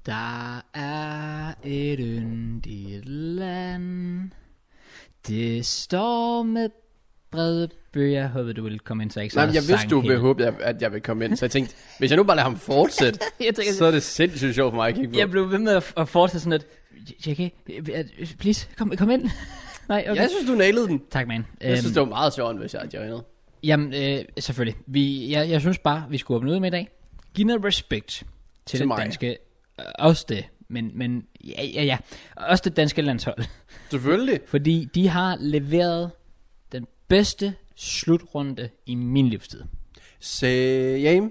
Der er et yndigt land. Det står med brede bøger. Jeg håbede, du ville komme ind, så jeg ikke så. Nej, men jeg vidste, du ville håbe, at jeg ville komme ind. Så jeg tænkte, hvis jeg nu bare lader ham fortsætte, så er det sindssygt sjovt for mig at kigge på. Jeg blev ved med at fortsætte sådan lidt. JK, please, kom ind. Nej, okay. Jeg synes, du nailede den. Tak, man. Jeg synes, det var meget sjovt, hvis jeg havde joinet. Jamen, selvfølgelig. Jeg synes bare, vi skulle åbne ud med i dag. Giv noget respekt til det danske. Også det. Men ja. Også det danske landshold. Selvfølgelig. Fordi de har leveret den bedste slutrunde i min livstid. Same.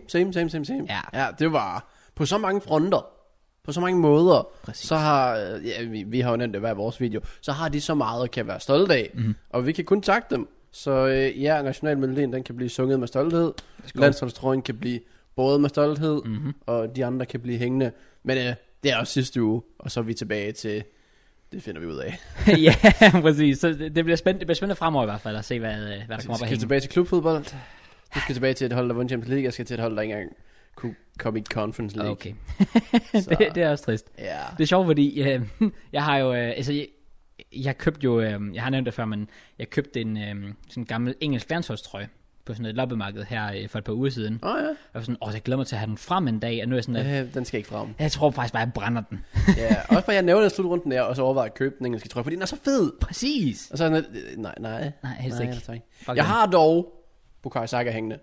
Ja, det var på så mange fronter. På så mange måder. Præcis. Så har, vi har jo nævnt det hver vores video, så har de så meget at kan være stolte af. Mm-hmm. Og vi kan kun takke dem. Så nationalmelodien, den kan blive sunget med stolthed. Landsholdstrøjen kan blive både med stolthed, og de andre kan blive hængende. Men det er også sidste uge, og så er vi tilbage til, det finder vi ud af. Ja, præcis. Så det bliver spændende fremover i hvert fald, at se, hvad der kommer op at hænge. Du skal tilbage til klubfodbold. Du skal tilbage til et hold, der vundt Champions League. Jeg skal til et hold, der ikke engang kunne komme i Conference League. Okay. det er også trist. Ja. Det er sjovt, fordi jeg har jo, jeg købte jo, jeg har nævnt det før, men jeg købte en sådan gammel engelsk landsholdstrøje på sådan et loppemarked her for et par uger siden. Ja. Jeg var sådan, jeg glæder mig til at have den frem en dag, og nu er jeg sådan, den skal ikke frem. Jeg tror faktisk bare, jeg brænder den. Ja, også bare jeg nævnte slutrunden der, og så overvejede at købe den engelske trøje, fordi den er så fed. Præcis. Og så er nej, helst ikke. Jeg har dog Bukayo Saka hængende.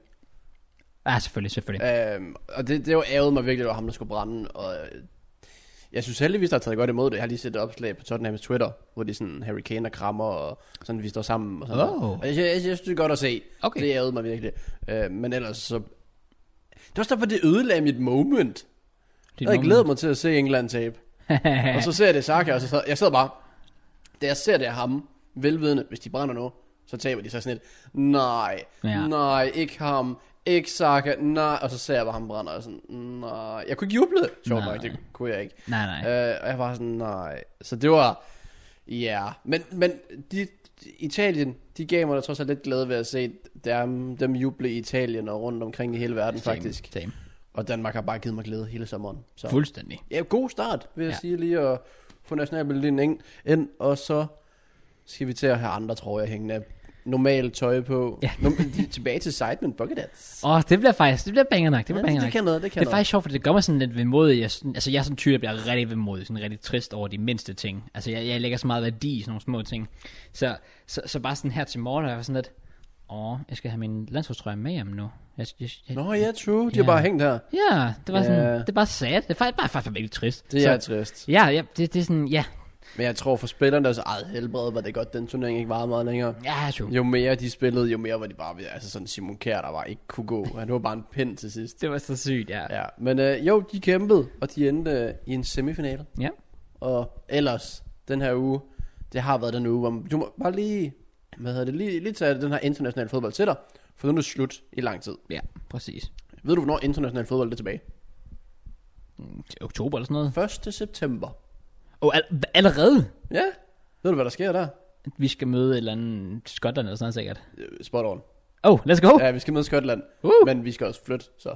Ja, selvfølgelig. Og det var ærget mig virkelig, det var ham, der skulle brænde. Og jeg synes heldigvis, der har taget godt imod det. Jeg har lige set et opslag på Tottenhams Twitter, hvor de sådan Harry Kane og krammer, og sådan vi står sammen. Og sådan og jeg synes, det er godt at se. Okay. Det ærede mig virkelig. Men ellers så... Det var også derfor, det ødelagde mit moment. Jeg glæder mig til at se England tabe. Og så ser jeg det Saka, og så jeg sidder bare... Da jeg ser det af ham, velvidende, hvis de brænder nu, så taber de så sådan et, nej, ikke ham, ikke Saka, nej, og så ser jeg bare ham brænder, og sådan, nej, jeg kunne ikke juble, sjovt nok, det kunne jeg ikke. Nej. Og jeg var sådan, nej, så det var, men Italien, de gav mig da trods alt lidt glæde ved at se dem juble i Italien og rundt omkring i hele verden faktisk. Same. Og Danmark har bare givet mig glæde hele sommeren. Så. Fuldstændig. Ja, god start, vil jeg sige lige at få nationalmelodien ind, og så skal vi til at have andre trøjer hængende. Normalt tøj på. Ja. Tilbage til Sidemen Bucketheads. Det bliver banger nok. Det kan noget. Det er faktisk sjovt, for det gør mig sådan lidt vemodig. Jeg er sådan en type, der bliver rigtig vemodig, sådan rigtig trist over de mindste ting. Altså jeg lægger så meget værdi i sådan nogle små ting. Så bare sådan her til morgen, der var sådan lidt, jeg skal have min landsholdstrøje med hjem nu. True. De har bare hængt her. Ja, det var sådan, det er bare sad. Det er faktisk virkelig trist. Det er trist. Ja, det er sådan, ja. Men jeg tror for spillernes eget helbred var det godt, den turnering ikke varede meget længere. Ja, true. Jo mere de spillede, jo mere var de bare ved, altså sådan Simon Kjær, der var ikke kunne gå. Han var bare en pind til sidst. Det var så sygt, ja. Men de kæmpede, og de endte i en semifinale. Ja. Og ellers, den her uge, det har været den uge, hvor du må bare lige, lige tage den her internationale fodbold til dig, for nu er det slut i lang tid. Ja, præcis. Ved du, hvornår international fodbold er tilbage? Til oktober eller sådan noget? 1. september. Allerede? Ja. Ved du, hvad der sker der? Vi skal møde et eller andet Skotland eller sådan noget sikkert. Spot on. Let's go. Ja, vi skal møde Skotland. Men vi skal også flytte, så.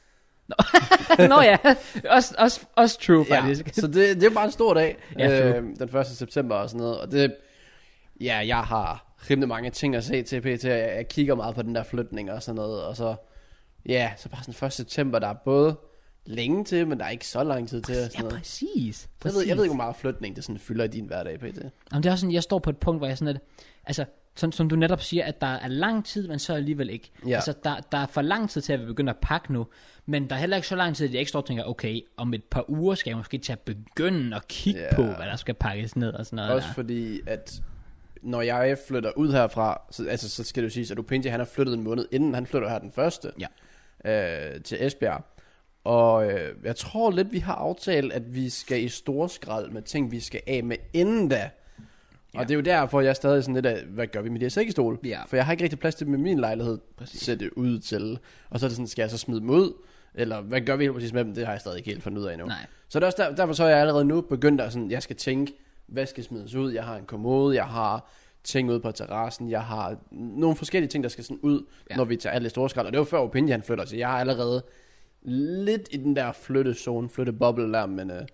Nå ja, også true faktisk. Ja. Så det er bare en stor dag. Den 1. september og sådan noget. Og det, jeg har rimelig mange ting at se til PT. Jeg kigger meget på den der flytning og sådan noget. Og så, så bare sådan 1. september, der er både længe til, men der er ikke så lang tid til. Sådan noget. Præcis. Jeg ved ikke, hvor meget flytning det sådan fylder i din hverdag, PT. Jamen, det er også sådan, jeg står på et punkt, hvor jeg sådan, altså, som du netop siger, at der er lang tid, men så alligevel ikke. Ja. Altså, der er for lang tid til, at vi begynder at pakke nu, men der er heller ikke så lang tid, at jeg ikke står og tænker, okay, om et par uger skal jeg måske til at begynde at kigge på, hvad der skal pakkes ned og sådan noget. Også fordi, at når jeg flytter ud herfra, så skal det jo siges, at Opinji, han har flyttet en måned, inden han flytter her den første til Esbjerg. Og jeg tror lidt, vi har aftalt, at vi skal i storskrald med ting, vi skal af med inden da. Og det er jo derfor, jeg er stadig sådan lidt af, hvad gør vi med de her sækkestol? Ja. For jeg har ikke rigtig plads til med min lejlighed sætte ud til. Og så er det sådan, skal jeg så smide dem ud? Eller hvad gør vi helt præcis med dem? Det har jeg stadig ikke helt fundet ud af endnu. Nej. Så det er også derfor så er jeg allerede nu begyndt at sådan, jeg skal tænke, hvad skal smides ud? Jeg har en kommode, jeg har ting ude på terrassen, jeg har nogle forskellige ting, der skal sådan ud, når vi tager alle i storskrald. Og det var før Opinji han flytter, så jeg har allerede lidt i den der flyttezone, flytteboble der, men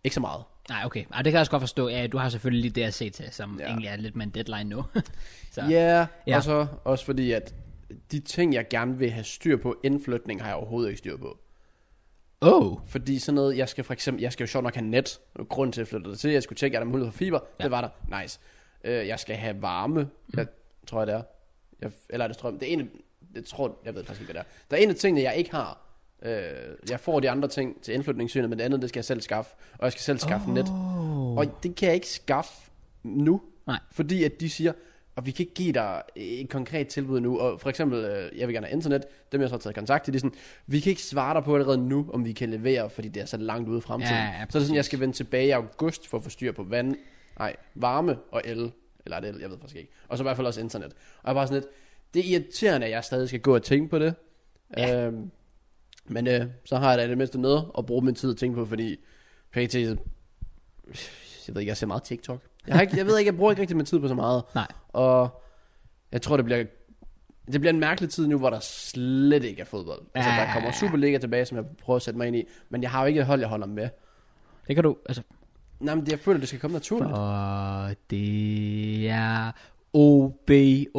ikke så meget. Nej, okay. Det kan jeg også godt forstå. Ja, du har selvfølgelig lige det at se til, som egentlig er lidt med en deadline nu. Så. Ja, og så også fordi, at de ting, jeg gerne vil have styr på inden flytning, har jeg overhovedet ikke styr på. Fordi sådan noget, jeg skal jo sjovt nok have net. Grunden til at flytte det til, jeg skulle tjekke, er der mulighed for fiber. Det var der. Nice. Jeg skal have varme. Jeg tror, det er. Eller er det strøm? Det er en, jeg ved faktisk ikke, hvad det er. Der er en af tingene, jeg ikke har. Jeg får de andre ting til indflytningssynet, men det andet, det skal jeg selv skaffe. Og jeg skal selv skaffe net. Og det kan jeg ikke skaffe nu. Nej. Fordi at de siger, og vi kan ikke give dig et konkret tilbud nu. Og for eksempel, jeg vil gerne have internet. Dem jeg så har taget kontakt til, de er sådan, vi kan ikke svare dig på allerede nu, om vi kan levere, fordi det er så langt ude i fremtiden. Ja, så det er sådan, jeg skal vende tilbage i august for at få styr på varme og el. Eller er det el? Jeg ved faktisk ikke. Og så i hvert fald også internet. Og jeg er bare sådan lidt, det er irriterende, at jeg stadig skal gå og tænke på det. Ja. Men så har jeg da det mindste noget at bruge min tid at tænke på, fordi PT, jeg ved ikke, jeg ser meget TikTok. Jeg ved ikke, jeg bruger ikke rigtig min tid på så meget. Nej. Og jeg tror, det bliver en mærkelig tid nu, hvor der slet ikke er fodbold. Altså, der kommer Superliga tilbage, som jeg prøver at sætte mig ind i. Men jeg har jo ikke et hold, jeg holder med. Det kan du, altså. Nej, men jeg føler, det skal komme naturligt. Og det er OB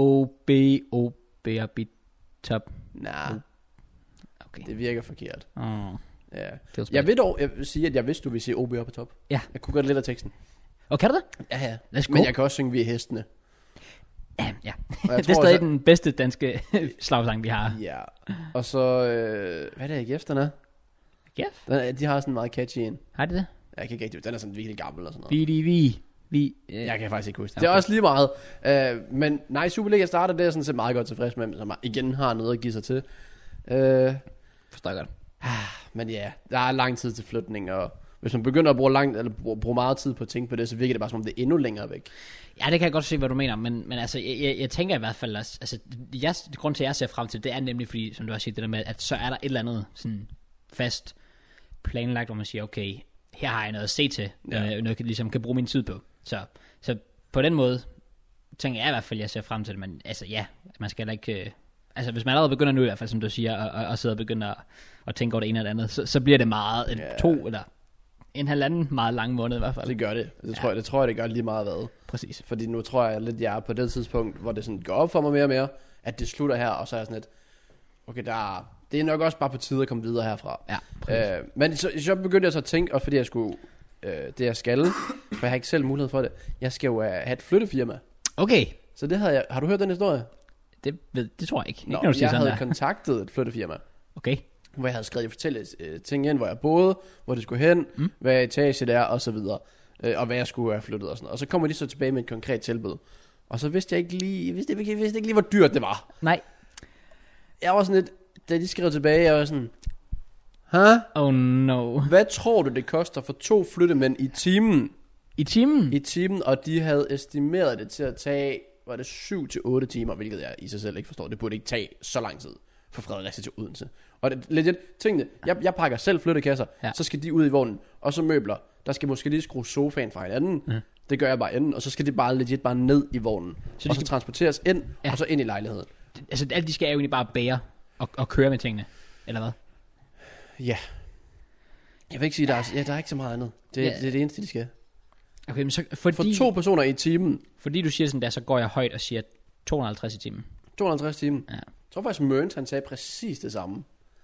og bit top. Nej. Okay. Det virker forkert. Ja. Jeg vil sige, at jeg vidste, du ville sige OB op på top. Ja. Jeg kunne godt lidt af teksten. Og kan du det? Ja. Men jeg kan også synge Vi er hestene. Ja. Det er stadig den bedste danske slagsang, vi har. Ja. Og så, hvad er det, AGF, den er? AGF? De har sådan en meget catchy en. Har de det? Jeg kan ikke rigtig, den er sådan virkelig gammel og sådan noget. Vi. Jeg kan faktisk ikke huske det. Okay. Det er også lige meget. Men nej, Superliga starter, det er sådan set meget godt tilfreds med, som igen har noget at give sig til. Forstår jeg godt. Men ja, der er lang tid til flytning, og hvis man begynder at bruge meget tid på at tænke på det, så virker det bare som om det er endnu længere væk. Ja, det kan jeg godt se, hvad du mener, men altså, jeg tænker i hvert fald, altså, grund til, at jeg ser frem til, det er nemlig, fordi, som du har sagt, det der med, at så er der et eller andet sådan fast planlagt, hvor man siger, okay, her har jeg noget at se til, noget jeg ligesom kan bruge min tid på. Så på den måde, tænker jeg i hvert fald, jeg ser frem til det, men altså ja, man skal da ikke... Altså hvis man allerede begynder nu i hvert fald, som du siger, og sidder og begynder at tænke over det ene eller andet, så bliver det meget 2 eller en halvanden meget lang måned i hvert fald. Det gør det. Det tror jeg, det gør lige meget hvad. Præcis. Fordi nu tror jeg lidt, jeg er på det tidspunkt, hvor det sådan går op for mig mere og mere, at det slutter her, og så er jeg sådan lidt, okay, det er nok også bare på tide at komme videre herfra. Ja, men så begyndte jeg så at tænke, og fordi jeg skulle, det jeg skal, for jeg har ikke selv mulighed for det, jeg skal jo have et flyttefirma. Okay. Så det havde jeg, har du hørt den historie? Det tror jeg ikke. Nå, jeg havde kontaktet et flyttefirma. Okay. Hvor jeg havde skrevet forskellige ting ind, hvor jeg boede, hvor det skulle hen, hvad etage det er, og så videre. Og hvad jeg skulle have flyttet og sådan noget. Og så kommer de så tilbage med et konkret tilbud. Og så vidste jeg ikke lige, hvor dyrt det var. Nej. Jeg var sådan lidt, da de skrev tilbage, jeg var sådan, Oh no. Hvad tror du, det koster for 2 flyttemænd i timen? I timen? I timen, og de havde estimeret det til at tage, var det 7-8 timer, hvilket jeg i sig selv ikke forstår. Det burde ikke tage så lang tid fra Fredericia til Odense. Og det, legit, tænk det, jeg pakker selv flyttekasser, så skal de ud i vognen, og så møbler. Der skal måske lige skrue sofaen fra hinanden. Det gør jeg bare inden, og så skal de bare legit bare ned i vognen. Så de skal transporteres ind, og så ind i lejligheden. Altså alt de skal jo egentlig bare bære og køre med tingene, eller hvad? Ja. Jeg vil ikke sige, der er ikke så meget andet. Det er det eneste, de skal. Okay, men så for 2 personer i timen. Fordi du siger sådan der, så går jeg højt og siger 250 i timen. 250 timen. Ja. Jeg tror faktisk, Mørens han sagde præcis det samme.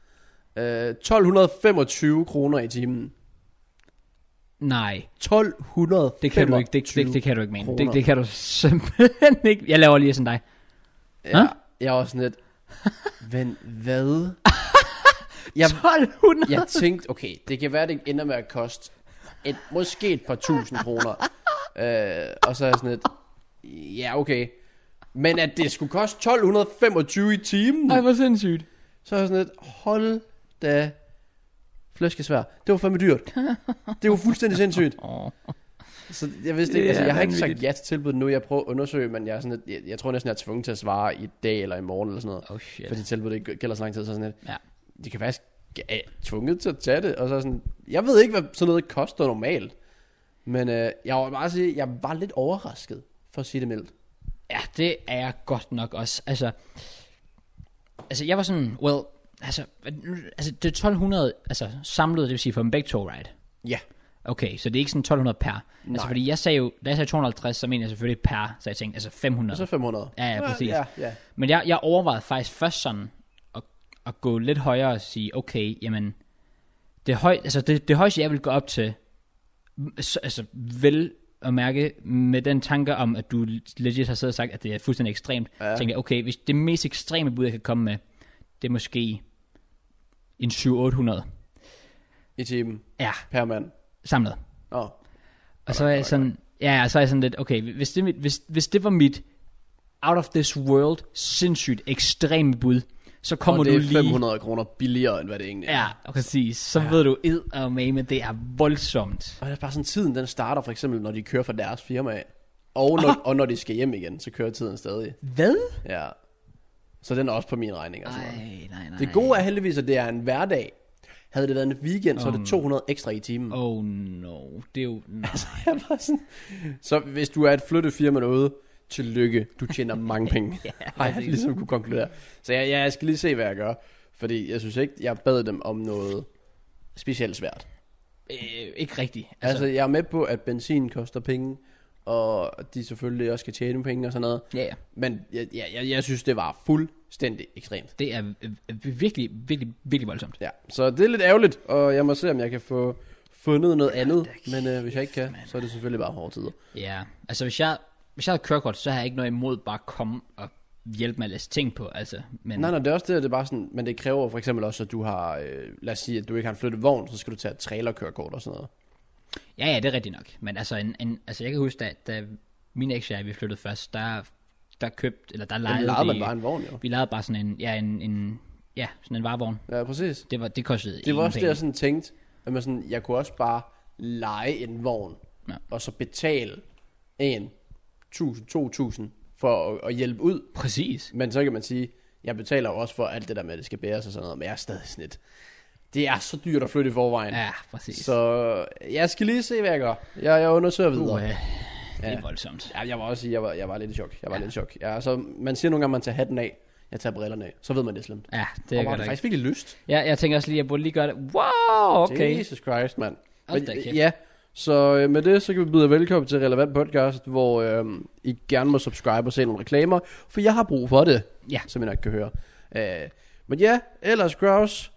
1225 kroner i timen. Nej. 1225. Det kan du ikke. Det kan du ikke mene. Det kan du simpelthen ikke. Jeg laver lige sådan dig. Ja, jeg er også sådan lidt. Men hvad? 1200. Jeg tænkte, okay, det kan være, det ender med at koste måske et par tusind kroner. Og så er jeg sådan lidt, ja, okay. Men at det skulle koste 1225 i timen. Ej, hvor sindssygt. Så er jeg sådan lidt, hold da flæskesvær. Det var fandme dyrt. Det var fuldstændig sindssygt. Så jeg vidste ikke, altså jeg har ikke sagt ja til tilbuddet nu. Jeg prøver at undersøge, men jeg er sådan lidt, jeg tror næsten, jeg er tvunget til at svare i dag eller i morgen eller sådan noget. Oh shit. Fordi tilbuddet ikke gælder så lang tid, så sådan lidt. Ja. De kan faktisk tvunget til at tage det, og så sådan, jeg ved ikke, hvad sådan noget koster normalt. Men jeg var bare sige, jeg var lidt overrasket, for at sige det mildt. Ja, det er jeg godt nok også. Altså jeg var sådan, det er 1200, altså samlet, det vil sige for dem begge to, right? Ja. Okay, så det er ikke sådan 1200 per. Nej. Altså fordi jeg sagde jo, da jeg sagde 250, så mener jeg selvfølgelig per, så jeg tænkte, altså 500. Så 500. Ja, præcis. Ja. Men jeg overvejede faktisk først sådan, at gå lidt højere og sige, okay, jamen, det højeste jeg vil gå op til, altså vel at mærke, med den tanke om, at du legit har siddet og sagt, at det er fuldstændig ekstremt, tænkte jeg, okay, hvis det mest ekstreme bud, jeg kan komme med, det er måske en 700-800. I timen? Ja. Per mand? Samlet. Og så er jeg sådan, så er jeg sådan lidt, okay, hvis det var mit out of this world, sindssygt ekstreme bud, så kommer du lige... Og det er 500 kroner billigere, end hvad det egentlig er. Ja, præcis. Så ved du, men det er voldsomt. Og det er bare sådan, tiden den starter for eksempel, når de kører fra deres firma af. Og når de skal hjem igen, så kører tiden stadig. Hvad? Ja. Så den er også på min regning. Altså. Nej. Det gode er heldigvis, at det er en hverdag. Havde det været en weekend, så er det 200 ekstra i timen. Oh no, det er jo... Altså, jeg bare sådan... Så hvis du er et flyttefirma derude, tillykke, du tjener mange penge. Har jeg ligesom kunne konkludere. Så jeg skal lige se, hvad jeg gør. Fordi jeg synes ikke, jeg bad dem om noget specielt svært. Ikke rigtigt. Altså, jeg er med på, at benzin koster penge, og de selvfølgelig også skal tjene penge og sådan noget. Ja. Men jeg synes, det var fuldstændig ekstremt. Det er virkelig, virkelig, virkelig voldsomt. Ja, så det er lidt ærgerligt, og jeg må se, om jeg kan få fundet noget andet. Men hvis jeg ikke kan, så er det selvfølgelig bare hårde tider. Ja, altså hvis jeg havde kørekort, så har jeg ikke noget imod bare at komme og hjælpe med at læse ting på. Altså, men... Nej, det er også det er bare sådan, men det kræver for eksempel også, at du har, lad os sige, at du ikke har en flyttet vogn, så skal du tage et trailerkørekort og sådan noget. Ja, det er rigtigt nok. Men altså, altså jeg kan huske, da min eks og jeg, vi flyttede først, der lejede man bare en vogn, jo. Vi lejede bare sådan sådan en varevogn. Ja, præcis. Det kostede det var også det, jeg sådan tænkte, at man sådan, jeg kunne også bare leje en vogn, og så betale 1.000-2.000 for at hjælpe ud. Præcis. Men så kan man sige, jeg betaler jo også for alt det der med, at det skal bæres og sådan noget, men jeg er stadig sådan lidt. Det er så dyrt at flytte i forvejen. Ja, præcis. Så jeg skal lige se, hvad jeg gør. Jeg undersøger videre. Det er voldsomt. Ja, jeg var også sige, jeg var lidt i chok. Ja, så man siger nogle gange, man tager hatten af, jeg tager brillerne af, så ved man, det er slemt. Ja, det er faktisk virkelig lyst. Ja, jeg tænker også lige, jeg burde lige gøre det. Wow, okay. Jesus Christ, mand. Ja, så med det, så kan vi byde velkommen til Relevant Podcast, hvor I gerne må subscribe og se nogle reklamer, for jeg har brug for det, som I nok kan høre. Men ja, ellers Kraus,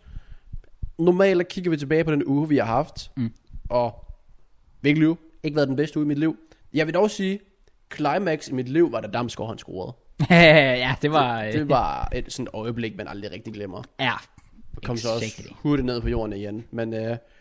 normalt kigger vi tilbage på den uge, vi har haft, og virkelig ikke været den bedste uge i mit liv. Jeg vil dog sige, climax i mit liv var, da Damsgaard han scorede. Ja, det var... Det var et sådan øjeblik, man aldrig rigtig glemmer. Ja, kom så også hurtigt ned på jorden igen. Men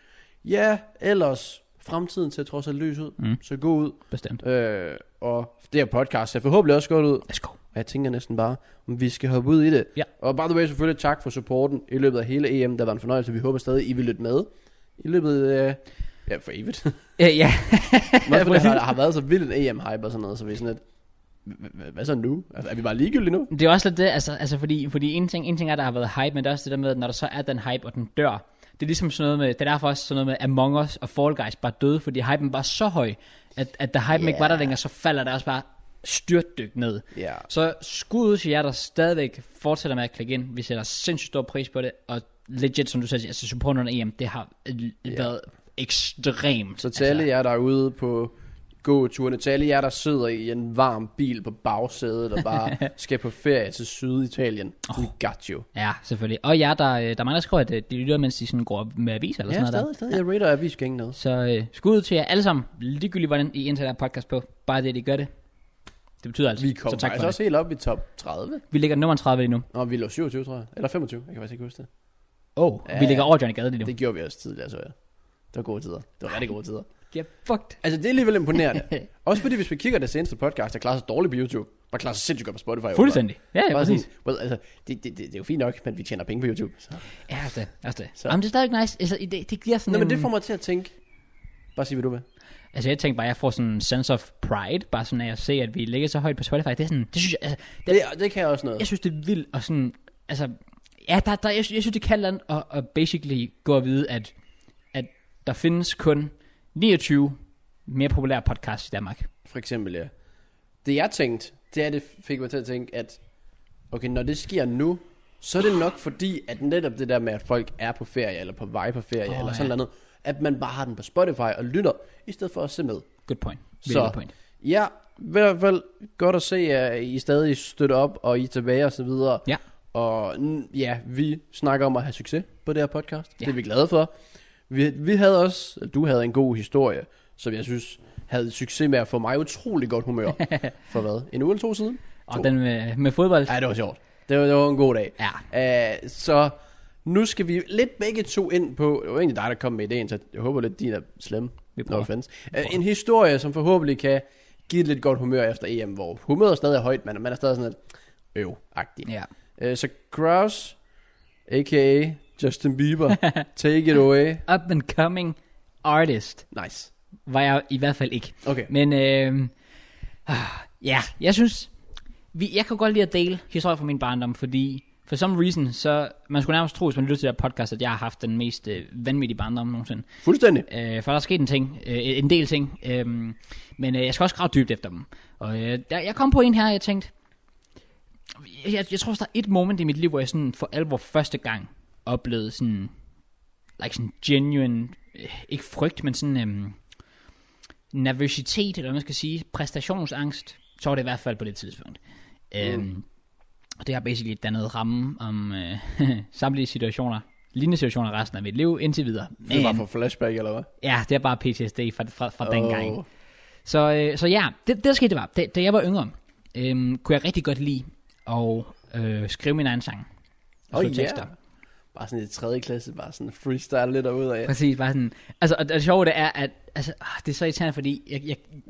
ja, ellers fremtiden ser trods alt lys ud. Så gå ud. Bestemt. Og det her podcast ser forhåbentlig også godt ud. Let's go. Og jeg tænker næsten bare, om vi skal hoppe ud i det. Ja. Og by the way, selvfølgelig tak for supporten i løbet af hele EM. Der var en fornøjelse. Vi håber stadig, I vil lytte med. I løbet for evigt. Ja. Der har været så vild en EM-hype og sådan noget, så vi er sådan lidt... Hvad så nu? Er vi bare ligegyldige nu? Det er også lidt det, altså fordi en ting er, der har været hype, men det er også det der med, at når der så er den hype, og den dør, det er ligesom sådan noget med, det er derfor også sådan noget med Among Us og Fall Guys bare døde, fordi hypen var så høj, at da hypen ikke var der længere, så falder der også bare styrtdyk ned. Så skud ud til jer, der stadigvæk fortsætter med at klikke ind. Vi sætter sindssygt stor pris på det, og legit, som du sagde, altså supporten under EM, det har været ekstremt. Så til alle jer derude på gåturene, til alle jer, der sidder i en varm bil på bagsædet og bare skal på ferie til Syditalien. We got you. Ja, selvfølgelig. Og jer, der er mange, der skriver, at de lytter, mens de sådan går med aviser eller sådan noget. Stadig. Jeg rater avisgængen noget. Så skud til jer alle sammen. Ligegyldigt, hvordan I indtager der podcast på. Bare det, de gør det. Det betyder altså. Vi kommer faktisk også helt op i top 30. Vi ligger nummer 30 lige nu. Og vi lå 27, tror jeg. Eller 25, jeg kan faktisk ikke huske det. Vi ligger over Johnny Gade lige nu. Det gjorde vi også tidligere, så jeg. Det var gode tider. Det var rigtig gode tider. Ja, fucked. Altså, det er alligevel imponerende. Også fordi, hvis vi kigger det seneste podcast, der klarer sig dårligt på YouTube, bare klarer sig sindssygt godt på Spotify. Fuldstændig. Ja, præcis. Altså, det er jo fint nok, men vi tjener penge på YouTube. Så. Ja, det. Jamen, det er stadig nice. Altså, det giver sådan men det får mig til at tænke. Bare sig, hvad du vil. Altså, jeg tænker bare, jeg får sådan en sense of pride, bare sådan, at jeg ser, at vi ligger så højt på Spotify. Det er sådan, det synes jeg, altså, det kan jeg også noget. Jeg synes, det er vildt, og sådan, altså, ja, jeg synes, det kan land og basically gå at vide, at der findes kun 29 mere populære podcasts i Danmark. For eksempel, ja. Det jeg tænkte, det fik mig til at tænke, at okay, når det sker nu, så er det nok fordi, at netop det der med, at folk er på ferie, eller på vej på ferie, eller sådan noget, at man bare har den på Spotify og lytter, i stedet for at se med. Good point. Så, good point. Ja, i hvert fald godt at se, at I stadig støtter op, og I er tilbage og så videre. Ja. Og ja, vi snakker om at have succes på det her podcast. Ja. Det er vi glade for. Vi havde også, du havde en god historie, som jeg synes havde succes med at få mig utrolig godt humør. For hvad? En uge eller 2 siden? Og den med fodbold. Ja, det var sjovt. Det var en god dag. Ja. Så nu skal vi lidt begge to ind på, det var egentlig dig, der kom med ideen, så jeg håber lidt, din er slem. No offense. En historie, som forhåbentlig kan give et lidt godt humør efter EM, hvor humøret er stadig højt, men man er stadig sådan lidt agtig. Ja. Så Kraus, a.k.a. Justin Bieber, take it away. Up and coming artist. Nice. Var jeg i hvert fald ikke. Okay. Men ja, jeg synes, jeg kan godt lide at dele historier fra min barndom, fordi for some reason, så man skulle nærmest tro, hvis man lytter til det her podcast, at jeg har haft den mest vanvittige barndom nogensinde. Fuldstændig. For der er sket en del ting, men jeg skal også grave dybt efter dem. Og jeg kom på en her, jeg tænkte, jeg tror, der er et moment i mit liv, hvor jeg sådan for alvor første gang oplevede sådan, sådan genuine, ikke frygt, men sådan nervøsitet, eller hvad man skal sige, præstationsangst, så var det i hvert fald på det tidspunkt. Og det har basically dannet ramme om samtlige situationer, lignende situationer resten af mit liv indtil videre. Det var for flashback, eller hvad? Ja, det er bare PTSD fra den gang. Så ja, det der skete, det var, da jeg var yngre, kunne jeg rigtig godt lide at skrive min egen sang. Tekster. Bare sådan i 3. klasse, bare sådan freestyle lidt derude af. Præcis, bare sådan. Altså, og det sjove det er, at altså, det er så irriterende, fordi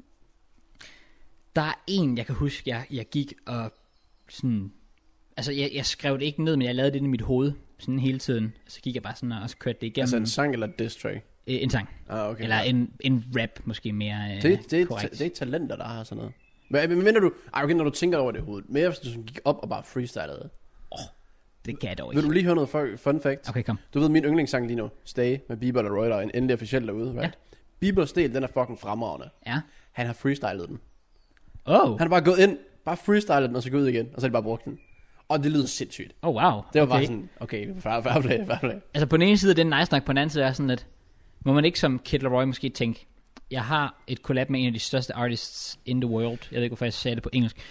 der er en, jeg kan huske, jeg gik og sådan, altså jeg skrev det ikke ned, men jeg lavede det i mit hoved sådan hele tiden. Så gik jeg bare sådan og kørte det igennem. Altså en sang eller diss track? En sang. Okay. Eller en rap måske mere korrekt. Det er ikke talenter, der har sådan noget. Men mener du, okay, når du tænker over det i hovedet, mere hvis du sådan gik op og bare freestylede. Det kan jeg dog ikke. Vil du lige høre noget fun fact? Okay, kom. Du ved min yndlingssang lige nu, Stay med Bieber og Roy, der er en endelig officiel derude, right? Ja. Biebers del, den er fucking fremragende. Ja. Han har freestylet den. Han har bare gået ind, bare freestylet den, og så gået ud igen, og så har de bare brugt den. Og det lyder sindssygt. Wow. Det var bare sådan, okay, fair play. Altså på den ene side, den nice nok, på den anden side er sådan lidt, må man ikke som Kid Laroi måske tænke, jeg har et collab med en af de største artists in the world. Jeg ved ikke, hvorfor jeg sagde det på engelsk.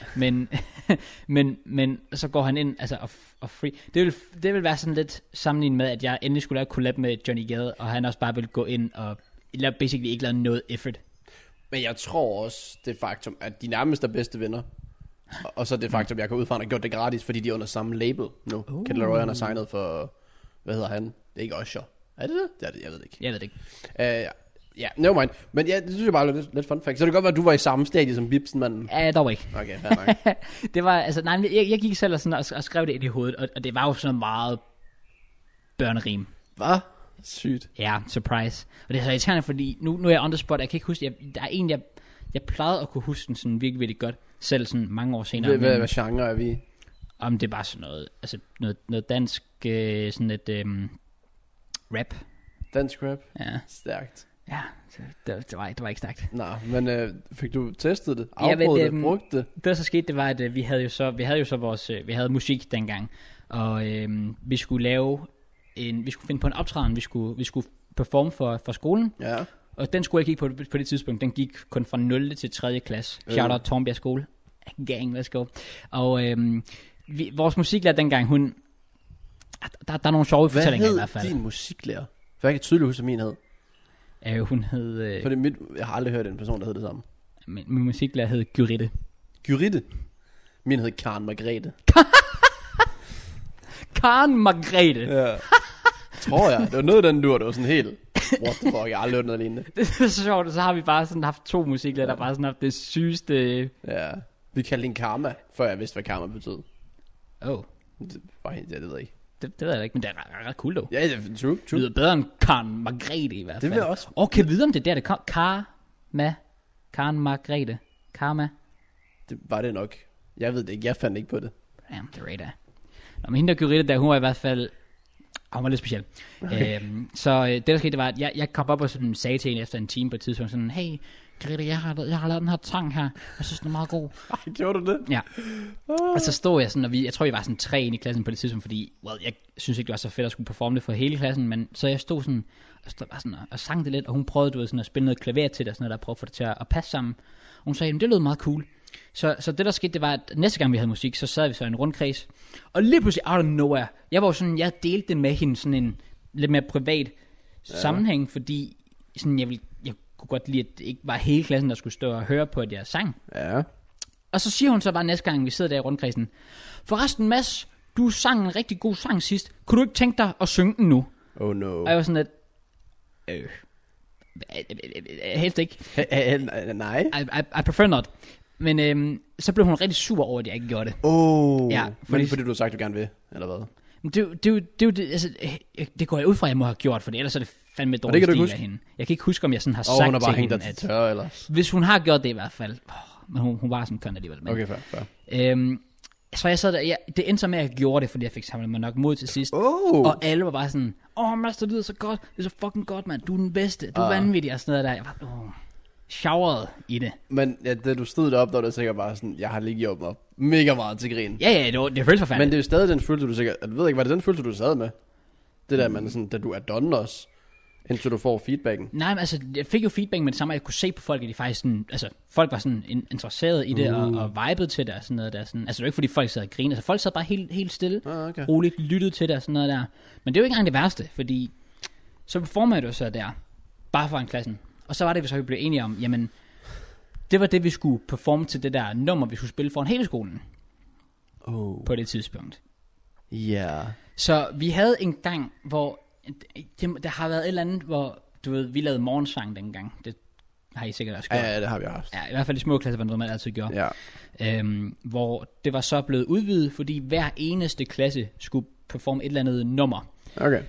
Men så går han ind altså, og free. Det vil være sådan lidt sammenlignet med, at jeg endelig skulle lave et collab med Johnny Gade, og han også bare vil gå ind og basically ikke lave noget effort. Men jeg tror også det faktum, at de nærmest er bedste venner. Og så det faktum, jeg kan udfra, at han har gjort det gratis, fordi de er under samme label nu. Kid Laroi har signet for, hvad hedder han? Det er ikke Usher. Er det det? Det er det, jeg ved det ikke. Jeg ved det ikke. Ja, never mind. Men ja, det synes jeg bare er lidt fun fact. Så det kan godt være, at du var i samme stadie som Bibsen-manden. Ja, dog ikke. Okay, fair nok. Det var, altså, nej, jeg gik selv og skrev det ind i hovedet, og det var jo sådan meget børnerim. Hvad? Sygt. Ja, surprise. Og det er så irriterende, fordi nu er jeg on the spot, jeg kan ikke huske, der er en, jeg plejede at kunne huske den sådan virkelig, virkelig godt, selv sådan mange år senere. Hvad genre er vi? Om det er bare sådan noget, altså noget dansk, sådan et rap. Dansk rap? Ja. Stærkt. Ja, det var ikke stærkt. Nej, men fik du testet det? Afprøvet det? Brugt det? Det der så skete, det var, at vi havde jo så vores, vi havde musik dengang, og vi skulle finde på en optræden, vi skulle performe for skolen. Ja. Og den skole, jeg gik på det tidspunkt, den gik kun fra 0. til 3. klasse. Shout out Tornbjerg skole. Gang, let's go. Og vores musiklærer dengang, hun, der er nogle sjove fortællinger i hvert fald. Hvad hed din musiklærer? For jeg kan tydeligt huske, at min hed. Hun hed... For jeg har aldrig hørt en person, der hed det samme. Min musiklærer hed Gyritte. Gyritte? Min hed Karen Margrethe. Karen Margrethe? Ja. Tror jeg. Det var noget af den dur. Det var sådan helt... What the fuck, jeg har aldrig hørt noget lignende. Det er så sjovt, så har vi bare sådan haft 2 musiklærer, der bare sådan haft det sygeste... Ja. Vi kaldte hende Karma, før jeg vidste, hvad Karma betød. Det var hende, det ved jeg ikke. Det ved jeg ikke, men det er ret cool dog. Ja, det er true. Det lyder bedre end Karen Margrethe i hvert fald. Det vil jeg også. Kan vi vide, om det der, det kom? Karen Margrethe. Karma. Det var det nok. Jeg ved det ikke, jeg fandt ikke på det. Jamen, det er right. Nå, men hende der Gyritte der, hun var i hvert fald... Hun var lidt speciel. Okay. Så det der skete, det var, at jeg kom op og sådan sagde til hende efter en time på et tidspunkt, sådan, hey, Grete, jeg har lavet den her sang her, jeg synes, den er meget god. Ej, gjorde du det? Ja. Og så stod jeg sådan, og jeg tror, vi var sådan 3 inde i klassen på det tidspunkt, fordi, jeg synes ikke, det var så fedt at skulle performe det for hele klassen, men så jeg stod sådan, og sang det lidt, og hun prøvede sådan at spille noget klaver til det, sådan noget, der prøvede at få det til at passe sammen. Og hun sagde, det lød meget cool. Så det der skete, det var, at næste gang vi havde musik, så sad vi så i en rundkreds, og lige pludselig out of nowhere, jeg delte det med hende sådan en lidt mere privat sammenhæng, fordi sådan, jeg kunne godt lide, at det ikke var hele klassen, der skulle stå og høre på, at jeg sang. Ja. Og så siger hun så bare næste gang, vi sidder der i rundkredsen, forresten Mads, du sang en rigtig god sang sidst, kunne du ikke tænke dig at synge den nu? Oh no. Og jeg var sådan lidt, helst ikke. Nej. I prefer not. Men så blev hun rigtig sur over, at jeg ikke gjorde det. Ja, fordi du har sagt, du gerne vil, eller hvad? Det går jeg ud fra, at jeg må have gjort, for ellers er det fandme dårlig stil af hende. Jeg kan ikke huske, om jeg sådan har sagt hun har bare til hende, at tørre, eller? Hvis hun har gjort det i hvert fald. Men hun var sådan køn alligevel. Men, okay, fair. Så jeg sad der, det endte så med, at jeg gjorde det, fordi jeg fik samlet mig nok mod til sidst. Og alle var bare sådan, Mads, det lyder så godt, det er så fucking godt, mand, du er den bedste, du er vanvittig, og sådan noget der. Jeg var showered i det. Men ja, da du stod deroppe, der var det sikkert bare sådan, jeg har lige gjort mig mega meget til grin. Ja, det føles forfærdeligt. Men det er jo stadig den følelse, du sikkert, jeg ved ikke, var det den følelse, du sad med? Det der, man sådan, da du er done også, indtil du får feedbacken. Nej, men altså, jeg fik jo feedback med det samme, jeg kunne se på folk, at de faktisk sådan, altså, folk var sådan interesseret i det, og vibede til det, og sådan noget der, sådan, altså, det var ikke fordi folk sad og grinede, altså, folk sad bare helt stille, roligt, lyttede til det, og sådan noget der. Men det er jo ikke engang det værste, fordi, så performer du så der, bare for en klassen, og så var det, vi blev enige om, jamen, det var det, vi skulle performe til det der nummer, vi skulle spille foran hele skolen, på det tidspunkt. Ja. Yeah. Så vi havde en gang, hvor der har været et eller andet, hvor du ved, vi lavede morgensang dengang. Det har I sikkert også gjort. Ja, det har vi også. Ja, i hvert fald i små klasser var noget, man altid gjorde. Ja. Hvor det var så blevet udvidet, fordi hver eneste klasse skulle performe et eller andet nummer. Okay.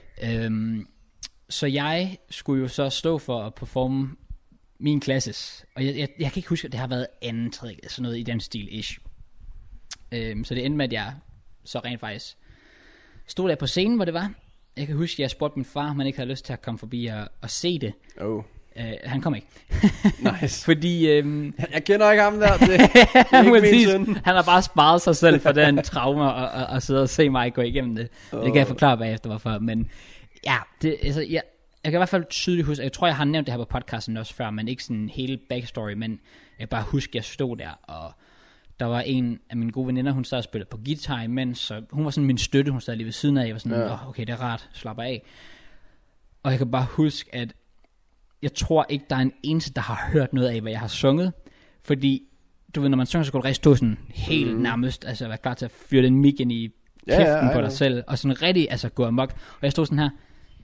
Så jeg skulle jo så stå for at performe min klasses. Og jeg kan ikke huske, at det har været anden, tredje, sådan noget i den stil-ish. Så det endte med, at jeg så rent faktisk stod der på scenen, hvor det var. Jeg kan huske, at jeg spurgte min far, om han ikke havde lyst til at komme forbi og se det. Han kom ikke. Nice. Fordi jeg kender ikke ham der. Det er ikke min søn. Han har bare sparet sig selv for den trauma og sidde og se mig gå igennem det. Det kan jeg forklare bagefter hvorfor. Men ja, altså, jeg kan i hvert fald tydeligt huske, jeg tror jeg har nævnt det her på podcasten også før, men ikke sådan hele backstory, men jeg kan bare huske, at jeg stod der, og der var en af mine gode veninder, hun sad og spillede på guitar imens, så hun var sådan min støtte, hun sad lige ved siden af, jeg var sådan, okay, det er rart, slapper af. Og jeg kan bare huske, at jeg tror ikke, der er en eneste, der har hørt noget af, hvad jeg har sunget, fordi, du ved, når man synger, så kan du rigtig stå sådan helt nærmest, altså være klar til at fyre den mic ind i kæften på dig selv, og sådan rigtig, altså gå amok, og jeg stod sådan her,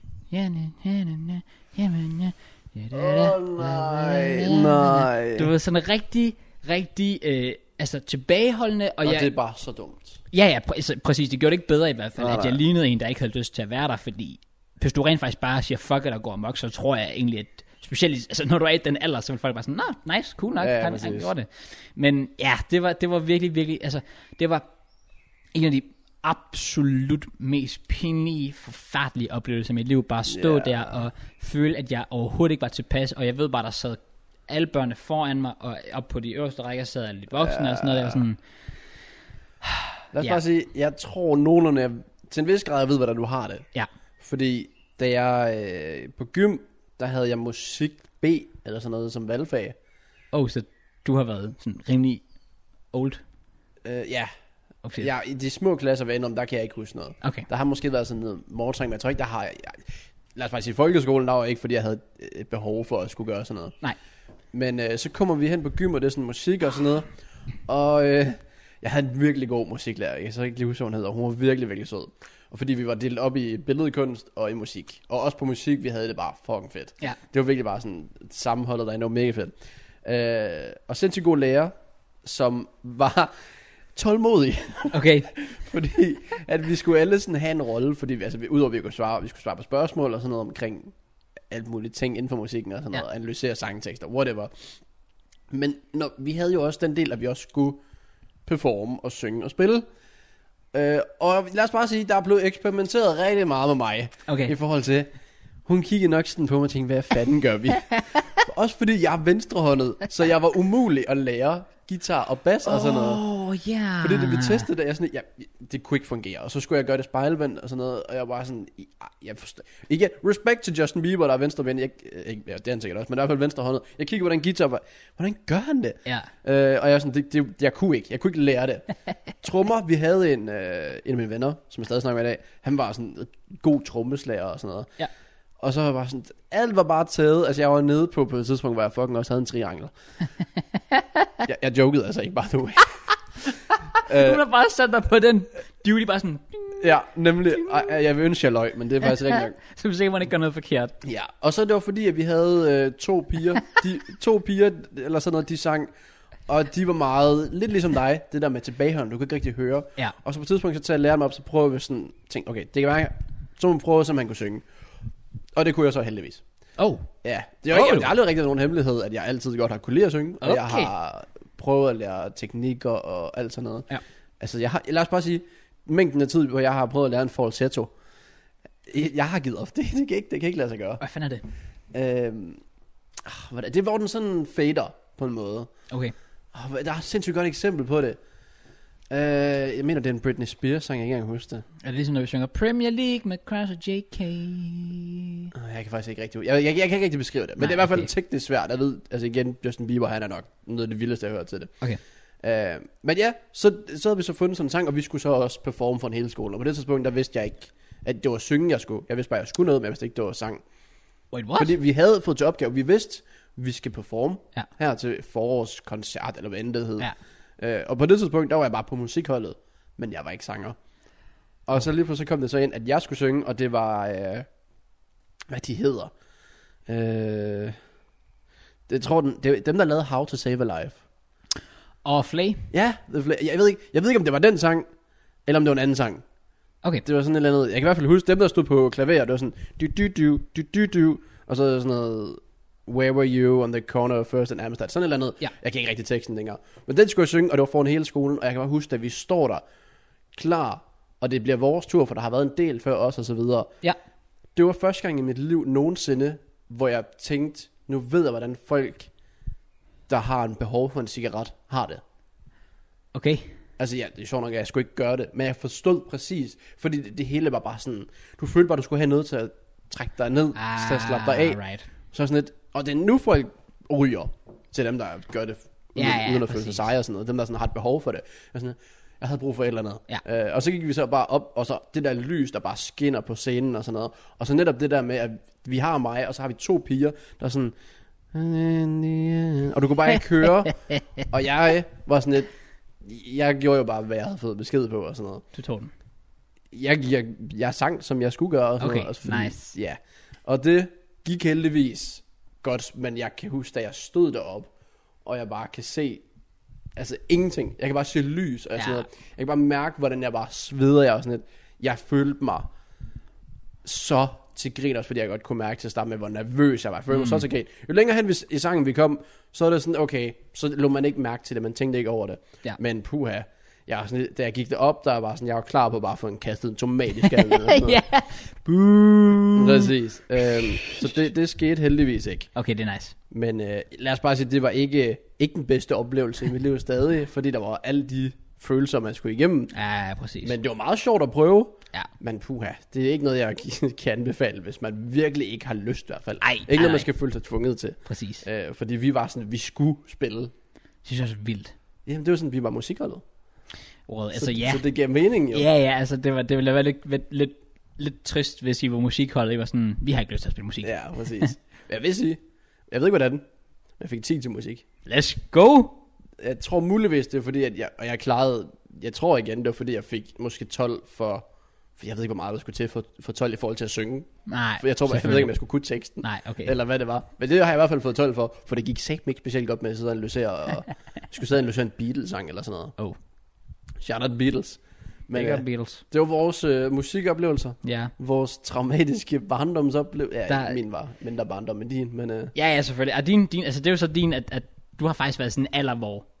nej. Du ved, sådan rigtig, altså tilbageholdende. Og det er bare så dumt. Ja, præcis. Det gjorde det ikke bedre i hvert fald, at jeg lignede en, der ikke havde lyst til at være der, fordi hvis du rent faktisk bare siger, fuck it, og går amok, så tror jeg egentlig, at specielt, altså når du er i den alder, så vil folk bare sådan, nice, cool nok, han gjorde det. Men ja, det var virkelig, altså, det var en af de absolut mest pinlige, forfærdelige oplevelser i mit liv, bare stå der og føle, at jeg overhovedet ikke var tilpas, og jeg ved bare, der sad alle børnene foran mig, og op på de øverste rækker sad alle de voksne, og sådan noget, der var sådan... Lad os bare sige, jeg tror nogenlunde, til en vis grad, jeg ved, hvordan du har det. Ja. Fordi, da jeg på gym, der havde jeg musik B, eller sådan noget, som valgfag. Så du har været sådan rimelig old? Ja. Okay. Ja, i de små klasser, der kan jeg ikke huske noget. Okay. Der har måske været sådan noget morgensang, men jeg tror ikke, der har... Lad os bare sige, folkeskolen, der var ikke, fordi jeg havde et behov for at skulle gøre sådan noget. Nej. Men så kommer vi hen på gym, og det er sådan musik og sådan noget. Og jeg havde en virkelig god musiklærer. Jeg kan så ikke lige huske, hvad hun hedder. Hun var virkelig, virkelig sød. Og fordi vi var delt op i billedkunst og i musik. Og også på musik, vi havde det bare fucking fedt. Ja. Det var virkelig bare sådan sammenholdet derinde, det var mega fedt. Og sindssygt god lærer, som var tålmodig. Okay. Fordi at vi skulle alle sådan have en rolle, fordi udover vi skulle svare på spørgsmål og sådan noget omkring alt muligt ting inden for musikken og sådan noget, analysere sangtekster, whatever. Men vi havde jo også den del, at vi også skulle performe og synge og spille. Og lad os bare sige, der er blevet eksperimenteret rigtig meget med mig. Okay. I forhold til, hun kiggede nok sådan på mig og tænkte, hvad fanden gør vi? Også fordi jeg er venstrehåndet, så jeg var umulig at lære guitar og bass og sådan noget. Yeah. Fordi det blev testet, og jeg sådan, det kunne ikke fungere. Og så skulle jeg gøre det spejlvendt og sådan noget, og jeg var sådan, jeg forstår. Ikke respekt til Justin Bieber, der er venstrevendt. Ja, det er han sikkert også, men i hvert fald venstrehåndet. Jeg kiggede på den guitar og var, hvordan gør han det? Ja. Og jeg var sådan, jeg kunne ikke lære det. Trommer, vi havde en af mine venner, som jeg stadig snakker med i dag. Han var sådan en god trommeslager og sådan noget. Ja. Og så var jeg bare sådan, alt var bare taget. Altså jeg var nede på et tidspunkt, hvor jeg fucking også havde en triangel. jeg jokede altså ikke bare nu. Du har bare sat dig på den duty, bare sådan. Ja, nemlig. Jeg vil ønske, jeg løg, men det er faktisk rigtig nok. Så vi ser, man ikke gør noget forkert. Ja, og så det var fordi, at vi havde to piger. To piger, eller sådan noget, de sang. Og de var meget, lidt ligesom dig, det der med tilbagehånd, du kan ikke rigtig høre. Ja. Og så på et tidspunkt, så tager jeg lære mig op, så prøver vi sådan, tænkte, okay, det kan være, så må man prøve, som han kunne synge. Og det kunne jeg så heldigvis. Ja, det er jo aldrig rigtig nogen hemmelighed, at jeg altid godt har kunne lide at synge. Og jeg har prøvet at lære teknikker og alt sådan noget. Ja. Altså, lad os bare sige, mængden af tid, hvor jeg har prøvet at lære en falsetto, jeg har givet op. Det kan ikke lade sig gøre. Hvad fanden er det? Det var den sådan fader på en måde. Okay. Der er et sindssygt godt eksempel på det. Jeg mener, det er en Britney Spears sang, jeg ikke engang husker det. Er det ligesom, når vi synger Premier League med Crash og JK? Jeg kan faktisk ikke rigtig... Jeg kan ikke rigtig beskrive det. Men det er i hvert fald teknisk svært. Jeg ved, altså igen, Justin Bieber, han er nok noget af det vildeste, jeg har hørt til det. Okay. Men ja, så havde vi så fundet sådan en sang, og vi skulle så også performe for en hel skole. Og på det tidspunkt, der vidste jeg ikke, at det var synge, jeg skulle. Jeg vidste bare, at jeg skulle noget, men jeg vidste ikke, det var sang. Wait, what? Fordi vi havde fået til opgave, vi vidste, vi skal performe her til forårskoncert, eller hvad end det hed. Ja. Og på det tidspunkt, der var jeg bare på musikholdet, men jeg var ikke sanger. Og så lige pludselig kom det så ind, at jeg skulle synge, og det var, hvad de hedder. Det tror det er dem, der lavede How to Save a Life. Og Flay? Ja, jeg ved ikke, om det var den sang, eller om det var en anden sang. Okay. Det var sådan et eller andet, jeg kan i hvert fald huske, dem der stod på klaver, det var sådan, du, og så sådan noget, Where were you on the corner of First and Amistad? Sådan et eller andet. Ja. Jeg kan ikke rigtig teksten længere. Men den skulle jeg synge, og det var foran hele skolen. Og jeg kan bare huske, at vi står der klar, og det bliver vores tur, for der har været en del før os og så videre. Ja. Det var første gang i mit liv nogensinde, hvor jeg tænkte, nu ved jeg, hvordan folk, der har en behov for en cigaret, har det. Okay. Altså ja, det er sjovt nok, at jeg skulle ikke gøre det, men jeg forstod præcis, fordi det hele var bare sådan, du følte bare, du skulle have noget til at trække dig ned, til at slappe dig af. Right. Så sådan lidt, og det er nu folk ryger til dem, der gør det uden at føle sig seje og sådan noget. Dem, der sådan har et behov for det. Jeg havde brug for et eller andet. Ja. Og så gik vi så bare op, og så det der lys, der bare skinner på scenen og sådan noget. Og så netop det der med, at vi har mig, og så har vi to piger, der sådan, og du kunne bare ikke høre. Og jeg var sådan lidt, jeg gjorde jo bare, hvad jeg havde fået besked på og sådan noget. Du tog den. Jeg sang, som jeg skulle gøre og sådan noget. Også fordi, nice. Ja. Og det gik heldigvis godt, men jeg kan huske, da jeg stod derop, og jeg bare kan se, altså ingenting. Jeg kan bare se lys, og sådan noget. Jeg kan bare mærke, hvordan jeg bare sveder. Jeg, sådan lidt. Jeg følte mig så til grin, også fordi jeg godt kunne mærke til at starte med, hvor nervøs jeg var. Jeg følte mig så til grin. Jo længere hen i sangen vi kom, så er det sådan, okay, så lå man ikke mærke til det, man tænkte ikke over det. Ja. Men puha, jeg var sådan, da jeg gik derop, der var sådan, jeg var klar på bare at få en kastet en tomat i skallen. Ja. Præcis. Så det skete heldigvis ikke. Okay, det er nice. Men lad os bare sige, det var ikke den bedste oplevelse i mit liv stadig, fordi der var alle de følelser, man skulle igennem. Ja, præcis. Men det var meget sjovt at prøve. Ja. Men puha, det er ikke noget, jeg kan anbefale, hvis man virkelig ikke har lyst i hvert fald. Ikke noget, man skal føle sig tvunget til. Præcis. Fordi vi var sådan, vi skulle spille. Det synes jeg er så vildt. Jamen, det var sådan, vi var musikholdet. Altså, ja. Så det giver mening jo. Ja, altså det ville være lidt trist, hvis I var musikholdet. I var sådan, vi har ikke lyst til at spille musik. Ja, præcis. Jeg vil sige, jeg ved ikke hvordan, men jeg fik 10 til musik. Let's go! Jeg tror muligvis det er fordi, at jeg klarede, jeg tror igen, det var fordi, jeg fik måske 12 for jeg ved ikke, hvor meget der skulle til for 12 i forhold til at synge. Nej, for jeg tror, jeg ved ikke, om jeg skulle kunne teksten. Nej, okay. Eller hvad det var. Men det har jeg i hvert fald fået 12 for det gik sagt ikke specielt godt med at sidde og analysere, og skulle sidde og analysere en Beatles-sang eller sådan noget. Shout out Beatles. Men Beatles. Det var vores musikoplevelser. Ja. Vores traumatiske barndomsoplevelser. Ja, min var mindre barndom end din, men ja, selvfølgelig. Og din, altså det er jo så din, at du har faktisk været sådan en alder, hvor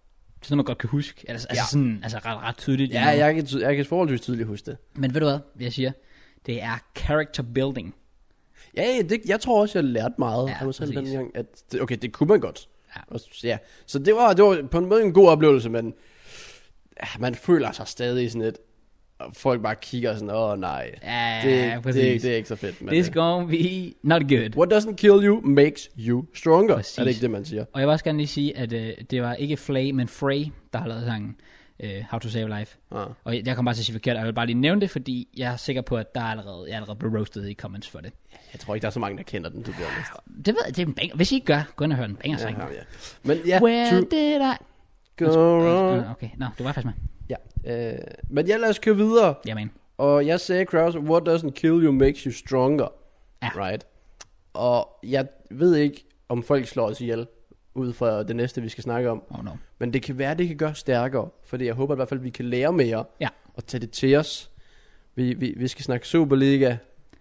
sådan man godt kan huske. Altså sådan, altså ret tydeligt. Ja, jeg kan forholdsvis tydeligt huske det. Men ved du hvad, jeg siger? Det er character building. Ja, jeg tror også, jeg lærte meget af mig selv den gang. At det kunne man godt. Ja. Så det var på en måde en god oplevelse, men man føler sig stadig sådan lidt, og folk bare kigger sådan, nej, det er ikke så fedt. It's gonna be not good. What doesn't kill you makes you stronger. Præcis. Er det ikke det, man siger? Og jeg vil også gerne lige sige, at det var ikke Flay, men Frey, der har lavet sangen How to Save Life. Og jeg kommer bare til at sige forkert, og jeg vil bare lige nævne det, fordi jeg er sikker på, at jeg er allerede blevet roasted i comments for det. Jeg tror ikke, der er så mange, der kender den, du bliver det ved jeg, det er en banger. Hvis I ikke gør, gå ind og hør den banger sang. Ja. Men ja, Where did I go wrong? Okay, du var faktisk med. Ja, men lad os køre videre. Jamen. Og jeg sagde, Kraus, what doesn't kill you makes you stronger. Ja. Right? Og jeg ved ikke, om folk slår os ihjel, ud fra det næste, vi skal snakke om. No. Men det kan være, det kan gøre stærkere. Fordi jeg håber i hvert fald, vi kan lære mere. Ja. Og tage det til os. Vi skal snakke Superliga.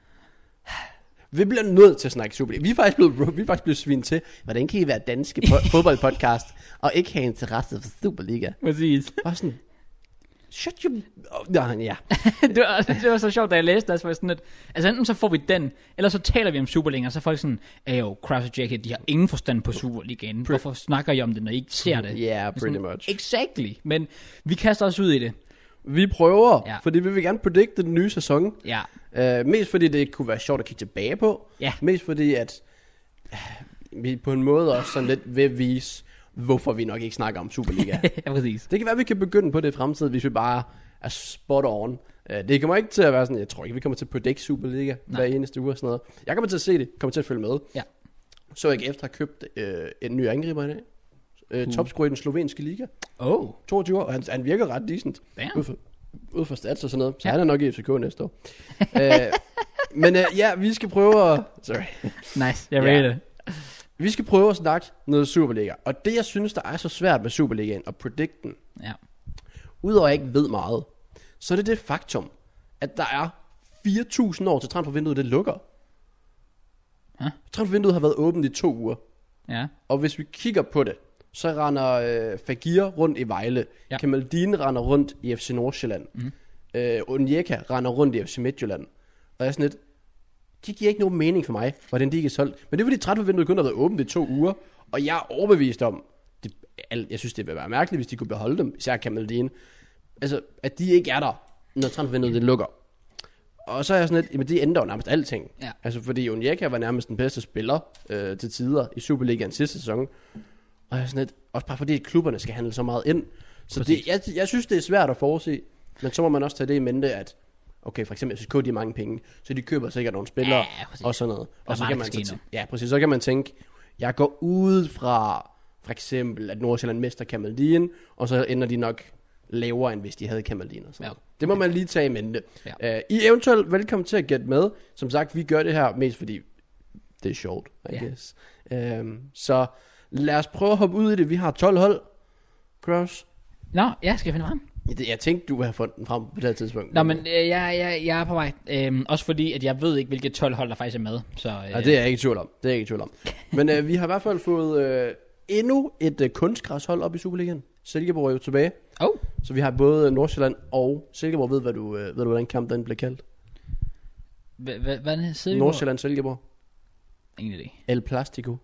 Vi bliver nødt til at snakke Superliga. Vi er faktisk blevet svint til. Hvordan kan I være danske fodboldpodcast og ikke have interesse for Superliga? Præcis. Og sådan, shut you... Ja. det var så sjovt, da jeg læste det. Altså, sådan at, altså enten så får vi den, eller så taler vi om Superliga, og så er folk sådan, Kraus og Jackie, de har ingen forstand på Superligaen. Hvorfor snakker I om det, når I ikke ser det? Yeah, pretty much. Exactly. Men vi kaster os ud i det. Vi prøver, fordi vi vil gerne predikte den nye sæson. Ja. Mest fordi det kunne være sjovt at kigge tilbage på. Ja. Mest fordi, at vi på en måde også sådan lidt vil vise, hvorfor vi nok ikke snakker om Superliga. Ja, præcis. Det kan være, at vi kan begynde på det i fremtiden, hvis vi bare er spot on. Det kommer ikke til at være sådan, jeg tror ikke, vi kommer til at predict Superliga hver eneste uge og sådan noget. Jeg kommer til at se det, kommer til at følge med. Ja. Så jeg efter har købt en ny angriber i dag. Topscorer i den slovenske liga. 22 år, og han virker ret decent. Ud for stats og sådan noget. Så han er nok i FCK næste år. Men vi skal prøve at... Sorry. Nice, jeg ved det. Vi skal prøve at snakke noget Superliga. Og det, jeg synes, der er så svært med Superligaen og predicten, udover at jeg ikke ved meget, så er det faktum, at der er 4.000 år til transfervinduet, det lukker. Transfervinduet har været åbent i 2 uger. Ja. Og hvis vi kigger på det, så render Fagir rundt i Vejle. Ja. Kamaldine render rundt i FC Nordsjælland. Onyeka render rundt i FC Midtjylland. Og jeg er sådan lidt, det giver ikke nogen mening for mig, hvordan de ikke er solgt. Men det er fordi transfervinduet kun har været åbent i 2 uger. Og jeg er overbevist om, jeg synes det vil være mærkeligt, hvis de kunne beholde dem, især Kamaldine. Altså, at de ikke er der, når transfervinduet det lukker. Og så er jeg sådan lidt, jamen det ændrer jo nærmest alting. Ja. Altså fordi Onyeka var nærmest den bedste spiller til tider i Superligaen sidste sæson. Og jeg er sådan lidt, også bare fordi klubberne skal handle så meget ind. Så det, jeg synes det er svært at forudse. Men så må man også tage det i mente, at okay, for eksempel FCK, de har mange penge, så de køber sikkert nogle spillere og sådan noget. Og så kan man så kan man tænke, jeg går ud fra for eksempel, at Nordsjælland mister Kamaldine, og så ender de nok lavere, end hvis de havde Kamaldine. Og sådan noget. Det må man lige tage i mente. Ja. I eventuelt velkommen til at gætte med. Som sagt, vi gør det her mest fordi det er sjovt, I guess. Så lad os prøve at hoppe ud i det. Vi har 12 hold. Kraus? Nå, jeg skal finde frem. Jeg tænkte, du ville have fundet den frem på det her tidspunkt. Nå, men jeg er på vej. Også fordi, at jeg ved ikke, hvilke 12 hold, der faktisk er med. Så, ja, det er jeg ikke i tvivl om. Men vi har i hvert fald fået endnu et kunstgræshold op i Superligaen. Silkeborg er jo tilbage. Så vi har både Nordsjælland og Silkeborg. Ved du, hvordan kamp den blev kaldt? Hvad er det? Silkeborg? Nordsjælland, Silkeborg. Ingen idé. El Plastico.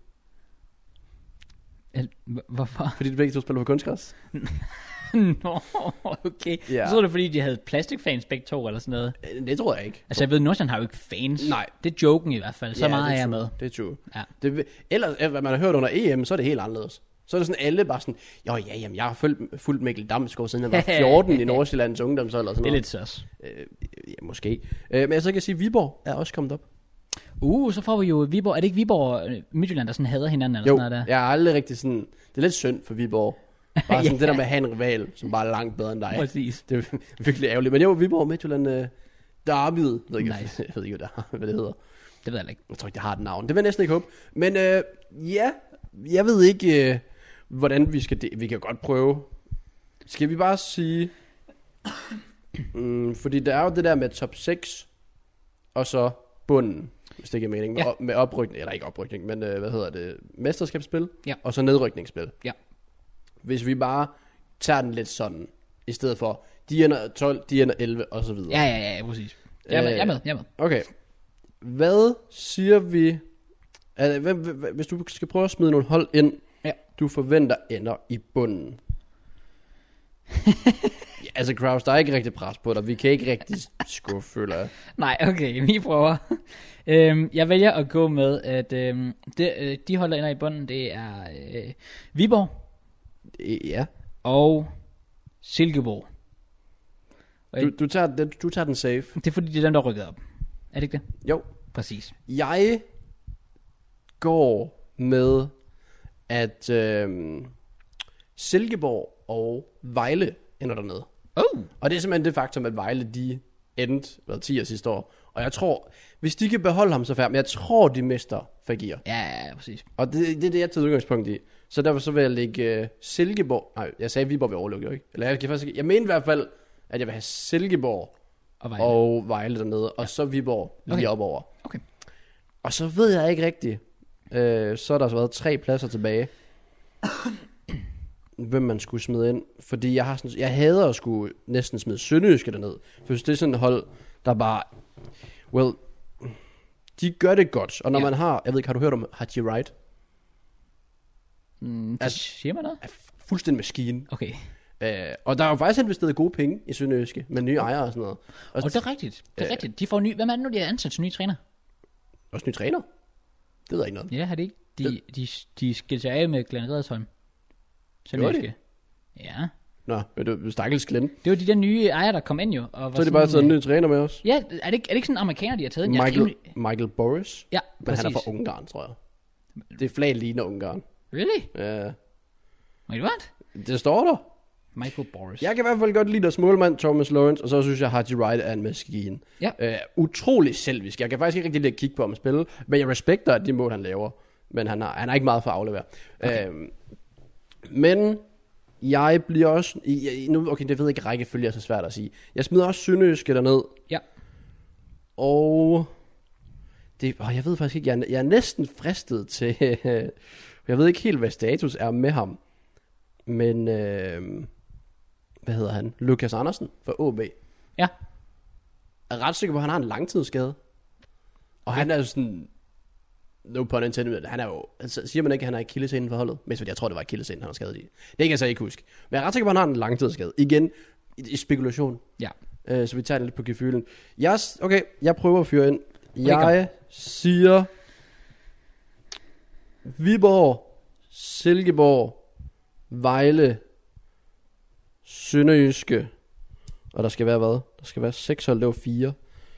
Hvorfor? Fordi de begge to spiller på kunstgræs. Nå, okay. Jeg tror det er fordi de havde plastikfans begge to eller sådan noget. Det tror jeg ikke. Altså jeg ved, Nordsjælland har jo ikke fans. Nej. Det er joken i hvert fald. Så meget er jeg med. Det er true. Ja. Ellers, hvad man har hørt under EM, så er det helt anderledes. Så er det sådan alle bare sådan, jamen jeg har fulgt Mikkel Damsgaard siden jeg var 14 i Nordsjællands ungdomshold og sådan noget. Det er lidt søs. Ja, måske. Men jeg så kan sige, Viborg er også kommet op. Så får vi jo Viborg. Er det ikke Viborg og Midtjylland, der sådan hader hinanden eller sådan noget der? Jeg er aldrig rigtig sådan, det er lidt synd for Viborg. Bare sådan det der med at have en rival, som bare er langt bedre end dig. Præcis. Det er virkelig ærgerligt. Men Viborg og Midtjylland, derbyet. Nice. Jeg ved ikke, hvad det hedder. Det ved jeg ikke. Jeg tror ikke, det har et navn. Det vil jeg næsten ikke håbe. Men jeg ved ikke, hvordan vi skal... Vi kan godt prøve. Skal vi bare sige... fordi der er jo det der med top 6, og så bunden, hvis det giver mening. Med oprykning, eller ikke oprykning, men mesterskabsspil, og så nedrykningsspil. Ja. Hvis vi bare tager den lidt sådan, i stedet for, de ender 12, de ender 11, og så videre. Ja, præcis. Jeg er med. Okay. Hvad siger vi, hvis du skal prøve at smide nogle hold ind, du forventer ender i bunden? Ja, altså Kraus, der er ikke rigtig pres på dig. Vi kan ikke rigtig skuffe, føler jeg. Nej, okay, vi prøver. Jeg vælger at gå med, at de hold, der ender i bunden, det er Viborg. Ja. Og Silkeborg. Du tager den safe. Det er fordi, det er dem, der rykker op. Er det ikke det? Jo. Præcis. Jeg går med, at Silkeborg og Vejle ender dernede. Og det er simpelthen det faktum, at Vejle, de endte 10 sidste år. Og jeg tror, hvis de kan beholde ham så færdig, men jeg tror, de mister Fagir. Ja, præcis. Og det er det, jeg tager udgangspunkt i. Så derfor så vil jeg lægge Silkeborg. Nej, jeg sagde, at Viborg vil overlukke, jo ikke? Eller jeg mener i hvert fald, at jeg vil have Silkeborg og Vejle dernede, og så Viborg lige op over. Okay. Og så ved jeg ikke rigtigt. Så har der så været 3 pladser tilbage. Hvem man skulle smide ind. Fordi jeg hader at skulle næsten smide Sønderjyske derned. For det er sådan et hold, der bare... Well, de gør det godt. Og når man har... Jeg ved ikke, har du hørt om Haji Wright? Siger man noget? Fuldstændig maskine. Okay. Og der er jo faktisk investeret gode penge i Sønderjyske. Med nye ejere og sådan noget. Og det er rigtigt. Det er rigtigt. De får ny... Hvem er det nu, de har ansat som nye træner? Også nye træner? Det ved jeg ikke noget. Ja, har de ikke? De skilte sig af med Glenn Riddersholm. Sønderjyske. Ja. Nå, du stakkels Glenn. Det var de der nye ejere, der kom ind jo. Og var så er de bare taget en ny træner med os? Ja, er det ikke sådan en amerikaner, de har taget? Michael Boris? Ja, men præcis. han er fra Ungarn, tror jeg. Det flag ligner Ungarn. Really? Ja. Wait, what? Det står der. Michael Boris. Jeg kan i hvert fald godt lide deres målmand, Thomas Lawrence, og så synes jeg, at Haji Wright er en maskine. Ja. Utrolig selvisk. Jeg kan faktisk ikke rigtig lide at kigge på ham spille, men jeg respekter de mål, han laver. Men han har ikke meget for at aflevere. Okay. Men jeg bliver også... Okay, det ved jeg ikke, rækkefølge er så svært at sige. Jeg smider også Sønderjyske derned. Ja. Og... jeg ved faktisk ikke, jeg er næsten fristet til... jeg ved ikke helt, hvad status er med ham. Men... hvad hedder han? Lukas Andersen fra OB. Ja. Jeg er ret sikker på, at han har en langtidsskade. Og han er jo sådan... No pun intended. Han er jo... Altså, siger man ikke, at han er akilleshælen for holdet? Mest fordi jeg tror, det var akilleshælen, han var skadet i. Det kan jeg så ikke huske. Men jeg er ret sikker på, at han har en langtidsskade. Igen, i spekulation. Ja. Så vi tager det lidt på gefylen. Okay, jeg prøver at fyre ind. Jeg siger... Viborg, Silkeborg, Vejle, Sønderjyske. Og der skal være hvad? Der skal være 6 hold, det var 4.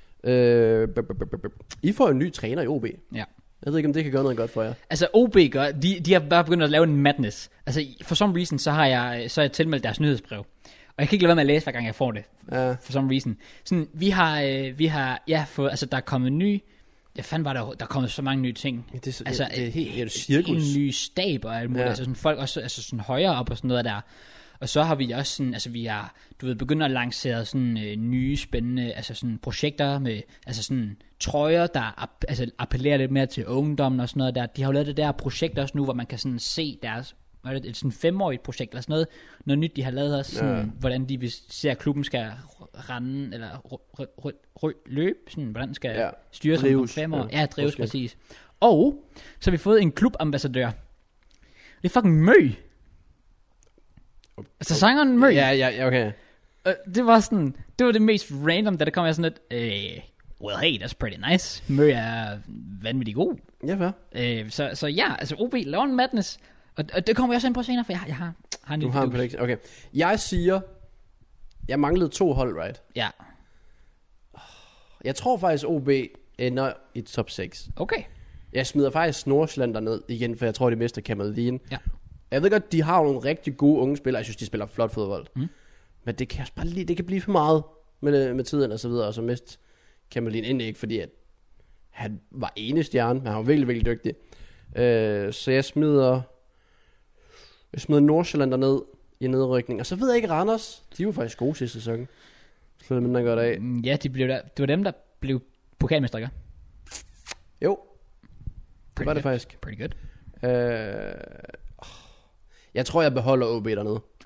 I får en ny træner i OB. Ja. Jeg ved ikke, om det kan gøre noget godt for jer. Altså OB gør, de har bare begyndt at lave en madness. Altså for some reason, så har jeg tilmeldt deres nyhedsbrev. Og jeg kan ikke lade være med at læse, hver gang jeg får det. Ja. For some reason. Sådan, vi har fået, altså der er kommet ny, fanden var der er kommet så mange nye ting. Det er helt cirkus. En ny stab og alt muligt. Ja. Altså sådan folk også, altså sådan højere op og sådan noget der. Og så har vi også sådan, altså vi har, begyndt at lancere sådan nye spændende, altså sådan projekter med, altså sådan trøjer, der appellerer lidt mere til ungdommen og sådan noget der. De har jo lavet det der projekt også nu, hvor man kan sådan se deres, et sådan 5-årigt projekt eller sådan noget nyt de har lavet også, sådan, hvordan de ser at klubben skal rende, eller løbe, sådan, hvordan den skal styre sig om 5 år. Ja, drives præcis. Og så har vi fået en klubambassadør. Det er fucking Mø. Altså sangeren Mø. Ja, okay. Det var sådan, det var det mest random, da det kom jeg sådan lidt, well hey, that's pretty nice. Mø er vanvittig god. Ja, fair. Så ja, altså OB laver en madness. Og det kommer jeg også ind på senere, for jeg har en du har en prediction. Okay. Jeg siger, jeg manglede 2 hold, right? Ja. Jeg tror faktisk, OB ender i top 6. Okay. Jeg smider faktisk Nordsjælland derned igen, for jeg tror, de mister Kamalin. Ja. Jeg ved godt, de har nogle rigtig gode unge spillere. Jeg synes, de spiller flot fodbold. Men det kan også bare det kan blive for meget med tiden og så videre. Og så mist Kamalin ind, ikke fordi at han var ene stjerne, men han var virkelig, virkelig dygtig. Så jeg smider Nordsjælland derned i nedrykning. Og så ved jeg ikke, Randers, de var faktisk gode sidste sæson. Så det mindre godt af. Ja, det var dem, der blev pokalmestre, ikke? Jo. Det var det faktisk. Pretty good. Jeg tror, jeg beholder OB dernede. Okay.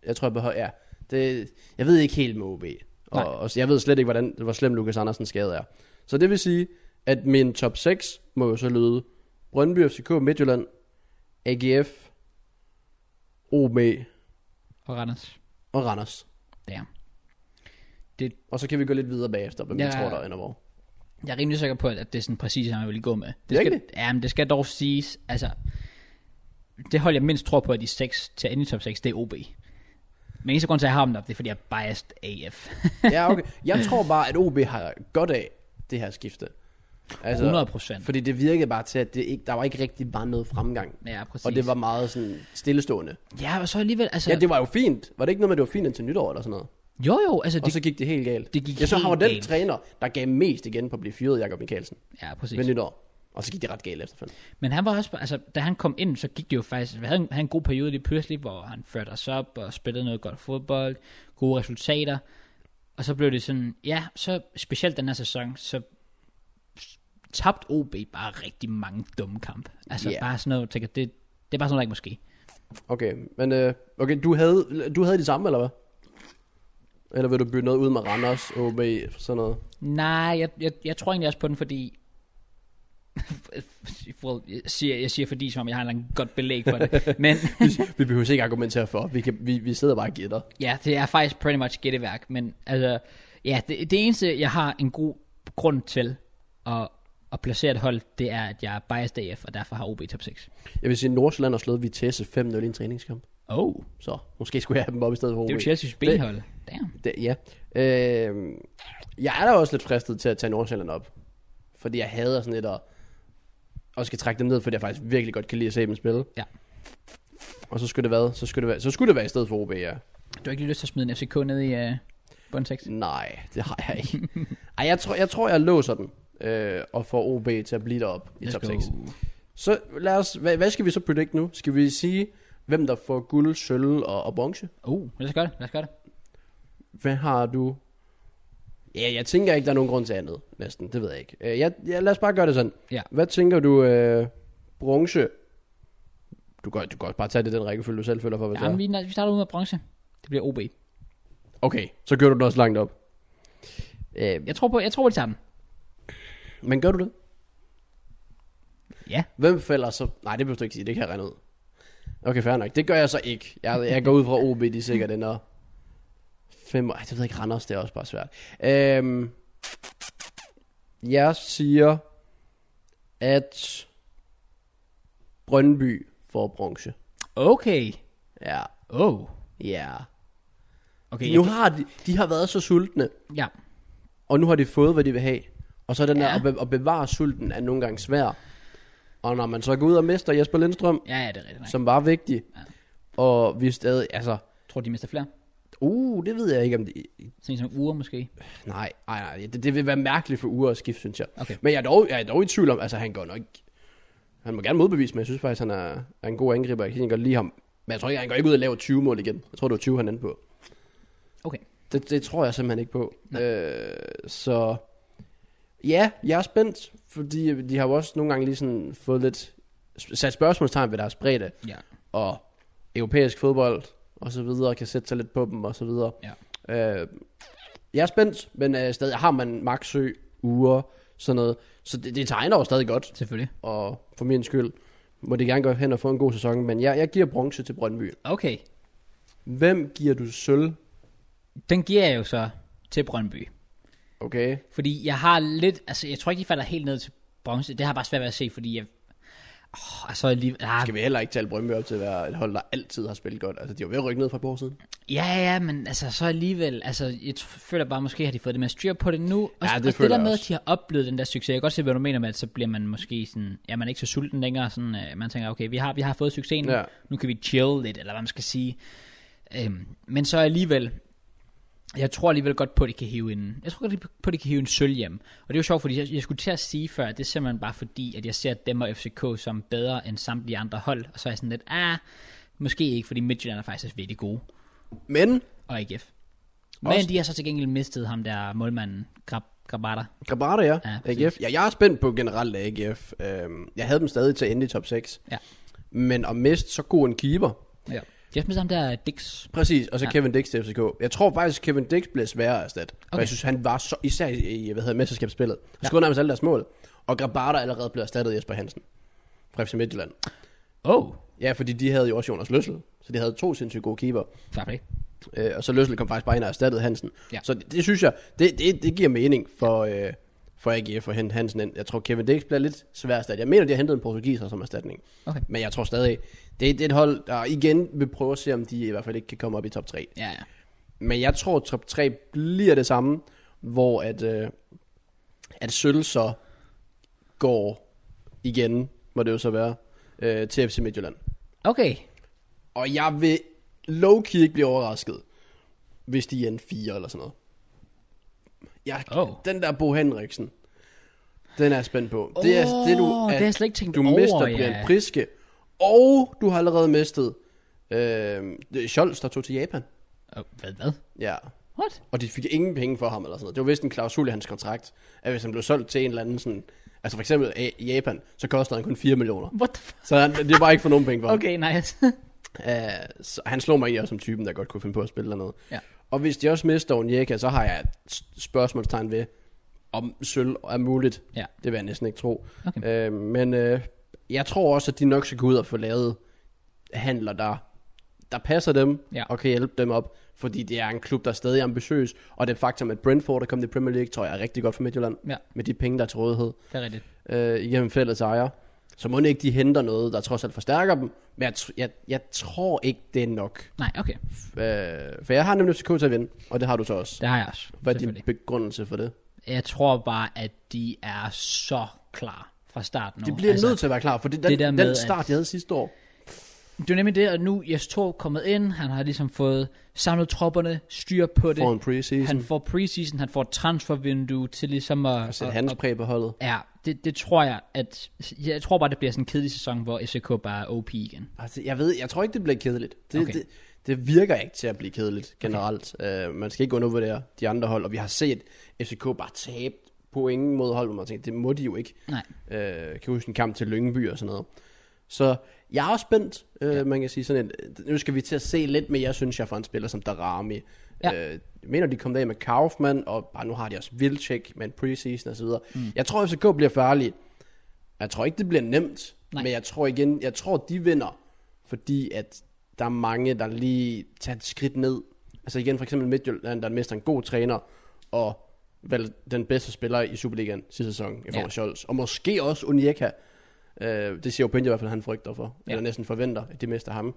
Jeg tror, jeg beholder... Ja, jeg ved ikke helt med OB. Og jeg ved slet ikke, hvor slem Lukas Andersens skade er. Så det vil sige, at min top 6 må jo så lyde Brøndby, FCK, Midtjylland, AGF, OB og Randers. Ja. Og så kan vi gå lidt videre bagefter, hvad man tror, der ender hvor. Jeg er rimelig sikker på, at det er sådan præcis, som jeg vil gå med. Det skal dog siges, altså, det hold, jeg mindst tror på, at de 6 til at ende i top 6, det er OB. Men eneste grund til, at jeg har dem op, det er, fordi jeg er biased AF. Ja, okay. Jeg tror bare, at OB har godt af det her skifte. Altså, 100%. Fordi det virkede bare til, at der var ikke rigtig bare noget fremgang. Ja, præcis. Og det var meget sådan stillestående. Ja, og så alligevel, altså... Ja, det var jo fint. Var det ikke noget med, det var fint indtil nytår eller sådan noget? Jo, altså... Og så gik det helt galt. Det gik så helt var den galt. Træner, der gav mest igen på at blive fyret, Jakob Mikkelsen. Ja, præcis. Ved nytår. Og så gik det ret galt efterfølgende. Men han var også, altså, da han kom ind, så gik det jo faktisk, han havde en god periode lige pludselig, hvor han førte os op og spillede noget godt fodbold, gode resultater. Og så blev det sådan, ja, så specielt den her sæson, så tabte OB bare rigtig mange dumme kampe. Altså bare sådan noget, tænker, det er bare sådan noget, der ikke måske. Okay, men okay, du havde de samme, eller hvad? Eller vil du bytte noget ud med Randers, OB, sådan noget? Nej, jeg tror egentlig også på den, fordi jeg siger fordi, som om jeg har en godt belæg for det. Men vi behøver ikke argumentere for. Vi sidder bare og gætter. Ja, det er faktisk pretty much gætteværk. Men altså, ja, det eneste, jeg har en god grund til at placere et hold, det er, at jeg er biased AF, og derfor har OB top 6. Jeg vil sige, at Nordsjælland har slået Vitesse 5-0 i en træningskamp. Så måske skulle jeg have dem op i stedet for OB. Det er jo Chelsea's benhold. Ja. Jeg er da også lidt fristet til at tage Nordsjælland op. Fordi jeg hader sådan lidt og skal trække dem ned, fordi jeg faktisk virkelig godt kan lide at se dem spille. Ja. Og så skulle det være i stedet for OB, ja. Du har ikke lige lyst til at smide en FCK ned i bund 6? Nej, det har jeg ikke. Ej, jeg tror, jeg låser den og får OB til at blive deroppe i top 6. Så lad os, hvad skal vi så predict nu? Skal vi sige, hvem der får guld, sølv og bronze? Lad os gøre det. Hvad har du? Ja, jeg tænker ikke, der er nogen grund til andet, næsten. Det ved jeg ikke. Lad os bare gøre det sådan. Ja. Hvad tænker du, bronze? Du kan også bare tage det den rækkefølge, du selv føler for, hvad det er. Vi starter ud med bronze. Det bliver OB. Okay, så gør du den også langt op. Jeg tror, vi tager den. Men gør du det? Ja. Hvem falder så? Nej, det behøver du ikke sige, det kan jeg regne ud. Okay, fair nok. Det gør jeg så ikke. Jeg går ud fra OB, de sikkert ender 5. Det ved jeg ikke, Randers, det er også bare svært. Jeg siger, at Brøndby får bronze. Okay. Ja. Ja. Okay. Nu har de har været så sultne. Ja. Og nu har de fået, hvad de vil have. Og så den der at bevare sulten er nogle gange svær. Og når man så går ud og mister Jesper Lindstrøm, det er rigtigt, som var vigtig, og vi stadig, altså... Tror de mister flere? Det ved jeg ikke, om det... Sådan som Ure måske? Nej, det vil være mærkeligt for Ure at skifte, synes jeg. Okay. Men jeg er dog i tvivl om, altså han går nok... Han må gerne modbevise, men jeg synes faktisk, han er en god angriber. Jeg kan godt lide ham. Men jeg tror ikke, han går ikke ud og laver 20 mål igen. Jeg tror, det var 20, han endte på. Okay. Det tror jeg simpelthen ikke på. Så... Ja, jeg er spændt, fordi de har jo også nogle gange lige sådan fået lidt sat spørgsmålstegn ved deres bredde. Ja. Og europæisk fodbold og så videre, kan sætte sig lidt på dem og så videre. Ja. Jeg er spændt, men stadig har man Maxø, Ure, sådan noget. Så det tegner jo stadig godt. Selvfølgelig. Og for min skyld må de gerne gå hen og få en god sæson. Men jeg giver bronze til Brøndby. Okay. Hvem giver du sølv? Den giver jeg jo så til Brøndby. Okay. Fordi jeg har lidt, altså jeg tror ikke, de falder helt ned til bronze. Det har bare svært ved at se, fordi jeg... Skal vi heller ikke tale Brøndby op til at være et hold, der altid har spillet godt? Altså, de har jo ved at rykke ned fra et par år siden. Ja, men altså, så alligevel... Altså, jeg føler bare, måske har de fået det med styr på det nu. Og det der med, at de har oplevet den der succes. Jeg kan godt se, hvad du mener med, at så bliver man måske sådan... Ja, man er ikke så sulten længere. Sådan, man tænker, okay, vi har fået succesen. Ja. Nu kan vi chill lidt, eller hvad man skal sige. Men så alligevel... Jeg tror alligevel godt på, at de kan hive en sølv hjem. Og det er jo sjovt, fordi jeg skulle til at sige før, at det er simpelthen bare fordi, at jeg ser dem og FCK som bedre end samtlige andre hold. Og så er jeg sådan lidt, måske ikke, fordi Midtjylland er faktisk virkelig gode. Men? Og AGF. Men de har så til gengæld mistet ham der målmanden, Grabada. Grabada, ja. AGF. Ja, jeg er spændt på generelt AGF. Jeg havde dem stadig til at ende i top 6. Ja. Men at miste så god en keeper. Ja. De har smidt ham der Dix. Præcis, og så Kevin Dix til FCK. Jeg tror faktisk, Kevin Dix blev sværere at erstatte. Okay. For jeg synes, han var så, især i mesterskabsspillet. Han scorede nærmest alle deres mål. Og Grabara allerede blev erstattet af Jesper Hansen fra FC Midtjylland. Ja, fordi de havde jo også Jonas Løssel. Så de havde 2 sindssygt gode keeper. Og så Løssel kom faktisk bare ind og erstattede Hansen. Ja. Så det synes jeg, det giver mening for AGF og hente Hansen ind. Jeg tror, Kevin Dix bliver lidt svær erstattet. Jeg mener, de har hentet en portugiser som erstatning. Okay. Men jeg tror stadig, det er et hold, der igen vil prøve at se, om de i hvert fald ikke kan komme op i top 3. Ja. Men jeg tror, at top 3 bliver det samme, hvor at Sølv så går igen, må det jo så være, til FC Midtjylland. Okay. Og jeg vil low-key ikke blive overrasket, hvis de er en 4 eller sådan noget. Den der Bo Henriksen, den er jeg spændt på. Det er det, det har jeg slet ikke tænkt over, mister Brian Priske, og du har allerede mistet Scholz, der tog til Japan. Hvad? Ja. What? Og de fik ingen penge for ham eller sådan noget. Det var vist en klausul i hans kontrakt, at hvis han blev solgt til en eller anden sådan, altså for eksempel i Japan, så kostede han kun 4 millioner. What the fuck? Så det var bare ikke for nogen penge for ham. Okay, nice. Så han slår mig også som typen, der godt kunne finde på at spille eller noget. Ja. Og hvis de også mister Onyeka, så har jeg et spørgsmålstegn ved, om Sølv er muligt. Ja. Det vil jeg næsten ikke tro. Okay. Men jeg tror også, at de nok skal gå ud og få lavet handler, der passer dem, og kan hjælpe dem op. Fordi det er en klub, der er stadig ambitiøs. Og det faktum, at Brentford er kommet i Premier League, tror jeg er rigtig godt for Midtjylland. Ja. Med de penge, der er til rådighed. Det er rigtigt. Igennem fælles ejer. Så må ikke de henter noget, der trods alt forstærker dem. Men jeg tror ikke, det er nok. Nej, okay. For jeg har nemlig FCK til at vinde, og det har du så også. Det har jeg også. Hvad er din begrundelse for det? Jeg tror bare, at de er så klar fra starten. De bliver nødt til at være klar, for den start, de havde sidste år. Det er nemlig det, at nu Jes Torup kommet ind. Han har ligesom fået samlet tropperne, styr på det. For en preseason. Han får preseason, han får et transfervindue til ligesom at sætte hans præg på holdet. Ja, det tror jeg, jeg tror bare, det bliver sådan en kedelig sæson, hvor FCK bare er OP igen. Altså, jeg tror ikke, det bliver kedeligt. Det virker ikke til at blive kedeligt generelt. Okay. Man skal ikke undervurdere de andre hold, og vi har set FCK bare tabe point mod hold, hvor man tænker, det må de jo ikke. Nej. Kan huske en kamp til Lyngby og sådan noget. Så jeg er også spændt, man kan sige sådan nu skal vi til at se lidt mere, synes jeg, for en spiller som Darami. Ja. Jeg mener, de kom af med Kaufmann, og bare nu har de også Wilczek med en preseason og så videre. Jeg tror, FCK bliver farlig. Jeg tror ikke, det bliver nemt, men jeg tror, de vinder, fordi at der er mange, der lige tager et skridt ned. Altså igen, for eksempel Midtjylland, der mister en god træner, og vel den bedste spiller i Superligaen sidste sæson, i form af Scholz. Og måske også Onyeka. Det siger jo Pinja i hvert fald, han frygter for. Eller næsten forventer, at de mister ham.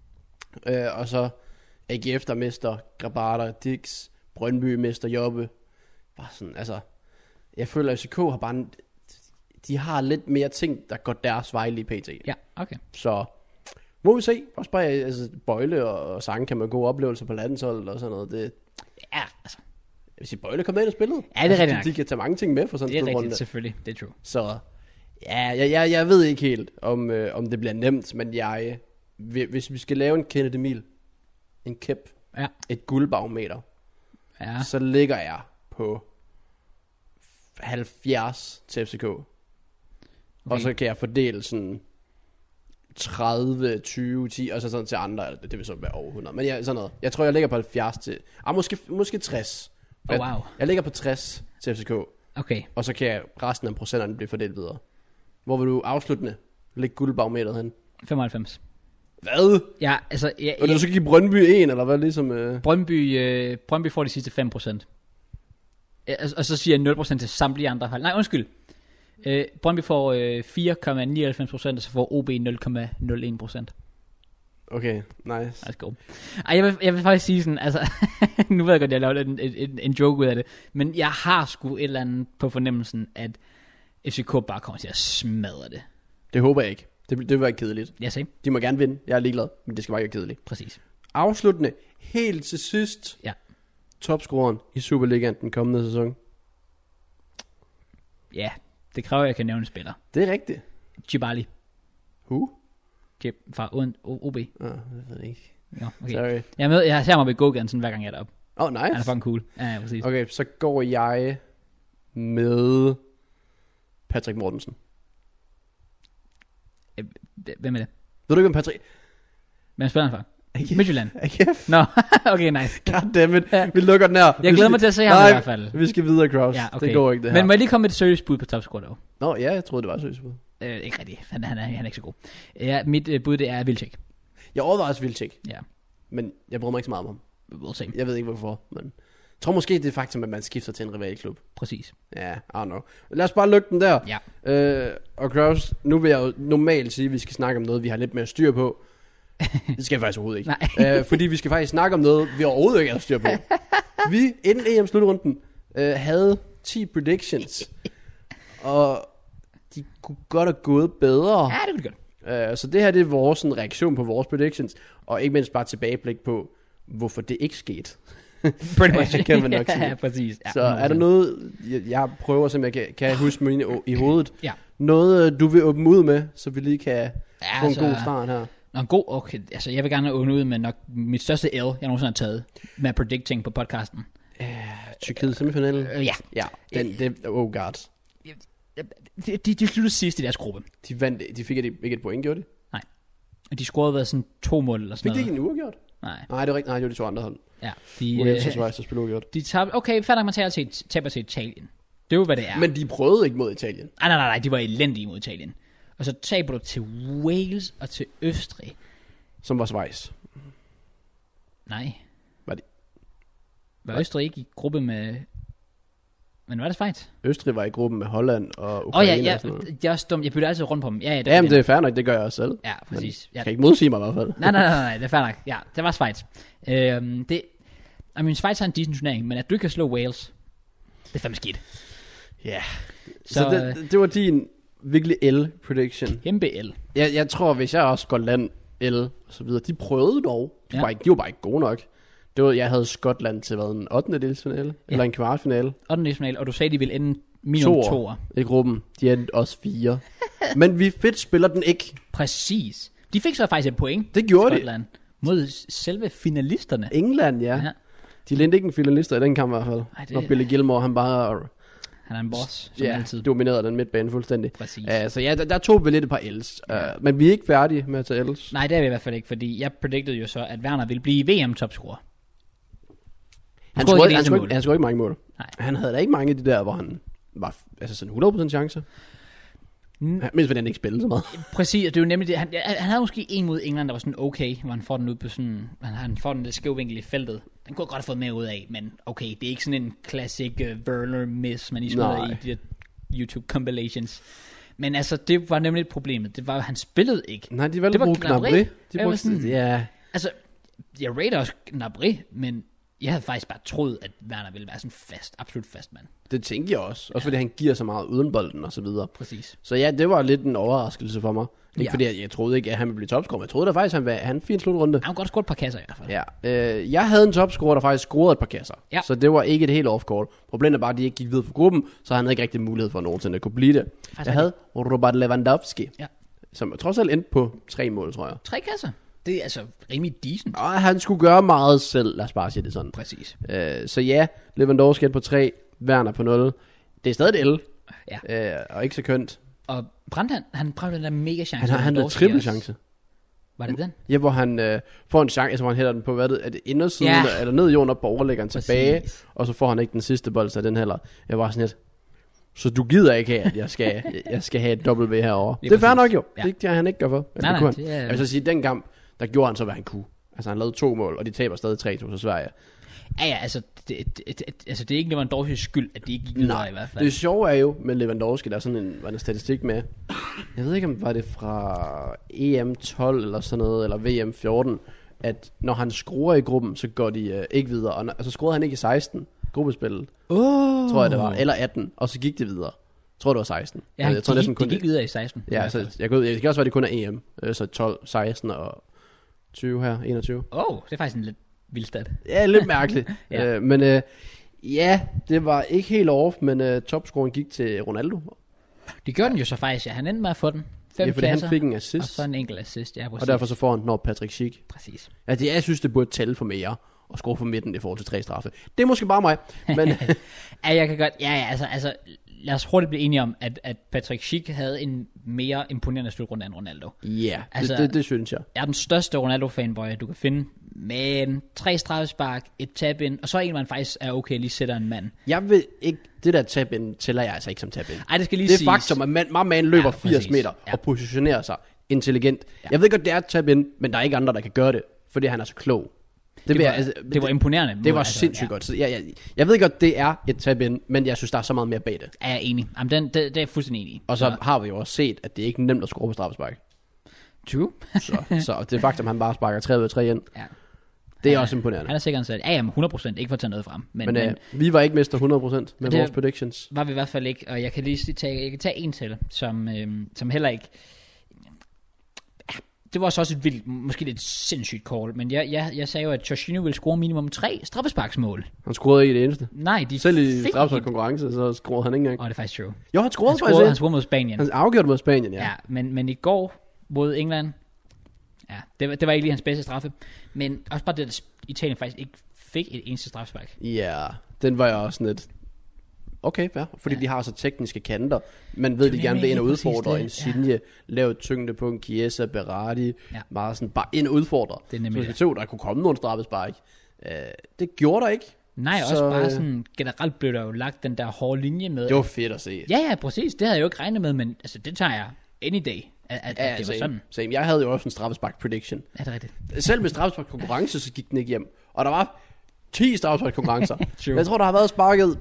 Og så AGF, der mister Grabara, Dix, Brøndby mister Jobbe. Bare sådan, altså, jeg føler, at FCK har bare de har lidt mere ting, der går deres vej lige pt. Ja, okay. Så må vi se. Også bare, altså, Bøjle og Sange kan man gode oplevelser på landsholdet og sådan noget. Det, ja, altså. Hvis Bøjle kommer ind og spillet. Ja, det er rigtigt. De kan tage mange ting med for sådan en runde. Det er rigtigt, selvfølgelig. Det er true. Så ja, jeg ved ikke helt, om det bliver nemt, men hvis vi skal lave en Kenneth Emil, en kæp, et guldbarometer, så ligger jeg på 70 til FCK. Okay. Og så kan jeg fordele sådan 30, 20, 10, og så sådan til andre, det vil så være over 100. Men sådan noget. Jeg tror, jeg ligger på 70 til, måske 60. Wow. Jeg ligger på 60 til FCK. Okay. Og så kan resten af procenterne blive fordelt videre. Hvor vil du afsluttende lægge guldbarometeret hen? 95. Hvad? Ja, altså... Og du så give Brøndby 1, eller hvad ligesom... Brøndby får de sidste 5%. Og så siger jeg 0% til samtlige andre hold. Nej, undskyld. Brøndby får 4,99%, og så får OB 0,01%. Okay, nice. Let's go. Jeg vil faktisk sige sådan, altså... nu ved jeg godt, jeg lavede en joke ud af det, men jeg har sgu et eller andet på fornemmelsen, at FCK bare kommer til at smadre det. Det håber jeg ikke. Det vil være kedeligt. Ja, se. De må gerne vinde. Jeg er ligeglad, men det skal bare ikke være kedeligt. Præcis. Afsluttende, helt til sidst. Ja. Topscoreren i Superligaen den kommende sæson. Ja, det kræver, at jeg kan nævne en spiller. Det er rigtigt. Djibali. Who? Fra OB. Det ved jeg ikke. Ja, okay. Sorry. Jeg ser mig ved Gogansen, hver gang jeg er deroppe. Nice. Han er fucking cool. Ja, præcis. Okay, så går jeg med Patrick Mortensen. Hvem er det? Ved du ikke, om Patrick... Hvem spiller han for? Midtjylland. AGF. Nå, okay, nice. Goddammit, vi lukker den her. Jeg glæder mig til at se ham i hvert fald. Vi skal videre, Kraus. Ja, okay. Det går ikke, det her. Men må jeg lige komme med et seriøst bud på topscorer dog? Nå, ja, jeg troede, det var seriøst bud. Ikke rigtigt. Han er ikke så god. Ja, mit bud, det er Wilczek. Jeg overvejer også Wilczek. Ja. Men jeg bryder mig ikke så meget om ham. We'll see. Jeg ved ikke, hvorfor, men... Jeg tror måske, det er faktum, at man skifter til en rivalklub. Præcis. Ja, I don't know. Lad os bare lukke den der. Ja. Og Kraus, nu vil jeg jo normalt sige, at vi skal snakke om noget, vi har lidt mere styr på. Det skal jeg faktisk overhovedet ikke. Nej. Fordi vi skal faktisk snakke om noget, vi overhovedet ikke har styr på. Vi, inden EM-slutrunden, havde 10 predictions. Og de kunne godt have gået bedre. Ja, det kunne de godt. Så det her, det er vores sådan, reaktion på vores predictions. Og ikke mindst bare tilbageblik på, hvorfor det ikke skete. Pretty much. Kan man nok sige. Ja, præcis. Ja, så er der noget, jeg prøver, som jeg kan huske mine i hovedet. Ja. Noget, du vil åbne ud med, så vi lige kan få en god start her. Okay, altså jeg vil gerne åbne ud med nok mit største L, jeg nogensinde har taget med predicting på podcasten. Tyrkiet semifinalen? Ja. Ja, oh god. De sluttede sidst i deres gruppe. De fik ikke et point, gjorde de? Nej. Og de scorede sådan 2 mål eller sådan noget. Fik de ikke en uafgjort? Nej, det var rigtigt. Nej, det var de 2 andre hold. Ja. De tabte. Okay, fair nok, man taber til Italien. Det er jo, hvad det er. Men de prøvede ikke mod Italien. Nej, de var elendige mod Italien. Og så taber du til Wales og til Østrig. Som var Schweiz. Nej. Var de? Østrig ikke i gruppe med... Men var det Schweiz? Østrig var i gruppen med Holland og Ukraine og sådan noget. Jeg er dumt. Jeg bytter altid rundt på dem. Jamen, det er fair nok, det gør jeg også selv. Ja, præcis. Jeg skal ikke modsige mig i hvert fald. Nej, det er fair nok. Ja, det var Schweiz. Schweiz har en decent turnering, men at du ikke kan slå Wales, det er fandme skidt. Ja. Så det var din virkelig L-prediction. Kæmpe L. Jeg tror, hvis jeg også går land L og så videre, de prøvede dog. De var bare ikke gode nok. Jeg havde Skotland til en 8. delsfinale, eller en kvartfinale. 8. delsfinale, og du sagde, de ville ende minimum 2'er. I gruppen. De endte også 4. Men vi fedt spiller den ikke. Præcis. De fik så faktisk et point. Det gjorde Skotland, mod selve finalisterne. England, ja. De lindte ikke en finalister i den kamp i hvert fald. Når Billy Gilmore, han er en boss, som altid. Dominerede den midtbane fuldstændig. Præcis. Så ja, der tog vi lidt et par L's. Men vi er ikke færdige med at tage L's. Nej, det er vi i hvert fald ikke, fordi jeg predicted jo så, at Werner ville blive VM-topscorer. Han scorede ikke mange mål. Nej. Han havde da ikke mange af de der, hvor han var sådan 100% chancer. Mindst fordi han ikke spillede så meget. Præcis, og det er jo nemlig det. Han havde måske en mod England, der var sådan okay, hvor han får den ud på sådan, han får den lidt skæv vinkel i feltet. Den kunne godt have fået mere ud af, men okay, det er ikke sådan en classic Werner miss, man i smider i de der YouTube compilations. Men altså, det var nemlig et problemet. Det var jo, han spillede ikke. Nej, de valgte at bruge Gnabry. Altså, jeg rater også Gnabry, men jeg havde faktisk bare troet, at Werner ville være sådan absolut fast mand. Det tænkte jeg også. Også fordi han giver så meget uden bolden og så videre. Præcis. Så ja, det var lidt en overraskelse for mig. Ikke fordi jeg troede ikke, at han ville blive topscorer. Jeg troede da faktisk, at han fik en slutrunde. Han kunne godt score et par kasser i hvert fald. Ja. Jeg havde en topscorer, der faktisk scorede et par kasser. Ja. Så det var ikke et helt off-call. Problemet er bare, at de ikke gik videre for gruppen, så han havde ikke rigtig mulighed for nogensinde at kunne blive det. Jeg havde Robert Lewandowski, som trods alt endte på 3 mål, tror jeg. 3 kasser? Det er altså rimelig decent. Og han skulle gøre meget selv, lad os bare sige det sådan. Præcis. Så ja, Lewandowski på 3, Werner på 0. Det er stadig et L. Ja. Og ikke så kønt. Og Brandt, han prøvede den der mega chance. Han havde triple chance. Var det den? Ja, hvor han får en chance, hvor han hælder den på, hvad er det indersiden, eller ned i jorden op på overlæggeren tilbage, og så får han ikke den sidste bold, så den heller. Jeg var sådan lidt, så du gider ikke have, at jeg skal have et W herovre. Det er fair nok jo. Det er ikke det, han ikke gør for. Nej, jeg vil så sige, den kamp, der gjorde han så, hvad han kunne. Altså han lavede 2 mål, og de taber stadig 3-2 til Sverige. Ja, altså det er ikke Lewandowskis skyld, at de ikke gik videre i hvert fald. Det sjove er jo med Lewandowski, der er sådan en statistik med, jeg ved ikke om var det fra EM12 eller sådan noget, eller VM14, at når han scorer i gruppen, så går de ikke videre. Og så scorede han ikke i 16, gruppespillet, tror jeg det var, eller 18, og så gik det videre. Jeg tror det var 16. Ja, jeg tror, de gik videre i 16. Ja, så jeg kan også være, det kun er EM, så 12, 16 og 20 her, 21. Det er faktisk en lidt vild stat. Ja, lidt mærkeligt. Men det var ikke helt off, men topscoren gik til Ronaldo. Det gjorde den jo så faktisk, han endte med at få den. 5 fordi kasser, han fik en assist. Og så en enkelt assist, ja, præcis. Og derfor så får han når Patrick Schick. Præcis. Ja, jeg synes, det burde tælle for mere og score på midten i forhold til 3 straffe. Det er måske bare mig, men... ja, jeg kan godt... Ja, altså lad os hurtigt blive enige om, at Patrick Schick havde en mere imponerende slutrunde end Ronaldo. Ja, altså, det synes jeg. Jeg er den største Ronaldo-fanboy, du kan finde. Men 3 straffespark, et tab-in, og så en, man faktisk er okay, lige sætter en mand. Jeg vil ikke, det der tab-in tæller jeg altså ikke som tab-in. Ej, det skal lige siges. Det er faktum, at man løber 80 meter og positionerer sig intelligent. Ja. Jeg ved godt, det er et tab-in, men der er ikke andre, der kan gøre det, fordi han er så klog. Det var imponerende. Det var sindssygt godt. Så jeg ved godt, det er et tab-in, men jeg synes, der er så meget mere bag det. Er jeg enig. Jamen, det er jeg fuldstændig enig i. Og så har vi jo også set, at det er ikke nemt at score på straffespark. True. så det faktum, han bare sparker 3 ud af 3 ind. Ja. Det er også imponerende. Han er sikkert sagt, ja, 100%, ikke for at tage noget frem. Men vi var ikke mister 100% med vores predictions. Var vi i hvert fald ikke, og jeg kan lige tage en til, som heller ikke... Det var også et vildt, måske lidt sindssygt call, men jeg sagde jo, at Jorginho ville score minimum 3 straffesparksmål. Han scorede ikke det eneste. Nej, selv i straffesparkskonkurrence, så scorede han ikke engang. Det er faktisk true. Jo, han scorede Han scorede mod Spanien. Han afgjorde mod Spanien, ja. Ja, men i går mod England, det var ikke lige hans bedste straffe. Men også bare det, at Italien faktisk ikke fik et eneste straffespark. Ja, den var jeg også lidt... Okay, ja, fordi de har så tekniske kanter. Man ved, de gerne vil ind og udfordre Insigne, lave tyngde på en Chiesa, Berardi, meget sådan bare ind og udfordre. Det er nemlig så der kunne komme nogle straffespark. Det gjorde der ikke. Nej, så, også bare sådan, generelt blev der jo lagt den der hårde linje med. Det var fedt at se. Ja, præcis. Det havde jeg jo ikke regnet med, men altså, det tager jeg any day, at det var sådan. Same. Jeg havde jo også en straffespark prediction. Ja, det er rigtigt. Selv med straffespark konkurrence, så gik den ikke hjem. Og der var 10 straffespark konkurrencer. Jeg tror, der har været sparket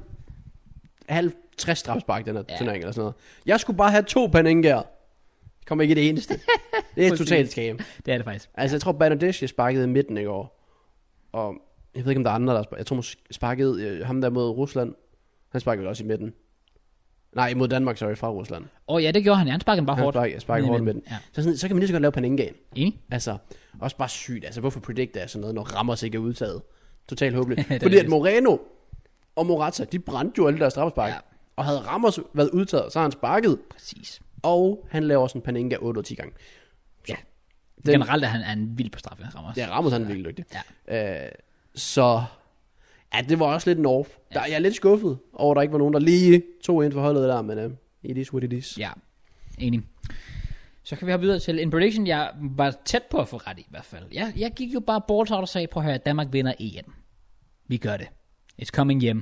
50 straffespark den her turnering eller sådan noget. Jeg skulle bare have 2 Panengaer. Kom ikke i det eneste. Det er et totalt skam. Det er det faktisk. Altså jeg tror Bernadeschi sparkede i midten i går. Og jeg ved ikke om der er andre der sparkede. Jeg tror måske sparkede ham der mod Rusland. Han sparkede også i midten. Nej, mod Danmark, sorry, fra Rusland. Ja, det gjorde han. Han sparkede bare hårdt. Han sparkede hårdt i midten. Ja. Så kan man lige så godt lave Panengaen. Enig. Altså, også bare sygt. Altså hvorfor predicte er sådan noget, når Ramos ikke er udtaget? Totalt håbløst. Fordi at Moreno og Morata, de brændte jo alle deres straffespark. Ja. Og havde Ramos været udtaget, så har han sparket. Præcis. Og han laver sådan en Panenka 8 10 gange. Så, ja. Generelt er han en vild på straffe, Ramos. Ja, Ramos han er vildt dygtig. Ja. Så ja, det var også lidt en off. Ja. Jeg er lidt skuffet over, at der ikke var nogen, der lige tog ind for holdet der, men it is what it is. Ja, enig. Så kan vi have videre til en prediction, jeg var tæt på at få ret i hvert fald. Jeg gik jo bare balls out og sagde, prøv at høre, at Danmark vinder EM. Vi gør det. It's coming hjem.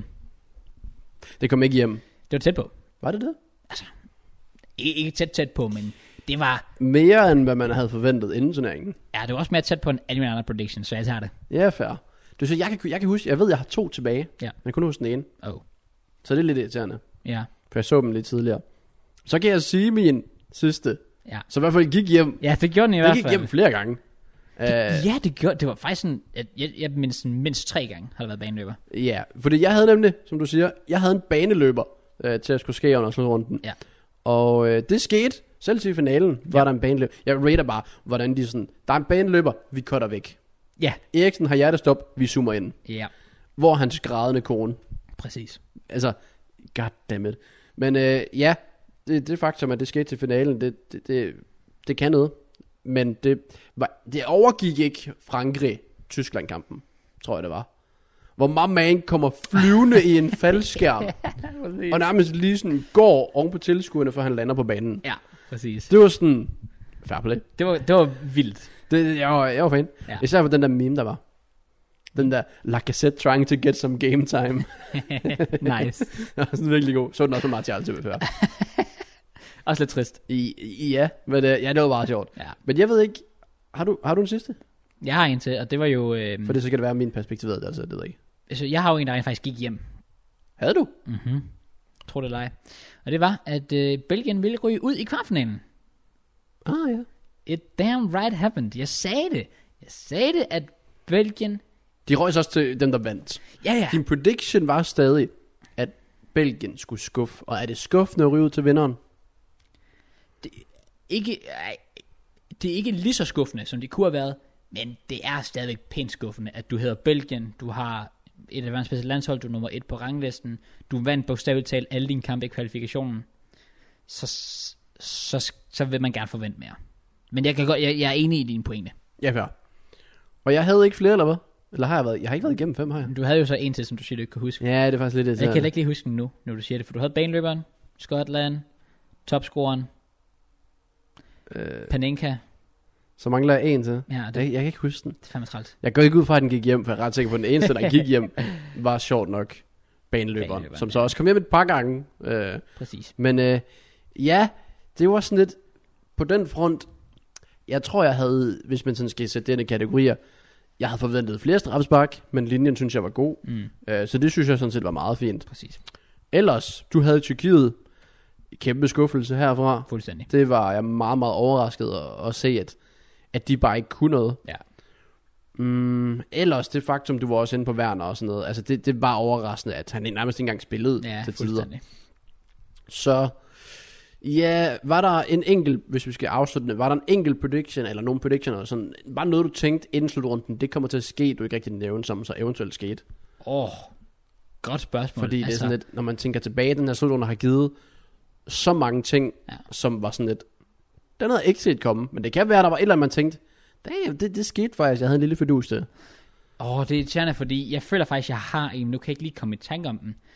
Det kom ikke hjem. Det var tæt på. Var det det? Altså, ikke tæt på, men det var... Mere end hvad man havde forventet inden turneringen. Ja, det var også mere tæt på en alle andre prediction, så jeg tager det. Ja, fair. Du siger, jeg kan huske, jeg ved, jeg har 2 tilbage. Ja. Men jeg kunne huske den ene. Så det er lidt irriterende. Ja. For jeg så dem lidt tidligere. Så kan jeg sige min sidste. Ja. Så i hvert fald gik hjem. Ja, det gjorde den i hvert fald. Det gik hjem flere gange. Det gjorde. Det var faktisk sådan, at jeg mindst 3 gange har der været baneløber. Ja, fordi jeg havde nemlig, som du siger, jeg havde en baneløber til at skulle ske under slutrunden. Ja. Og det skete. Selv til finalen var der en baneløber. Jeg rater bare, hvordan de sådan, der er en baneløber, vi cutter væk. Ja. Eriksen har hjertestop, vi zoomer ind. Ja. Hvor hans grædende kone. Præcis. Altså, goddammit. Men ja, det faktum, at det skete til finalen, det kan noget. Men det overgik ikke Frankrig-Tyskland-kampen, tror jeg det var. Hvor man kommer flyvende i en faldskærm, og nærmest lige sådan går oven på tilskuerne, for han lander på banen. Ja, præcis. Det var sådan, fair play. Det var vildt. Jeg var fan. Ja. Især for den der meme, der var. Den der, Lacazette trying to get some game time. Nice. Det var sådan virkelig god. Så den også på Martial til før. Også lidt trist. Ja, men det var bare sjovt. Ja. Men jeg ved ikke, har du en sidste? Jeg har en til, og det var jo... For det så kan det være min perspektiv, altså, det ved jeg ikke. Altså, jeg har jo en, der faktisk gik hjem. Havde du? Mhm. Tror det eller ej. Og det var, at Belgien ville ryge ud i kvartfinalen. Ja. It damn right happened. Jeg sagde det, at Belgien... De røg så også til dem, der vandt. Ja. Din prediction var stadig, at Belgien skulle skuffe. Og er det skuffende at ryge ud til vinderen? Det er ikke lige så skuffende, som det kunne have været. Men det er stadigvæk pænt skuffende, at du hedder Belgien, du har et af verdens bedste landshold, du er nummer 1 på ranglisten, du vandt bogstaveligt talt alle dine kampe i kvalifikationen, så vil man gerne forvente mere. Men jeg er enig i din pointe. Ja, fair. Og jeg havde ikke flere, eller hvad? Eller har jeg været? Jeg har ikke været igennem 5, har jeg? Du havde jo så en til, som du siger, du ikke kan huske. Ja, det er faktisk lidt det. Jeg kan ikke lige huske den nu, når du siger det, for du havde baneløberen. Skotland, topscoren, Panenka. Så mangler jeg en til. Ja, jeg kan ikke huske den. Det er fandme trælt. Jeg går ikke ud fra, at den gik hjem, for jeg er ret sikker på, at den eneste, der gik hjem, var sjovt nok baneløberen, som så også kom hjem et par gange. Præcis. Men ja, det var sådan lidt på den front. Jeg tror, jeg havde, hvis man sådan skal sætte denne kategorier, jeg havde forventet flere straffespark, men linjen synes jeg var god. Så det synes jeg sådan set var meget fint. Præcis. Ellers, du havde Tyrkiet. Kæmpe skuffelse herfra. Fuldstændig. Det var jeg meget, meget overrasket at se, at de bare ikke kunne noget. Ja. Ellers det faktum, du var også inde på Werner og sådan noget. Altså det var overraskende, at han nærmest ikke engang spillede til tider. Så ja, var der en enkelt, hvis vi skal afslutte det, var der en enkelt prediction, eller nogle predictioner, sådan, bare noget du tænkte inden slutrunden, det kommer til at ske, du ikke rigtig nævnte, som så eventuelt skete? Godt spørgsmål. Fordi det er sådan lidt, når man tænker tilbage, den her slutrunde har givet så mange ting, som var sådan lidt, den havde ikke set komme, men det kan være, der var et eller andet, man tænkte, det skete faktisk, jeg havde en lille fidus til. Det er irriterende, fordi jeg føler faktisk, jeg har en, nu kan jeg ikke lige komme i tanke om den.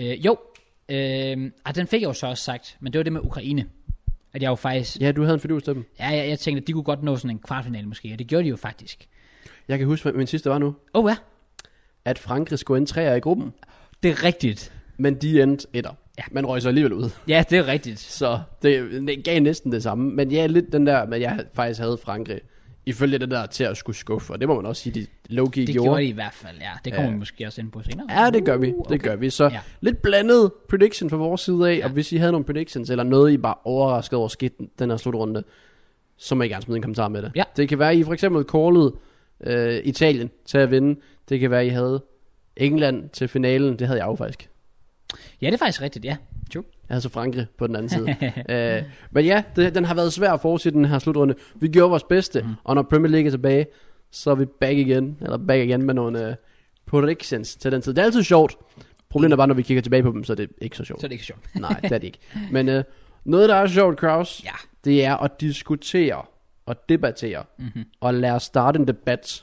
Den fik jeg jo så også sagt, men det var det med Ukraine. At jeg jo faktisk... Ja, du havde en fidus til dem. Ja, jeg tænkte, at de kunne godt nå sådan en kvartfinale måske, og det gjorde de jo faktisk. Jeg kan huske, hvad min sidste var nu. Ja. At Frankrig skulle ind 3'er i gruppen. Det er rigtigt. Men de endte 1'er. Ja. Man røg så alligevel ud. Ja, det er rigtigt. Så det gav næsten det samme. Men ja, lidt den der, men jeg faktisk havde Frankrig ifølge det der til at skulle skuffe. Og det må man også sige, de low-key gjorde. Det gjorde de i hvert fald, ja. Det kommer vi måske også ind på senere. Ja, det gør vi. Det gør vi. Så lidt blandet prediction fra vores side af. Og hvis I havde nogle predictions, eller noget I bare overrasket over skidt den her slutrunde, så må I gerne smide en kommentar med det. Ja. Det kan være, I for eksempel callede Italien til at vinde. Det kan være, I havde England til finalen. Det havde jeg jo faktisk. Ja, det er faktisk rigtigt, ja. True. Jeg havde så Frankrig på den anden side. Men ja, den har været svær at fortsætte den her slutrunde. Vi gjorde vores bedste, og når Premier League er tilbage, så er vi back igen med nogle predictions til den tid. Det er altid sjovt. Problemet er bare, når vi kigger tilbage på dem, så er det ikke så sjovt. Så er det ikke sjovt. Nej, det er det ikke. Men noget, der er sjovt, Kraus, det er at diskutere og debattere. Og lad os starte en debat.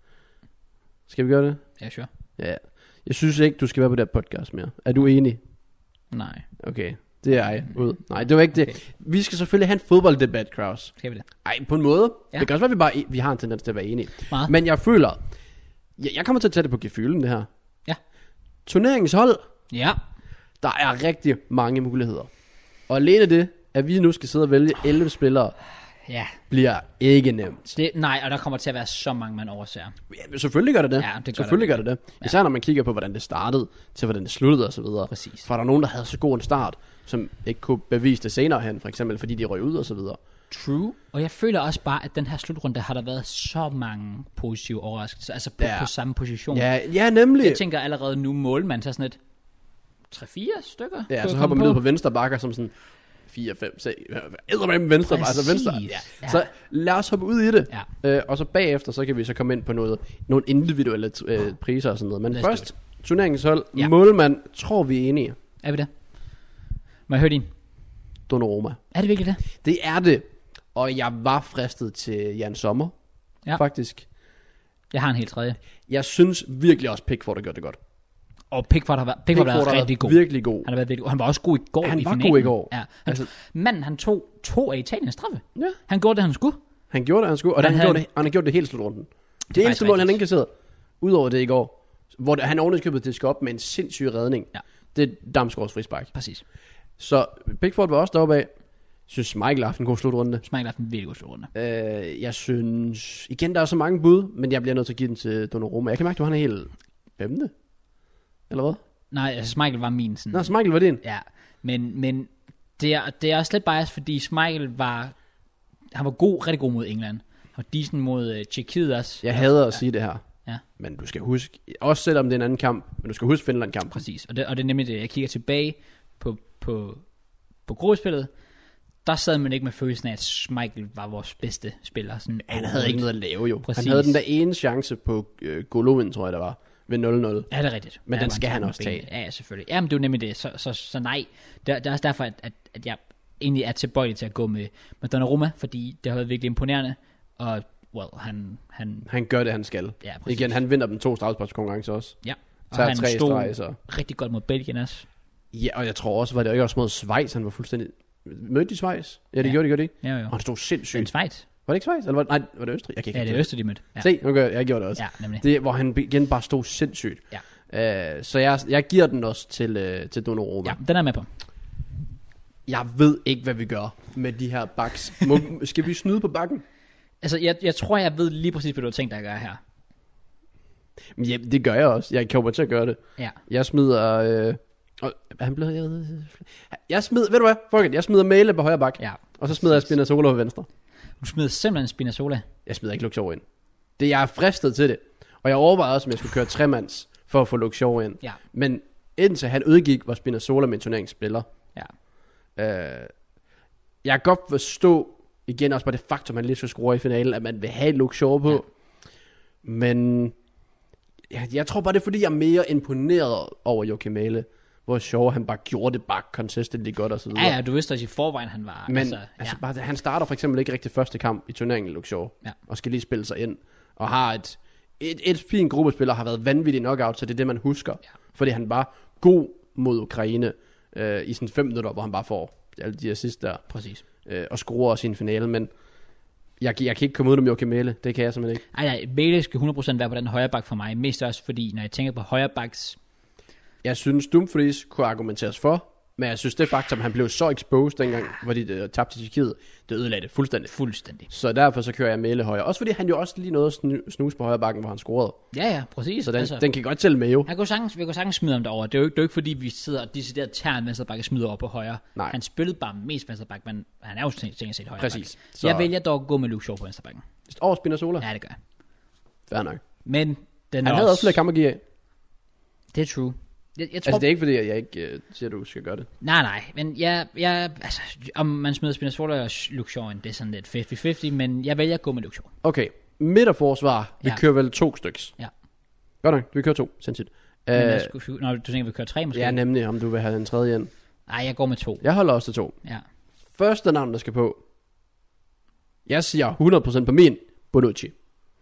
Skal vi gøre det? Ja, sure. Ja. Jeg synes ikke, du skal være på det podcast mere. Er du enig? Nej. Okay, det er jeg ud. Nej, det var ikke det. Vi skal selvfølgelig have en fodbolddebat, Kraus. Skal vi det? Ej, på en måde. Ja. Det kan også være, vi har en tendens til at være enige. Meget. Men jeg føler, jeg kommer til at tage det på gefylen, det her. Ja. Turneringshold. Ja. Der er rigtig mange muligheder. Og alene det, at vi nu skal sidde og vælge 11 spillere, bliver ikke nemt. Nej, og der kommer til at være så mange, man overser. Ja, selvfølgelig gør det det. Ja, det gør selvfølgelig gør det det. Især når man kigger på, hvordan det startede, til hvordan det sluttede og så videre. Præcis. For der er nogen, der havde så god en start, som ikke kunne bevise det senere hen, for eksempel fordi de røg ud og så videre. True. Og jeg føler også bare, at den her slutrunde har der været så mange positive overraskelser, altså på samme position. Ja, nemlig. Jeg tænker allerede nu målmand, så sådan et 3-4 stykker. Ja, så hopper man ud på venstre bakker som sådan 4, 5, 6, med venstre, altså venstre. Ja. Så lad os hoppe ud i det. Ja. Og så bagefter, så kan vi så komme ind på nogle individuelle priser og sådan noget. Men først, turneringshold, målmand, tror vi er enige. Er vi det? Må jeg høre din? Donnarumma. Er det virkelig det? Det er det. Og jeg var fristet til Jan Sommer, faktisk. Jeg har en helt tredje. Jeg synes virkelig også, Pickford har gjort det godt. Og Pickford har været rigtig god. Virkelig god. Han har været virkelig god. Han var også god i går i finalen. Han var god i går. Ja. Manden, han tog af Italiens straffe. Ja. Han gjorde det, han skulle. Og han har gjort det hele slutrunden. Det eneste mål, han indkasserede, udover det i går, hvor han ovenikøbet det skal op med en sindssyg redning. Ja. Det er Damsgaards frispark. Præcis. Så Pickford var også deroppe af. Jeg synes, Michael har haft en god slutrunde. Michael har haft en virkelig god slutrunde. Jeg synes... Igen, der er så mange bud, men jeg bliver nødt til at give den til Donnarumma. Jeg kan mærke, at han er helt 5. Eller hvad? Nej, altså Michael var min sådan... Nå, Michael var din? Ja, men det er også lidt bias, fordi Michael var rigtig god mod England. Og decent mod Tjekkiet også. Jeg hader at sige det her. Ja. Men du skal huske, også selvom det er en anden kamp, men du skal huske Finland-kampen. Præcis, og det er nemlig det, jeg kigger tilbage på gruppespillet. Der sad man ikke med følelsen af, at Michael var vores bedste spiller. Sådan, han havde ikke noget at lave jo. Præcis. Han havde den der ene chance på Golovin, tror jeg det var, ved 0-0. Ja, det er rigtigt. Men den skal han også tage. Ja, selvfølgelig. Jamen, det er jo nemlig det. Så nej. Det er også derfor, at jeg egentlig er tilbøjelig til at gå med Donnarumma, fordi det har været virkelig imponerende. Og han gør det, han skal. Ja, igen, han vinder dem 2 straffesparkskonkurrencer også. Ja. Og han stod rigtig godt mod Belgien også. Ja, og jeg tror også, var det ikke også mod Schweiz, han var fuldstændig... Mødte de Schweiz? Ja, det gjorde de ikke? Ja, jo. Og han stod sindssygt. Men Schweiz? Var det ikke Schweiz? Eller nej, var det Østrig? Jeg kan ikke det er Østrig, de mødte. Ja. Se, okay, jeg gjorde det også. Ja, nemlig. Det, hvor han igen bare stod sindssygt. Ja. Så jeg giver den også til Donnarumma. Ja, den er med på. Jeg ved ikke, hvad vi gør med de her backs. Skal vi snyde på bakken? Altså, jeg tror, jeg ved lige præcis, hvad du har tænkt dig at gøre her. Ja, det gør jeg også. Jeg kommer til at gøre det. Ja. Jeg smider... han blev... Jeg smider... Ved du hvad? Fuck it. Jeg smider Mæle på højre bak. Ja. Og så smider jeg Spinazzola på venstre. Du smider simpelthen Spinazzola? Jeg smider ikke Luxor ind. Jeg er fristet til det. Og jeg overvejede også, om jeg skulle køre tremands for at få Luxor ind. Ja. Men indtil han udgik, var Spinazzola min turneringsspiller. Ja. Jeg kan godt forstå, igen også bare det faktum, man lige skal score i finalen, at man vil have Luxor på. Ja. Men jeg tror bare, det er fordi, jeg er mere imponeret over Joachim Mæhle. Hvor Shaw, han bare gjorde det bare consistently godt og så videre. Ja, du vidste også i forvejen, han var... Men bare, han starter for eksempel ikke rigtig første kamp i turneringen, Luxor. Ja. Og skal lige spille sig ind. Og har et fint gruppespiller, har været vanvittig knockout, så det er det, man husker. Ja. Fordi han var god mod Ukraine i sådan 5 minutter, hvor han bare får alle de assist der. Præcis. Og scorer også i en finale, men jeg kan ikke komme ud om Joachim Mæhle. Det kan jeg simpelthen ikke. Nej, Mæhle skal 100% være på den højre bak for mig. Mest også fordi, når jeg tænker på højre baks... Jeg synes, Dumfries kunne argumenteres for, men jeg synes, det faktum, han blev så exposed dengang, hvor de tabte til Tjekkiet, det ødelagde det fuldstændig. Så derfor så kører jeg Mæhle højre. Også fordi han jo også lige nåede at snuse på højre bakken, hvor han scorede. Ja, præcis. Så den kan godt tælle med jo. Vi kunne sagtens smide ham derover. Det er jo ikke fordi, vi sidder og decideret tager en venstreback og smider over på højre. Nej. Han spillede bare mest venstreback, men han er jo tænkt set højre. Præcis. Så jeg vælger dog at gå med Luke Shaw på venstrebacken. Over Spinazzola? Ja, det gør jeg. Fair nok. Men han havde også flere kampe at give af. Det er true. Jeg tror, altså det er ikke fordi, jeg ikke siger, at du skal gøre det. Nej, men altså, om man smider Spinazzola og Luke Shaw, det er sådan lidt 50-50, men jeg vælger at gå med Luke Shaw. Okay, midterforsvar, vi kører vel 2 styks. Ja. Godt nok, vi kører 2, sindssygt. Når du tænker, vi kører 3 måske? Ja, nemlig, om du vil have den tredje ind. Nej, jeg går med 2. Jeg holder også til 2. Ja. Første navn, der skal på. Jeg siger 100% på min, Bonucci.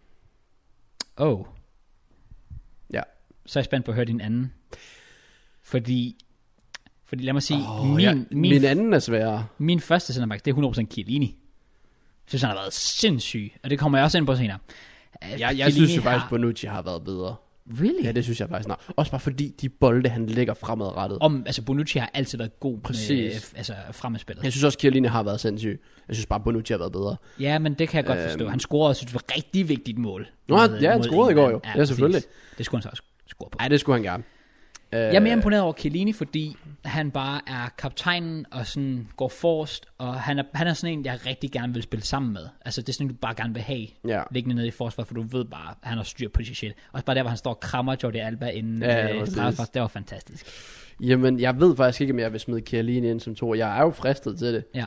Ja. Så er jeg spændt på at høre din anden. Fordi lad mig sige, min anden er sværere. Min første centerback, det er 100% Chiellini. Jeg synes, han har været sindssyg, og det kommer jeg også ind på senere. Jeg synes jo faktisk, Bonucci har været bedre. Really? Ja, det synes jeg faktisk. Også bare fordi de bolde, han lægger fremadrettet. Altså Bonucci har altid været god med fremadspillet. Jeg synes også, Chiellini har været sindssyg. Jeg synes bare, Bonucci har været bedre. Ja, men det kan jeg godt forstå. Han scorede også et rigtig vigtigt mål. Han scorede i går jo. Ja, selvfølgelig. Det skulle han så også score på. Nej, det skulle han gerne. Jeg er mere imponeret over Chiellini, fordi han bare er kaptajnen og sådan går forrest, og han er sådan en, jeg rigtig gerne vil spille sammen med. Altså det er sådan en, du bare gerne vil have liggende nede i forsvar, for du ved bare, at han har styr på det shit. Og bare der, hvor han står og krammer Jordi Alba inden det var fantastisk. Jamen, jeg ved faktisk ikke, om jeg vil smide Chiellini ind som 2. Jeg er jo fristet til det. Ja.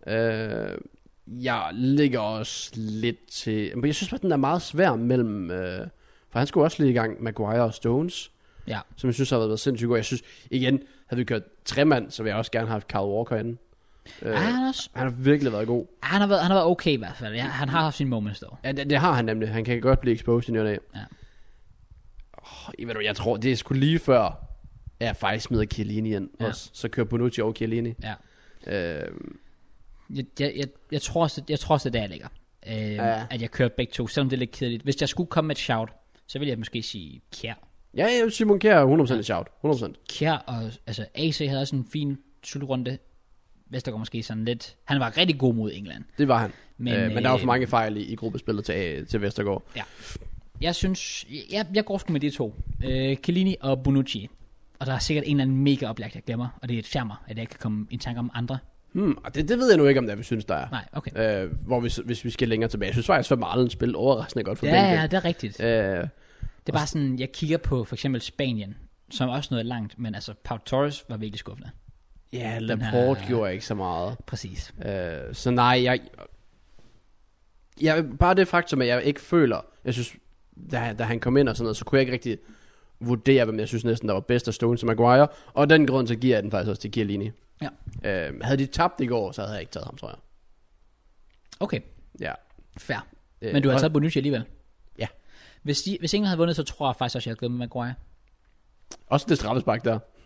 Jeg ligger også lidt til... Men jeg synes bare, den er meget svær mellem... for han skulle også lige i gang Maguire og Stones. Ja. Som jeg synes har været sindssygt god. Jeg synes, igen, havde vi kørt 3 mand, så ville jeg også gerne have haft Kyle Walker inde. Han har virkelig været god. Han har været okay i hvert fald. Ja, han har haft sine moments dog. Ja, det har han nemlig. Han kan godt blive exposed i noget af. Ja. Jeg tror, det er sgu lige før, jeg faktisk smider Chiellini ind. Ja. Også. Så kører Bonucci over Chiellini. Ja. Jeg tror også, det er der, jeg ligger. At jeg kører begge to, selvom det er lidt kedeligt. Hvis jeg skulle komme med et shout, så vil jeg måske sige Kjær. Ja, Simon Kjær er 100% et shout. 100%. Kjær og altså AC havde også en fin slutrunde. Vestergaard måske sådan lidt. Han var rigtig god mod England. Det var han. Men der var for mange fejl i gruppespillet til Vestergaard. Ja. Jeg synes, jeg går sgu med de 2. Chiellini og Bonucci. Og der er sikkert en eller anden mega oplagt, jeg glemmer. Og det er et fjammer, at jeg kan komme i tanke om andre. Det ved jeg nu ikke, om det vi synes, der er. Nej, okay. Hvis vi skal længere tilbage. Jeg synes faktisk, at Marlen spillede overraskende godt for Belgien. Ja, det er rigtigt. Det er bare sådan, jeg kigger på for eksempel Spanien, som også nåede langt, men altså Pau Torres var virkelig skuffende. Ja, Laporte gjorde ikke så meget. Præcis. Så nej, jeg bare det faktum, at jeg ikke føler, jeg synes, da han kom ind og sådan noget, så kunne jeg ikke rigtig vurdere, hvem jeg synes næsten, der var bedst af Stones og Maguire, og den grund, så giver jeg den faktisk også til Chiellini. Ja. Havde de tabt i går, så havde jeg ikke taget ham, tror jeg. Okay. Ja. Fair. Men du har taget Bonucci alligevel? Ja. Hvis England havde vundet, så tror jeg faktisk også, jeg havde gået med Maguire. Også det straffespark der.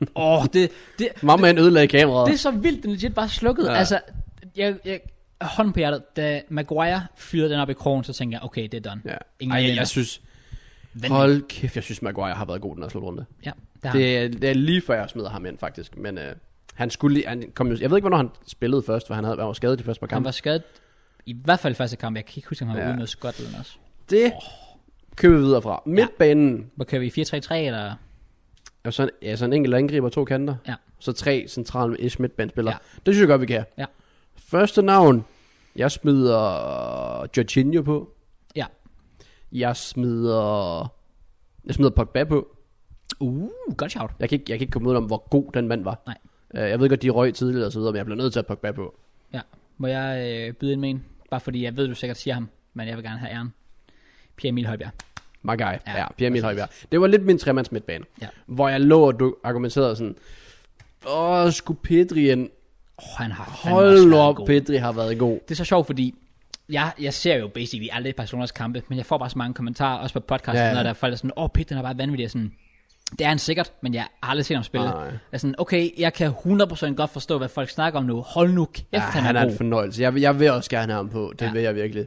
Mammaen ødelagde kameraet. Det er så vildt, den legit bare slukket. Ja. Altså, jeg hånden på hjertet, da Maguire fyrede den op i krogen, så tænkte jeg, okay, det er done. Ja. Jeg synes, hold kæft, jeg synes Maguire har været god den her slutrunde. Ja, det er lige før jeg smider ham ind faktisk, men han kom jo, jeg ved ikke hvornår han spillede først, for han var skadet de første par kampe. Han var skadet i hvert fald i første kamp. Jeg kan ikke huske om han var ude med Skotland også. Det kører vi videre fra. Midtbanen. Hvor kører vi 4-3-3 eller? Og så en enkelt angriber, 2 kanter. Ja. Så 3 centrale midtbanespillere. Ja. Det synes jeg godt vi kan. Ja. Første navn. Jeg smider Jorginho på. Ja. Jeg smider Pogba på. Godt shout. Jeg kan ikke komme ud om, hvor god den mand var. Nej. Jeg ved godt, de røg tidligere og så videre, men jeg bliver nødt til at Pogba på. Ja. Må jeg byde ind med en? Bare fordi jeg ved, du sikkert siger ham, men jeg vil gerne have æren. Pierre-Emil Højbjerg. My guy. Ja, Pierre-Emil Højbjerg. Det var lidt min tremands midtbane. Ja. Hvor jeg lå, og du argumenterede sådan, skulle Pedri ind? Han har hold op, Pedri har været god. Det er så sjovt, fordi jeg ser jo basically aldrig Barcelonas kampe, men jeg får bare så mange kommentarer, også på podcasten, når der er folk, der er sådan, Pedri er bare vanvittig, sådan. Det er han sikkert, men jeg har aldrig set ham spille. Jeg er sådan, okay, jeg kan 100% godt forstå, hvad folk snakker om nu. Hold nu kæft, han er en fornøjelse. Jeg vil også gerne have ham på. Det vil jeg virkelig.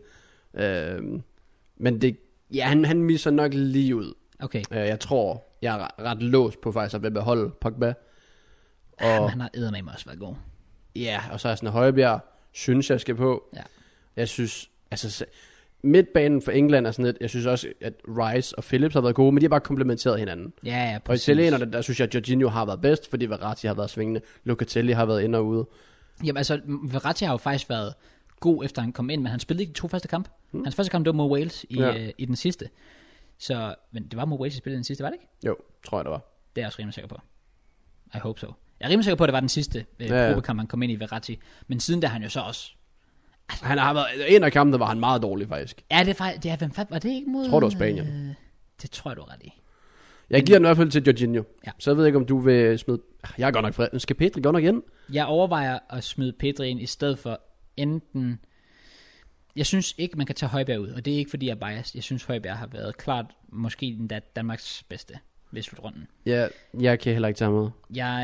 Men det, han misser nok lige ud. Okay. Jeg tror, jeg er ret låst på faktisk at beholde Pogba. Og han har eddermame også været god. Ja, og så er sådan Højbjerg, synes jeg skal på. Ja. Jeg synes, altså midtbanen for England er sådan lidt, jeg synes også, at Rice og Phillips har været gode, men de har bare komplementeret hinanden. Ja, og i italienerne, der synes jeg, at Jorginho har været bedst, fordi Verratti har været svingende. Locatelli har været inde og ude. Jamen altså, Verratti har jo faktisk været god, efter han kom ind, men han spillede ikke de 2 første kamp. Hans første kamp, det var mod Wales i den sidste. Så, men det var mod Wales, der spillede den sidste, var det ikke? Jo, tror jeg, det var. Det er jeg også rimelig sikker på. I hope so. Jeg er rimelig sikker på, at det var den sidste gruppekamp, han kom ind i Verratti. Men siden der han jo så også... Altså, han har været... En af kampene var han meget dårlig, faktisk. Ja, det er faktisk... Hvem var det ikke mod... Jeg tror, det var Spanien. Det tror jeg, du er ret i. Jeg giver den i hvert fald til Jorginho. Ja. Så jeg ved ikke, om du vil smide... Jeg er godt nok fred. Skal Pedri godt nok ind? Jeg overvejer at smide Pedri ind i stedet for enten... Jeg synes ikke, man kan tage Højbjerg ud, og det er ikke, fordi jeg er biased. Jeg synes, Højbjerg har været klart måske endda Danmarks bedste ved slutrunden. Ja, jeg kan heller ikke tage med.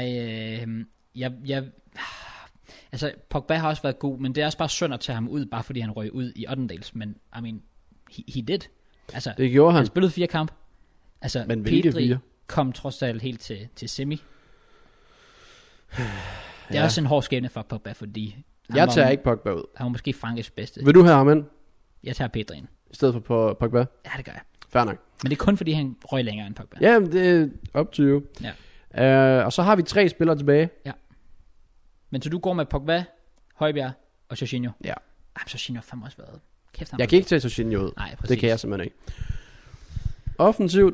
Altså, Pogba har også været god, men det er også bare synd at tage ham ud, bare fordi han røg ud i ottendels. Men, I mean, he did. Altså, det gjorde han. Han spillede 4 kamp. Altså, men Pedri kom trods alt helt til semi. Det er også en hård skæbne for Pogba, fordi... Jeg tager ikke Pogba ud. Han var måske Frankrigs bedste. Vil du have ham ind? Jeg tager Pedri ind. I stedet for Pogba? Ja, det gør jeg. Fair nok. Men det er kun fordi, han røg længere end Pogba. Ja, det er up to you. Ja. Og så har vi 3 spillere tilbage. Ja. Men så du går med Pogba, Højbjerg og Jorginho? Ja. Jorginho har fandme også været... Kæft, jeg kan ikke tage Jorginho ud. Nej, præcis. Det kan jeg simpelthen ikke. Offensivt.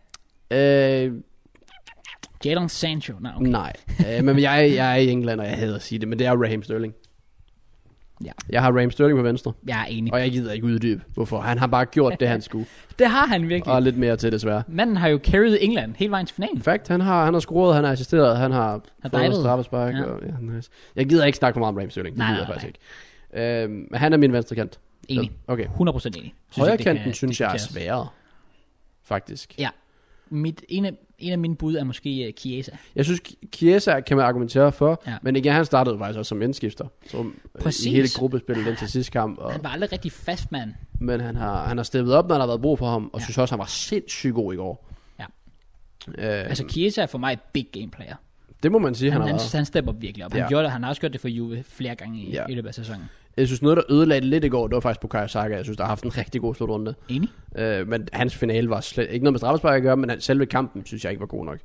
Jadon Sancho? Okay. Nej. Men jeg er i England, og jeg hader at sige det, men det er Raheem Sterling. Ja. Jeg har Raheem Sterling på venstre. Jeg er enig. Og jeg gider ikke uddybe, hvorfor. Han har bare gjort det, han skulle. Det har han virkelig. Og lidt mere til, desværre. Manden har jo carried England hele vejen til finalen. Fact, han har scoret, han har assisteret, han har fået straffespark. Ja. Og, nice. Jeg gider ikke snakke for meget om Raheem Sterling. Det gider jeg faktisk ikke. Men han er min venstre kant. Enig. Okay. 100% enig. Højre kanten synes jeg er sværere. Faktisk. Ja. En af mine bud er måske Chiesa. Jeg synes, Chiesa kan man argumentere for, men igen, han startede faktisk også som indskifter. I hele gruppespillet den til sidste kamp. Og, han var aldrig rigtig fast mand. Men han har steppet op, når der har været brug for ham, og synes også, han var sindssygt god i går. Ja. Altså, Chiesa er for mig et big game player. Det må man sige, han stepper virkelig op. Han har også gjort det for Juve flere gange i løbet af sæsonen. Jeg synes, noget, der ødelagde lidt i går, det var faktisk Bukayo Saka. Jeg synes, der har haft en rigtig god slutrunde. Enig. Men hans finale var slet ikke noget med straffespark at gøre, men selve kampen, synes jeg ikke var god nok.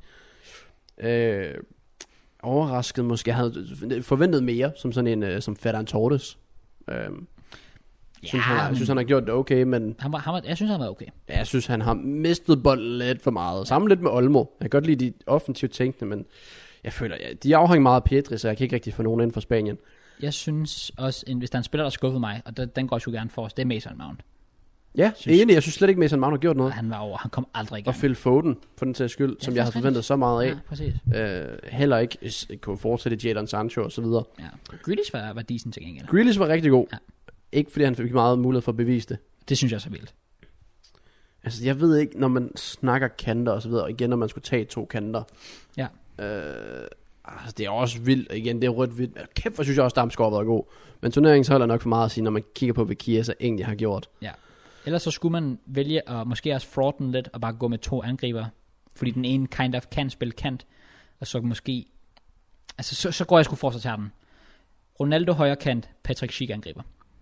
Overrasket måske. Jeg havde forventet mere, som sådan en som Ferran Torres. Jeg synes, han har gjort det okay, men... Jeg synes, han var okay. Jeg synes, han har mistet bolden lidt for meget. Sammen lidt med Olmo. Jeg kan godt lide de offensivt tænkende, men jeg føler, de afhænger meget af Pedri, så jeg kan ikke rigtig få nogen ind fra Spanien. Jeg synes også, hvis der er en spiller, der skuffede mig, og den går jeg jo gerne for os, det er Mason Mount. Ja, enig. Jeg synes slet ikke, Mason Mount har gjort noget. Han var over, han kom aldrig i gang. Og Phil Foden, for den til skyld, som jeg havde forventet så meget af. Ja, præcis. Heller ikke kunne fortsætte Jadon Sancho og så videre. Ja, Grealish var decent til gengæld. Grealish var rigtig god. Ja. Ikke fordi han fik meget mulighed for at bevise det. Det synes jeg så vildt. Altså, jeg ved ikke, når man snakker kanter og så videre, og igen, når man skulle tage 2 kanter. Ja. Det er også vildt. Igen, det er rødt vildt. Kæft, hvor synes jeg også, Damsgaard har været god. Men turneringshold er nok for meget at sige, når man kigger på, hvad Chiesa egentlig har gjort. Ja. Ellers så skulle man vælge at måske også fraud den lidt, og bare gå med 2 angriber. Fordi den ene kind of kan spille kant, og så måske... Altså, så går jeg sgu fortsat til den. Ronaldo højre kant, Patrick Schick angriber.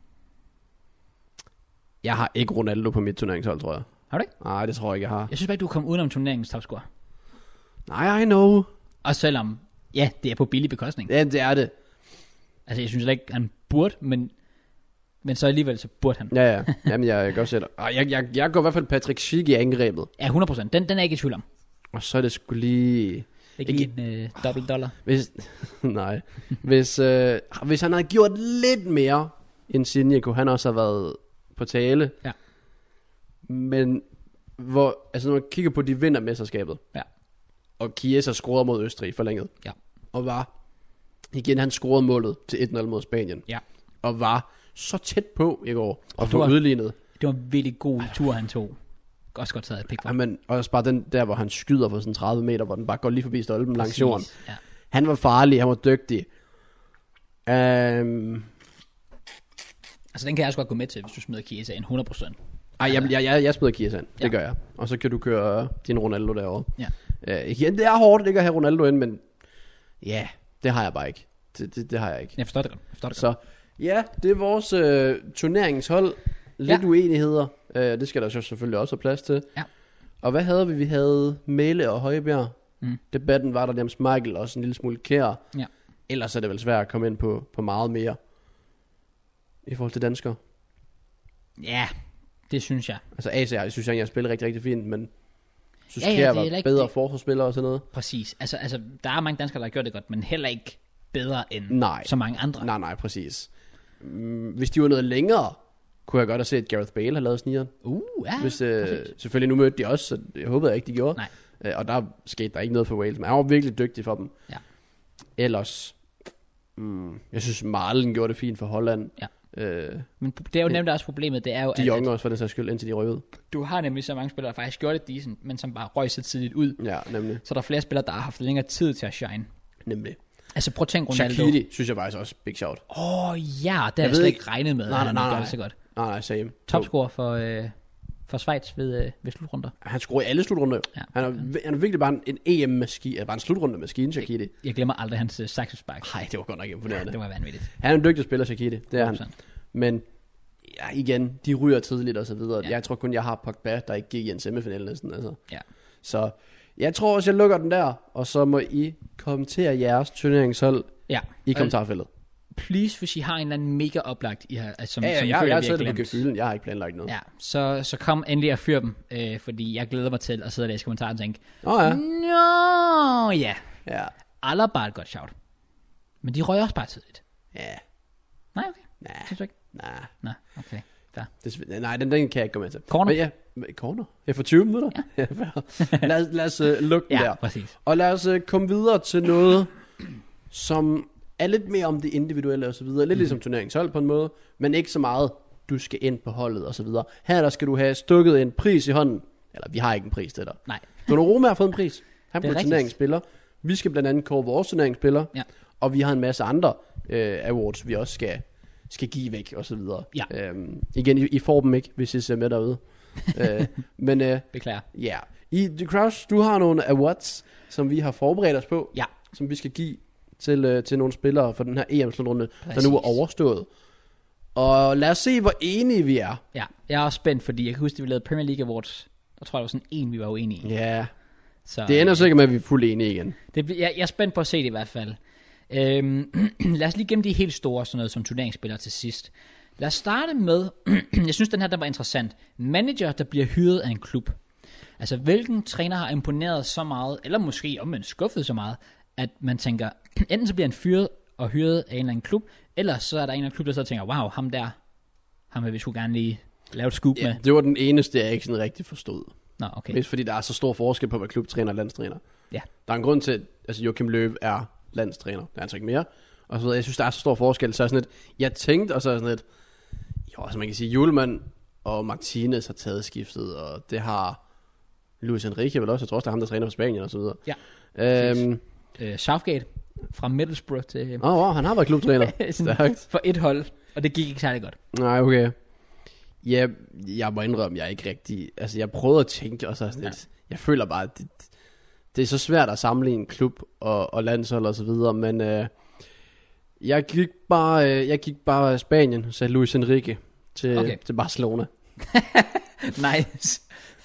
Jeg har ikke Ronaldo på mit turneringshold, tror jeg. Har du ikke? Nej, det tror jeg ikke, jeg har. Jeg synes bare ikke, du er kommet udenom turneringens topscorer. Nej, I know. Og selvom, ja, det er på billig bekostning. Ja, det er det. Altså, jeg synes ikke, han burde, men så alligevel, så burde han. Ja. Jamen, jeg kan også sætte. Jeg går i hvert fald Patrick Schick i angrebet. Ja, 100%. Den er jeg ikke i tvivl om. Og så er det sgu lige... Ikke en dobbelt dollar. Nej. Hvis han havde gjort lidt mere, Insigne, kunne han også have været på tale. Ja. Men når man kigger på, de vinder mesterskabet. Ja. Og Chiesa scorede mod Østrig forlænget. Ja. Og han scorede målet til 1-0 mod Spanien. Ja. Og var så tæt på i går og få udlignet. Det var en virkelig god tur, han tog. Også godt taget af Pickford. Jamen, og også bare den der, hvor han skyder på sådan 30 meter, hvor den bare går lige forbi stolpen langs jorden. Ja. Han var farlig, han var dygtig. Altså, den kan jeg også godt gå med til, hvis du smider Chiesa ind 100%. Jeg smider Chiesa ind. Det gør jeg. Og så kan du køre din Ronaldo derovre. Ja. Igen, det er hårdt ikke at have Ronaldo ind, men ja, det har jeg bare ikke. Det har jeg ikke. Jeg forstår det godt. Så ja, det er vores turneringshold. Lidt uenigheder. Det skal der så selvfølgelig også have plads til. Ja. Og hvad havde vi? Vi havde Mæle og Højbjerg. Debatten var der James Michael også en lille smule kær. Ja. Ellers er det vel svært at komme ind på meget mere i forhold til danskere. Ja, det synes jeg. Altså AC, jeg synes jeg spiller rigtig, rigtig fint, men synes Kjær var bedre forsvarsspillere og sådan noget. Præcis. Altså, der er mange danskere, der har gjort det godt, men heller ikke bedre end så mange andre. Nej, præcis. Hvis de var noget længere, kunne jeg godt have set, at Gareth Bale har lavet snigeren. Ja, hvis, selvfølgelig nu mødte de også, så jeg håbede ikke, de gjorde. Nej. Og der skete der ikke noget for Wales, men han var virkelig dygtig for dem. Ja. Ellers, jeg synes Marlen gjorde det fint for Holland. Ja. Men det er jo nemlig også problemet, det er jo... De unge også for den sags skyld, indtil de røg ud. Du har nemlig så mange spillere, der faktisk gjorde det decent, men som bare røg så tidligt ud. Ja, nemlig. Så der er flere spillere, der har haft længere tid til at shine. Nemlig. Altså prøv at tænke Ronaldo. Shaqiri synes jeg faktisk også big shout. Ja, det har jeg slet ikke regnet med. Nej. Så godt. Nej, same. Topscorer for Schweiz ved slutrunder. Han scorer i alle slutrunder. Ja. Han er virkelig bare en EM-maskine, bare en slutrunde-maskine, Shaqiri. Jeg glemmer aldrig hans saksespark. Nej, det var godt nok imponerende. Ja, det var vanvittigt. Han er en dygtig spiller, Shaqiri. Det er han. Men ja, igen, de ryger tidligt og så videre. Ja. Jeg tror kun, jeg har Pogba, der ikke gik i en semifinal næsten. Altså. Ja. Så jeg tror også, jeg lukker den der, og så må I kommentere jeres turneringshold i kommentarfeltet. Please, hvis I har en eller anden mega oplagt, I har, altså, som jeg har siddet på gefylen, jeg har ikke planlagt noget. Ja, så kom endelig og fyr dem, fordi jeg glæder mig til at sidde og læse kommentarer og tænke, ja. Alaba er et godt shout. Men de røg også bare tidligt. Ja. Nej, okay. Synes du ikke? Nej, okay. Nej, den kan jeg ikke gå med til. Corner? Men corner? Jeg får 20 minutter? Ja. lad os lukke den der. Præcis. Og lad os komme videre til noget, som er lidt mere om det individuelle og så videre. Lidt ligesom turneringshold på en måde, men ikke så meget, du skal ind på holdet og så videre. Her der skal du have stukket en pris i hånden. Eller vi har ikke en pris til dig. Nej. Donnarumma har fået en pris. Han blev turneringsspiller. Vi skal blandt andet kåre vores turneringsspiller. Ja. Og vi har en masse andre awards, vi også skal give væk og så videre. Ja. Igen, I får dem ikke, hvis I ser med derude. Men beklager. Ja. The Kraus, du har nogle awards, som vi har forberedt os på. Ja. Som vi skal give til nogle spillere for den her EM-slutrunde, der nu er overstået. Og lad os se, hvor enige vi er. Ja, jeg er også spændt, fordi jeg kan huske, at vi lavede Premier League Awards. Der tror jeg, der var sådan en, vi var uenige i. Ja. Så, det ender sikkert med, at vi er fuldt enige igen. Jeg er spændt på at se det i hvert fald. Lad os lige gennem de helt store, sådan noget som turneringsspillere til sidst. Lad os starte med, jeg synes, den her der var interessant. Manager, der bliver hyret af en klub. Altså, hvilken træner har imponeret så meget, eller måske omvendt skuffet så meget, at man tænker, enten så bliver han fyret og hyret af en eller anden klub, eller så er der en eller anden klub, der så tænker, wow, ham vil vi sgu gerne lige lave et scoop med. Det var den eneste, jeg ikke sådan rigtig forstod. Nå, okay. Mest fordi der er så stor forskel på, hvad klubtræner og landstræner. Ja. Der er en grund til, at altså Joachim Löw er landstræner. Det er altså ikke mere. Og så jeg synes, der er så stor forskel. Så er sådan et, jeg tænkte, og så er sådan et, jo, altså man kan sige, Julemand og Martinez har taget skiftet, og det har Luis Enrique vel også. Jeg tror også, det er ham, der træner for Spanien og så videre. Ja. Southgate fra Middlesbrough til... wow, han har været klubtræner. For et hold, og det gik ikke særlig godt. Nej, okay. Ja, jeg må indrømme, jeg er ikke rigtig... Altså, jeg prøvede at tænke, og så sådan lidt... Jeg føler bare, at det er så svært at sammenligne klub og landshold og så videre, men jeg gik bare Spanien, sagde Luis Enrique til Barcelona. Nice.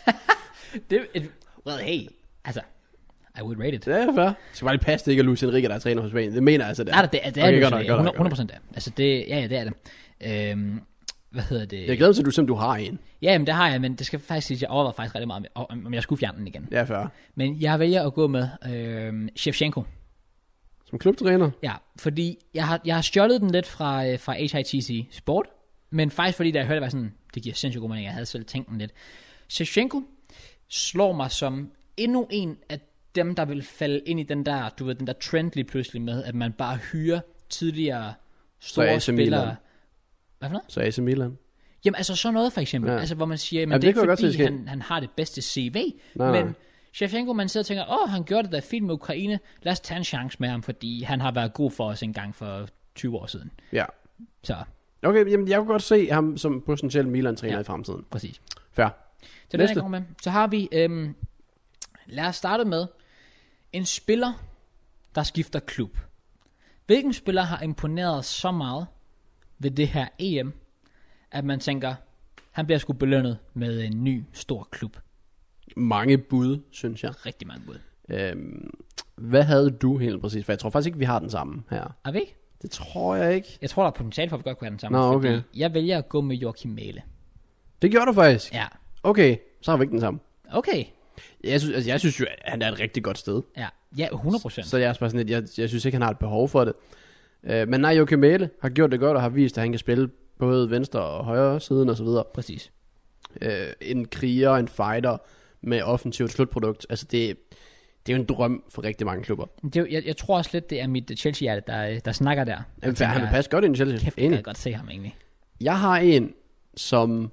Hey, altså, I would rate it. Det er fair. Det skal bare lige passe, det ikke er Luis Enrique, der er træner for Spanien. Det mener jeg altså, det er. Nej, det er 100% det. Altså, det er det. Hvad hedder det? Jeg glæder mig til, du har en. Ja, men det har jeg, men det skal faktisk sige, at jeg overvejer faktisk rigtig meget, om jeg skulle fjerne den igen. Ja, fair. Men jeg vælger at gå med Shevchenko. Som klubtræner? Ja, fordi jeg har stjålet den lidt fra HITC Sport, men faktisk fordi, da jeg hørte, var sådan, det giver sindssygt god mening, jeg havde selv tænkt den lidt. Shevchenko slår mig som endnu en af dem, der vil falde ind i den der, du ved, den der trend lige pludselig med, at man bare hyrer tidligere store spillere. Hvad for noget? Så AC Milan. Jamen altså sådan noget for eksempel, altså hvor man siger, men jamen, det er ikke fordi han har det bedste CV, nej. Men Shevchenko, man sidder og tænker, han gjorde det da fint med Ukraine, lad os tage en chance med ham, fordi han har været god for os en gang for 20 år siden. Ja. Så. Okay, jamen jeg kunne godt se ham som potentiel Milan-træner i fremtiden. Præcis. Fair. Så det er med. Så har vi, lad os starte med, en spiller, der skifter klub. Hvilken spiller har imponeret så meget ved det her EM, at man tænker, han bliver sgu belønnet med en ny stor klub? Mange bud, synes jeg. Rigtig mange bud. Hvad havde du helt præcis? For jeg tror faktisk ikke, vi har den samme her. Er vi ikke? Det tror jeg ikke. Jeg tror, der er potentiale for, at vi godt kunne have den samme. Okay. Fordi jeg vælger at gå med Joachim Mæhle. Det gjorde du faktisk? Ja. Okay, så har vi ikke den samme. Okay. Jeg synes jo, at han er et rigtig godt sted. Ja, 100%. Så jeg er bare sådan lidt, jeg synes ikke, han har et behov for det. Men nej, Joachim Mæhle har gjort det godt og har vist, at han kan spille både venstre og højre siden og så videre. Præcis. En kriger, en fighter med offensivt slutprodukt. Altså det er jo en drøm for rigtig mange klubber. Jeg tror også lidt, det er mit Chelsea-hjerte, der snakker der. Jamen, han vil passe godt ind i Chelsea. Kæft, jeg kan godt se ham egentlig. Jeg har en, som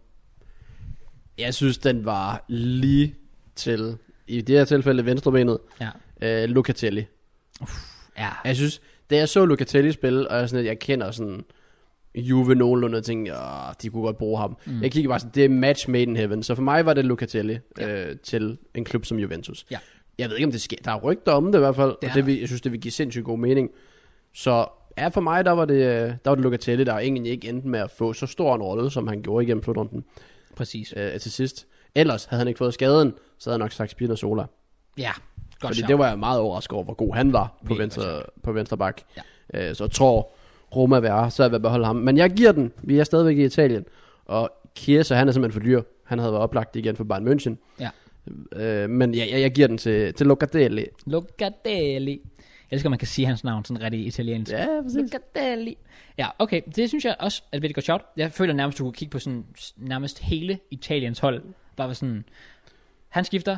jeg synes, den var lige til, i det her tilfælde, venstrebenet. Ja. Locatelli. Ja. Jeg synes, da jeg så Locatelli spille, og jeg kender sådan Juve nogenlunde, og tænkte, de kunne godt bruge ham. Jeg kiggede bare sådan, det er match made in heaven. Så for mig var det Locatelli til en klub som Juventus. Ja. Jeg ved ikke, om det sker. Der er rygter om det i hvert fald, og jeg synes, det vil give sindssygt god mening. Så ja, for mig, der var det Locatelli, der egentlig ikke endte med at få så stor en rolle, som han gjorde igennem slutrunden. Præcis. Til sidst. Ellers havde han ikke fået skaden, så havde han nok sagt Spinazzola. Ja, godt. Fordi det var jeg meget overrasket over, hvor god han var på venstre bak. Ja. Så jeg tror, Roma vil så vil beholde ham. Men jeg giver den. Vi er stadigvæk i Italien. Og Chiesa, han er simpelthen for dyr. Han havde været oplagt igen for Bayern München. Ja. Men jeg giver den til Locatelli. Locatelli. Jeg elsker, man kan sige hans navn sådan rigtig italiensk. Ja, præcis. Locatelli. Ja, okay. Det synes jeg også er et virkelig godt shout. Jeg føler nærmest, du kunne kigge på sådan nærmest hele Italiens hold. Bare sådan, han skifter.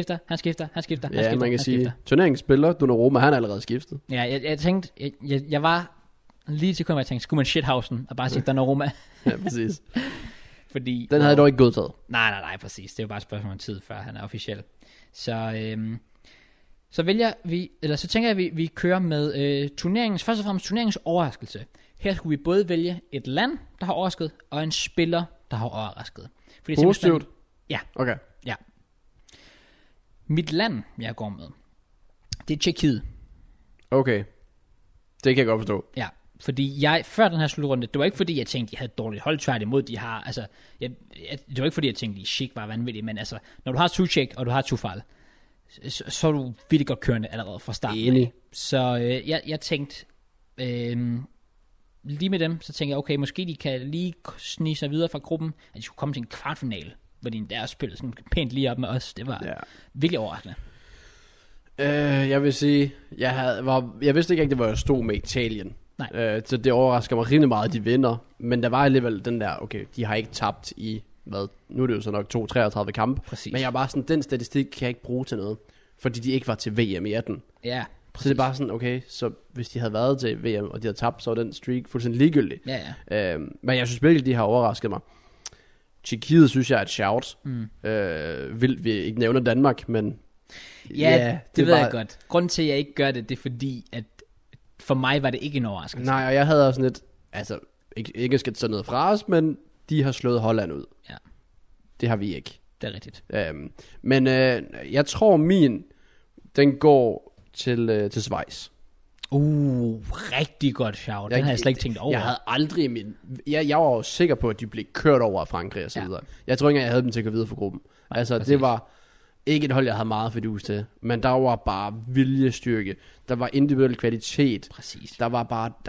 Ja, man kan sige, turneringsspiller, Donnarumma, han er allerede skiftet. Ja, jeg tænkte, jeg var lige til kun, jeg tænkte, skulle man shithausen og bare sige Donnarumma? Ja, præcis. Fordi, den havde dog ikke godtaget. Nej, præcis. Det er jo bare et spørgsmål om tid, før han er officiel. Så så tænker jeg, at vi kører med først og fremmest turneringens overraskelse. Her skulle vi både vælge et land, der har overrasket, og en spiller, der har overrasket. Positivt? Ja. Okay. Ja. Mit land, jeg går med, det er Tjekkiet. Okay. Det kan jeg godt forstå. Ja. Fordi før den her slutrunde, det var ikke fordi, jeg tænkte, de havde et dårligt hold, tværtimod, de har, altså, det var ikke fordi, jeg tænkte, de Schick var vanvittige, men altså, når du har Suchek, og du har Tufal, så er du virkelig godt kørende allerede fra starten. Enig. Så jeg tænkte, lige med dem, så tænkte jeg, okay, måske de kan lige snige sig videre fra gruppen, at de skulle komme til en kvartfinale, hvor de der spillede sådan pænt lige op med os. Det var virkelig overraskende. Jeg vil sige, jeg vidste ikke, at det var, jeg stod med Italien. Nej. Så det overrasker mig rimelig meget, at de vinder. Men der var alligevel den der, okay, de har ikke tabt i, nu er det jo så nok 32 kampe. Præcis. Men jeg er bare sådan, den statistik kan jeg ikke bruge til noget. Fordi de ikke var til VM i 18. Ja, præcis. Så det er bare sådan, okay, så hvis de havde været til VM, og de havde tabt, så var den streak fuldstændig ligegyldig. Ja. Men jeg synes virkelig, de har overrasket mig. Tjekkiet synes jeg er et shout. Vildt vi ikke nævner Danmark, men Ja, det ved jeg godt. Grunden til, at jeg ikke gør det, det er fordi, at for mig var det ikke en overraskelse. Nej, og jeg havde også sådan lidt, altså, ikke skal tage noget fra os, men de har slået Holland ud. Ja. Det har vi ikke. Det er rigtigt. Men jeg tror den går til Schweiz. Rigtig godt shout. Den havde jeg slet ikke tænkt over. Jeg havde aldrig jeg var jo sikker på, at de blev kørt over af Frankrig og så videre. Jeg tror ikke, jeg havde dem til at gå videre for gruppen. Nej, altså, præcis. Det var ikke et hold, jeg havde meget fidus til. Men der var bare viljestyrke. Der var individuel kvalitet. Præcis. Der var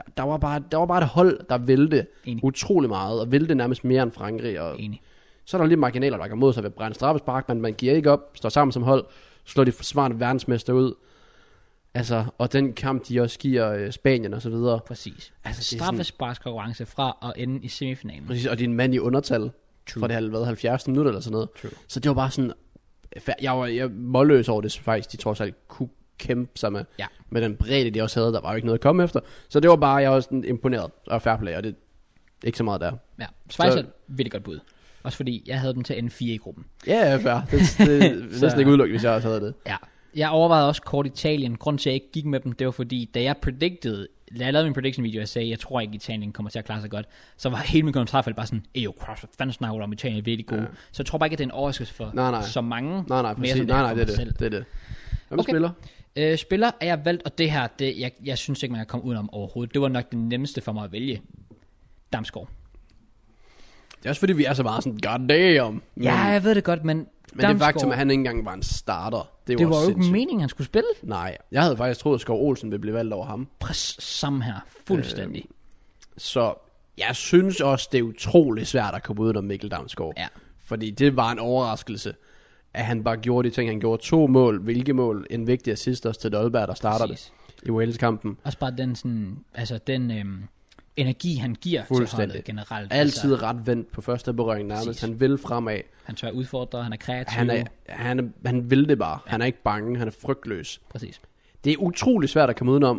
bare et hold, der vælte utrolig meget. Og vælte nærmest mere end Frankrig. Og så er der lidt marginaler, der kan mod sig ved brænde straffespark. Men man giver ikke op. Står sammen som hold. Slår de forsvarende verdensmester ud. Altså, og den kamp, de også giver Spanien og så videre. Præcis. Altså, straffesparkskonkurrence fra at ende i semifinalen. Præcis, og din mand i undertal. True. For det havde været 70 minutter eller sådan noget. True. Så det var bare sådan, jeg var målløs over det faktisk, de trods alt kunne kæmpe sig med den bredde, de også havde. Der var jo ikke noget at komme efter. Så det var bare, jeg var sådan imponeret og fair play, og det er ikke så meget der. Ja, Schweiz er et virkelig godt bud. Også fordi, jeg havde dem til ende 4 i gruppen. Ja, fair. Det er næsten ikke udelukket, hvis jeg også havde det. Ja. Jeg overvejede også kort Italien. Grunden til, at jeg ikke gik med dem, det var fordi, da jeg lavede min prediction video, jeg sagde, jeg tror ikke, Italien kommer til at klare sig godt, så var hele min kommentarfelt bare sådan, hvad fanden snakker du om, Italien er virkelig gode. Ja. Så jeg tror bare ikke, at det er en overraskelse for så mange. Nej, præcis. Nej, det er det. Hvem spiller? Spiller er jeg valgt, og det her, jeg synes ikke, man kan komme udenom overhovedet. Det var nok det nemmeste for mig at vælge. Damsgaard. Det er også fordi, vi er så meget sådan, god damn. Ja, jeg ved det godt, men det faktum, at han ikke engang var en starter, det var jo ikke meningen, han skulle spille. Nej, jeg havde faktisk troet, at Skov Olsen ville blive valgt over ham. Samme her, fuldstændig. Så jeg synes også, det er utrolig svært at komme ud af Mikkel Damsgaard. Ja. Fordi det var en overraskelse, at han bare gjorde de ting. Han gjorde 2 mål, hvilke mål, en vigtig assist også til Dolberg, der starter det i Wales-kampen. Også bare den sådan, altså den energi, han giver til holdet generelt. Altid altså, ret vendt på første berøring nærmest. Præcis. Han vil fremad. Han tør udfordre, han er kreativ. Han vil det bare. Ja. Han er ikke bange, han er frygtløs. Præcis. Det er utrolig svært at komme udenom.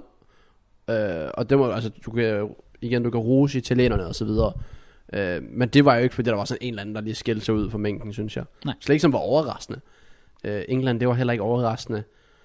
Og det må, altså, du kan rose italienerne og så videre. Men det var jo ikke, fordi der var sådan en eller anden, der lige skilte sig ud for mængden, synes jeg. Nej. Slet ikke som var overraskende. England, det var heller ikke overraskende.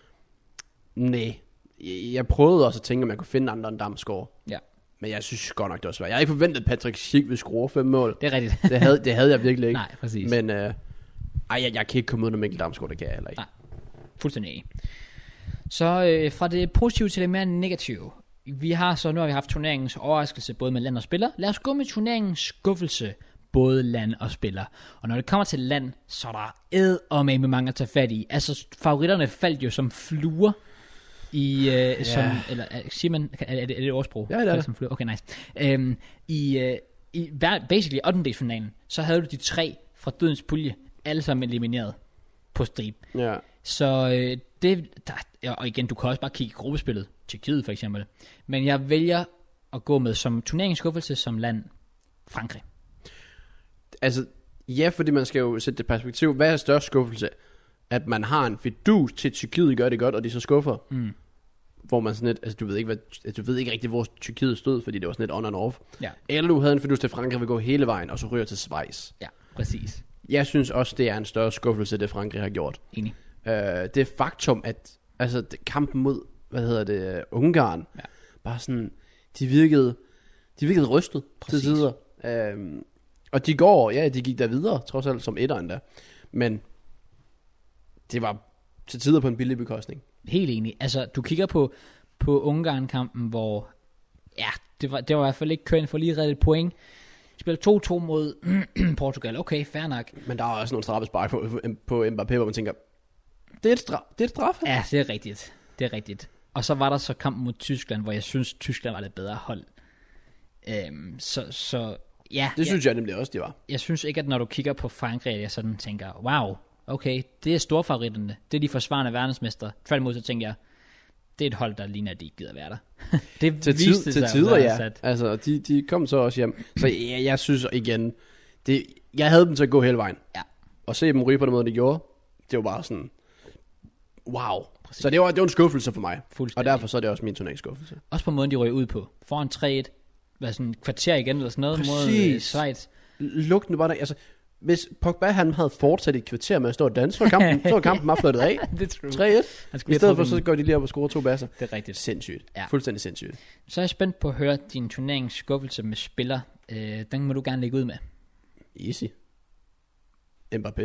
Nej. Jeg prøvede også at tænke, om jeg kunne finde andre end Damsgaard. Ja. Men jeg synes godt nok, det var svært. Jeg havde ikke forventet, at Patrick Schick ville score 5 mål. Det er rigtigt. det havde jeg virkelig ikke. Nej, præcis. Men jeg kan ikke komme ud af Mikkel Damsgaard, det kan jeg heller ikke. Nej, fuldstændig enig. Så fra det positive til det mere negative. Nu har vi haft turneringens overraskelse både med land og spiller. Lad os gå med turneringens skuffelse, både land og spiller. Og når det kommer til land, så er der med mange at tage fat i. Altså favoritterne faldt jo som fluer i eller siger man, er det et ordsprog? Ja, det er det. Okay, nice. I basically 8. så havde du de 3 fra dødens pulje, alle sammen elimineret på stribe. Ja. Så og igen, du kan også bare kigge i gruppespillet, Tjekkiet for eksempel. Men jeg vælger at gå med som turneringsskuffelse som land Frankrig. Altså, ja, fordi man skal jo sætte det perspektiv. Hvad er størst skuffelse? At man har en fidus til Tjekkiet gør det godt, og de så skuffer. Hvor man sådan lidt, altså du ved ikke rigtig, hvor Tyrkiet stod, fordi det var sådan lidt on and off. Ja. Eller du havde en fidus til Frankrig, vil gå hele vejen, og så ryger til Schweiz. Ja, præcis. Jeg synes også, det er en større skuffelse, det Frankrig har gjort. Enig. Det faktum, at altså kampen mod, Ungarn, bare sådan, de virkede rystet til tider. Og de gik der videre, trods alt som etteren der. Men det var til tider på en billig bekostning. Helt enig. Altså, du kigger på Ungarn-kampen, hvor det var i hvert fald ikke køren for lige reddet point. De spiller 2-2 mod Portugal. Okay, fair nok. Men der er også nogle straffespark på Mbappé, hvor man tænker, det er et straf. Ja, det er rigtigt. Og så var der så kampen mod Tyskland, hvor jeg synes, Tyskland var lidt bedre hold. Det synes jeg nemlig også, de var. Jeg synes ikke, at når du kigger på Frankrig, jeg sådan tænker, wow, okay, det er storfavoritterne. Det er de forsvarende verdensmestre. Tværtimod så tænker jeg, det er et hold, der ligner, at de ikke gider være der. Det viste sig til tider, ja. Altså, de kom så også hjem. Så jeg synes igen, jeg havde dem til at gå hele vejen. Ja. Og se dem ryge på den måde, de gjorde, det var bare sådan, wow. Præcis. Så det var en skuffelse for mig. Og derfor så er det også min turneringsskuffelse. Også på måden, de røg ud på. Foran 3-1, sådan et kvarter igen eller sådan noget. Præcis. Mod Schweiz. Lugten var der, altså, hvis Pogba han havde fortsat i et kvarter med at stå og danse, så var kampen bare flyttet af. Det er true. 3-1. I stedet for, så går de lige op og scorer 2 basser. Det er rigtigt. Sindssygt. Ja. Fuldstændig sindssygt. Så er jeg spændt på at høre din turneringsskuffelse med spiller. Den må du gerne lægge ud med. Easy. Mbappé. Det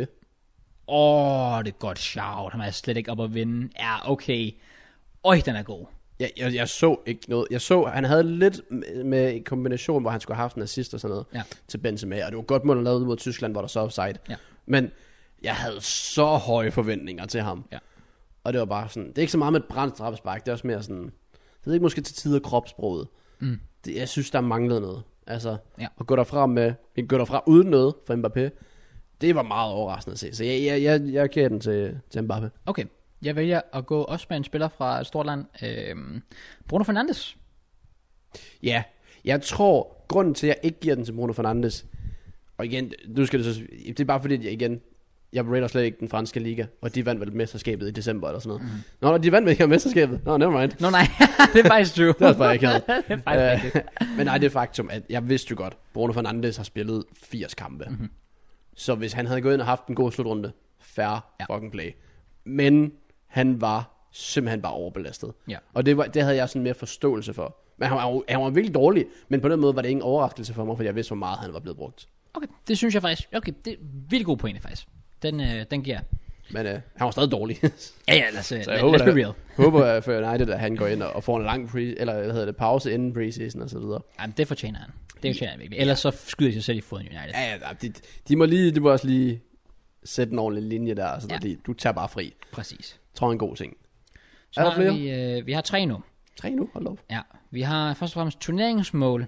er godt shout. Han er slet ikke op at vinde. Ja, okay. Den er god. Jeg så ikke noget. Han havde lidt med en kombination, hvor han skulle have haft en assist og sådan noget til Benzema. Og det var godt mål, han lavede mod Tyskland, hvor der så offside. Ja. Men jeg havde så høje forventninger til ham. Ja. Og det var bare sådan, det er ikke så meget med et brændt straffespark. Det er også mere sådan, det er ikke måske til tider kropssproget. Jeg synes, der manglede noget. Altså, at gå derfra uden noget for Mbappé, det var meget overraskende at se. Så jeg giver den til Mbappé. Okay. Jeg vælger at gå også med en spiller fra et stort land. Bruno Fernandes. Ja, jeg tror, grunden til, at jeg ikke giver den til Bruno Fernandes, og igen, nu skal det så, det er bare fordi, jeg rater slet ikke den franske liga, og de vandt vel mesterskabet i december eller sådan noget. Nå, de vandt vel ikke mesterskabet? Nå, never mind. Nå nej, det er faktisk true. Det er bare ikke havde. Det er faktisk rigtigt. Men nej, det er faktum, at jeg vidste jo godt, Bruno Fernandes har spillet 80 kampe. Så hvis han havde gået ind og haft en god slutrunde, fair fucking play. Men han var simpelthen bare overbelastet. Ja. Og det havde jeg sådan mere forståelse for. Men han var virkelig dårlig, men på den måde var det ingen overraskelse for mig, for jeg vidste, hvor meget han var blevet brugt. Okay, det synes jeg faktisk. Okay, det er virkelig god pointe faktisk. Den giver. Men han var stadig dårlig. Så jeg håber, jeg håber for United, at han går ind og får en lang pause inden preseason og så videre. Jamen, det fortjener han. Det fortjener han virkelig. Ellers så skyder de sig selv i foden United. Ja, de må også lige sætte en ordentlig linje der, så du tager bare fri. Præcis. Jeg tror en god ting. Så har vi har 3 nu. 3 nu? Hold op. Ja, vi har først og fremmest turneringsmål.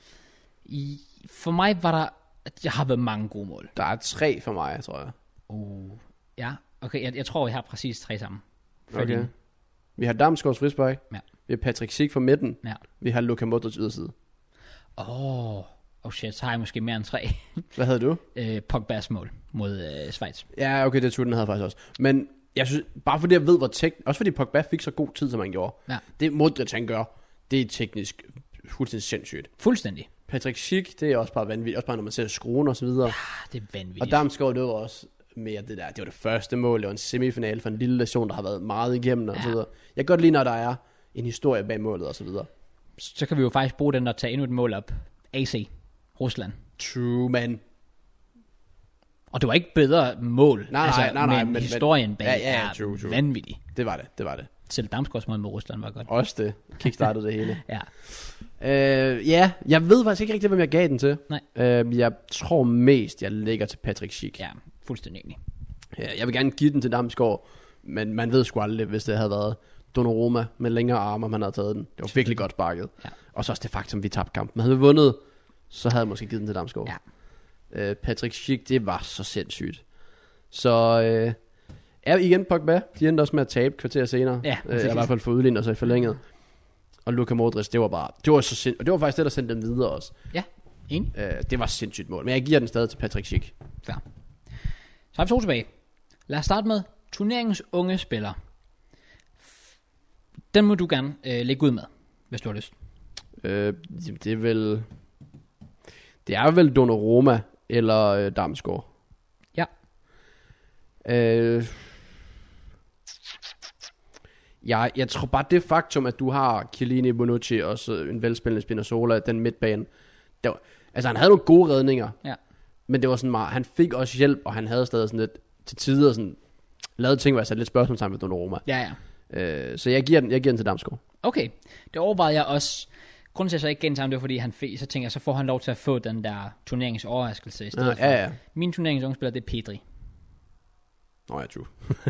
For mig var der har været mange gode mål. Der er 3 for mig, tror jeg. Ja, okay, jeg tror, vi har præcis 3 sammen. Okay. Vi har Damsgaards frispark. Ja. Vi har Patrick Schick fra midten. Ja. Vi har Luka Modric yderside. Shit, så har jeg måske mere end 3. Hvad havde du? Pogba's mål mod Schweiz. Ja, okay, det den havde faktisk også. Men jeg synes, bare fordi jeg ved, hvor også fordi Pogba fik så god tid, som han gjorde. Ja. Det Modric, han gør, det er teknisk fuldstændig sindssygt. Fuldstændig. Patrick Schick, det er også bare vanvittigt. Også bare, når man ser skruen og så videre. Ja, det er vanvittigt. Og Damsgaard, det var også mere det der. Det var det første mål. Det var en semifinale for en lille nation, der har været meget igennem og så videre. Jeg kan godt lide, når der er en historie bag målet og så videre. Så kan vi jo faktisk bruge den og tage endnu et mål op. AC. Rusland. True, man. Og det var ikke bedre mål. Nej, men historien bag true. Vanvittig. Det var det. Selv Damsgaards mål med Rusland var godt. Også det. Kickstartede det hele. Ja. Jeg ved faktisk ikke rigtig, hvem jeg gav den til. Nej. Jeg tror mest, jeg lægger til Patrick Schick. Ja, fuldstændig enig. Jeg vil gerne give den til Damsgaard, men man ved sgu aldrig, hvis det havde været Donnarumma med længere arme, man havde taget den. Det var virkelig godt sparket. Ja. Og så også det faktum, vi tabte kampen. Havde vi vundet, så havde jeg måske givet den til Damsgaard. Ja. Patrick Schick, det var så sindssygt. Så igen Pogba, de endte også med at tabe kvarter senere. Ja, i hvert fald for udlignet og så i forlænget. Og Luka Modric, det var så sindssygt. Og det var faktisk det, der sendte dem videre også. Ja, enig. Det var sindssygt mål. Men jeg giver den stadig til Patrick Schick. Ja. Så har vi 2 tilbage. Lad os starte med turneringens unge spiller. Den må du gerne lægge ud med, hvis du har lyst. Det er vel Donnarumma eller Damsgaard. Ja. Jeg tror bare det faktum, at du har Chiellini, Bonucci og så en velspillende Spinazzola, den midtbane. Han havde nogle gode redninger. Ja. Men det var sådan meget, han fik også hjælp, og han havde stadig sådan lidt til tider sådan lavet ting, hvor jeg satte lidt spørgsmålstegn med Donnarumma. Ja. Så jeg giver den til Damsgaard. Okay, det overvejede jeg også. Grunden til at jeg så ikke gennem det var fordi han fik, så tænker jeg, så får han lov til at få den der turneringsoverraskelse i stedet for. Ja. Min turneringsunspiller, det er Pedri. Nå, jeg tror.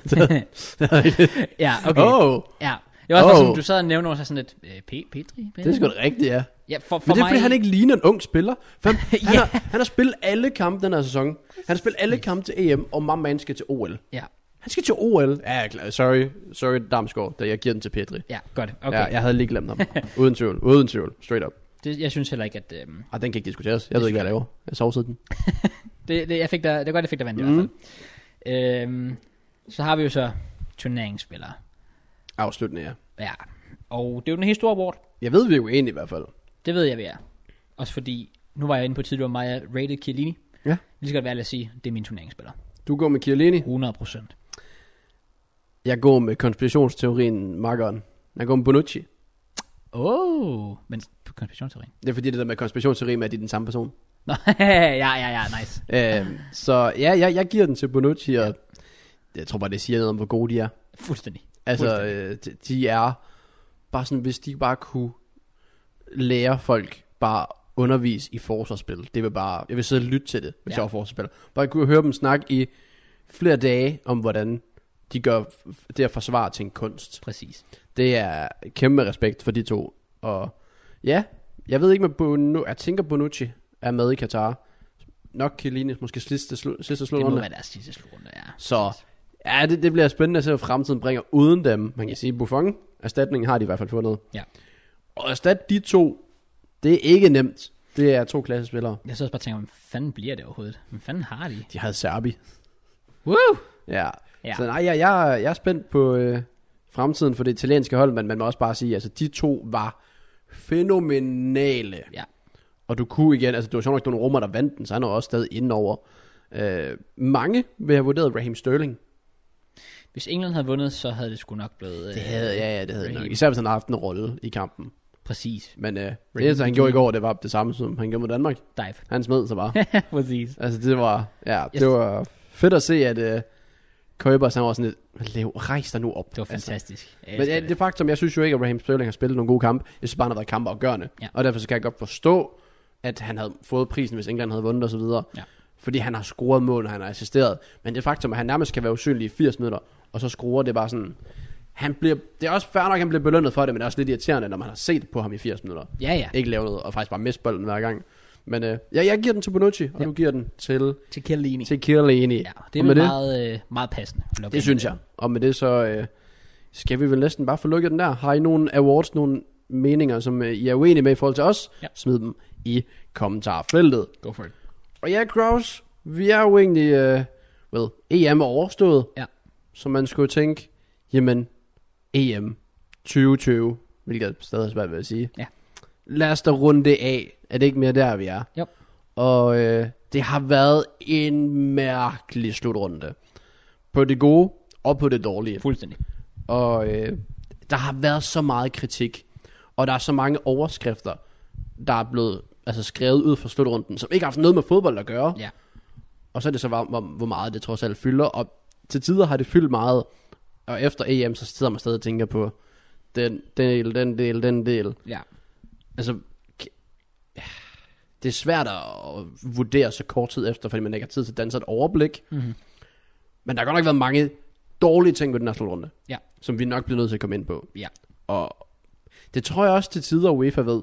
Ja, okay. Ja. Det var også sådan, du sad og nævnte også sådan lidt, Pedri? Det er sgu da rigtigt, ja. Ja, for men det er mig... fordi, han ikke ligner en ung spiller. For han har spillet alle kampe den her sæson. Han har spillet alle kampe til EM, og mamma skal til OL. Ja. Han skal til OL. Ja, klar. Sorry Damsgaard, da jeg giver den til Pedri. Ja, godt. Okay. Ja, jeg havde lige glemt ham. Uden tvivl. Straight up. Jeg synes heller ikke, at... den kan ikke diskuteres. Jeg ved ikke, hvad jeg laver. Jeg sovsede den. det er godt, jeg fik der vandt i hvert fald. Så har vi jo så turneringsspillere. Afsluttende, ja. Ja, og det er jo den helt store award. Jeg ved, vi er jo enige i hvert fald. Det ved jeg, vi er. Også fordi, nu var jeg inde på tidligere, hvor meget jeg rated Chiellini. Ja. Lige så godt være at sige, det er min turneringsspiller. Du går med Chiellini? 100%. Jeg går med konspirationsteorien makkeren. Jeg går med Bonucci. Men konspirationsteorien. Det er fordi det der med konspirationsteori med, at de er den samme person. Nå, ja, nice. Så ja, jeg giver den til Bonucci, og jeg tror bare, det siger noget om, hvor gode de er. Fuldstændig. Altså, de er bare sådan, hvis de bare kunne lære folk bare undervise i forsvarsspil. Det vil bare, jeg vil sidde og lytte til det, hvis jeg var forsvarsspiller. Bare kunne høre dem snakke i flere dage om, hvordan de gør det at forsvare til en kunst. Præcis. Det er kæmpe respekt for de to. Og ja, jeg ved ikke med jeg tænker Bonucci er med i Qatar. Nok Chiellini måske sidste slutrunde. Det må være deres sidste slutrunde, ja. Så ja, det bliver spændende at se, hvad fremtiden bringer uden dem. Man kan sige, Buffon, erstatningen har de i hvert fald fundet. Ja. Og erstatte de to, det er ikke nemt. Det er 2 klassespillere. Jeg så også bare tænker, hvad fanden bliver det overhovedet? Hvad fanden har de? De havde Serbi. Woo! Ja. Så nej, jeg er spændt på fremtiden for det italienske hold, men man må også bare sige, altså de to var fænomenale. Ja. Og du kunne igen, altså det var sjovt nok nogle rummer, der vandt den, så han er også stadig indenover. Mange vil have vurderet Raheem Sterling. Hvis England havde vundet, så havde det sgu nok blevet... det havde det nok. Især hvis han havde haft en rolle i kampen. Præcis. Men det eneste, han gjorde i går, det var det samme, som han gjorde mod Danmark. Dive. Han smed sig bare. Præcis. Altså det var, det var fedt at se, at Købers, han var sådan lidt, rejs dig nu op. Det var fantastisk. Men det faktum, jeg synes jo ikke, at Raheem Sterling har spillet nogle gode kampe. Jeg synes bare, han har været kampe afgørende. Ja. Og derfor så kan jeg godt forstå, at han havde fået prisen, hvis England havde vundet osv. Ja. Fordi han har scoret mål, og han har assisteret. Men det faktum, at han nærmest kan være usynlig i 80 minutter, og så scorer det bare sådan... det er også fair nok, at han bliver belønnet for det, men det er også lidt irriterende, når man har set på ham i 80 minutter. Ja. Ikke lave noget, og faktisk bare miste bolden hver gang. Men jeg giver den til Bonucci, og du giver den til Chiellini. Til Chiellini. Ja, det er meget passende. Det synes jeg. Og med det så skal vi vel næsten bare få lukket den der. Har I nogle awards, nogle meninger, som I er uenige med i forhold til os? Ja. Smid dem i kommentarfeltet. Go for it. Og ja, Kraus, vi er jo egentlig EM er overstået. Ja. Så man skulle tænke, jamen EM 2020, hvilket stadig er svært ved at sige. Ja. Lad os da runde det af. Er det ikke mere der, vi er? Jo. Og det har været en mærkelig slutrunde. På det gode og på det dårlige. Fuldstændig. Og der har været så meget kritik. Og der er så mange overskrifter, der er blevet skrevet ud fra slutrunden, som ikke har haft noget med fodbold at gøre. Ja. Og så er det så, hvor meget det trods alt fylder. Og til tider har det fyldt meget. Og efter EM, så sidder man stadig og tænker på den del. Ja. Altså, det er svært at vurdere så kort tid efter, fordi man ikke har tid til at danse et overblik. Mm-hmm. Men der har godt nok været mange dårlige ting ved den her slutrunde, ja, som vi nok bliver nødt til at komme ind på. Ja. Og det tror jeg også til tider UEFA ved.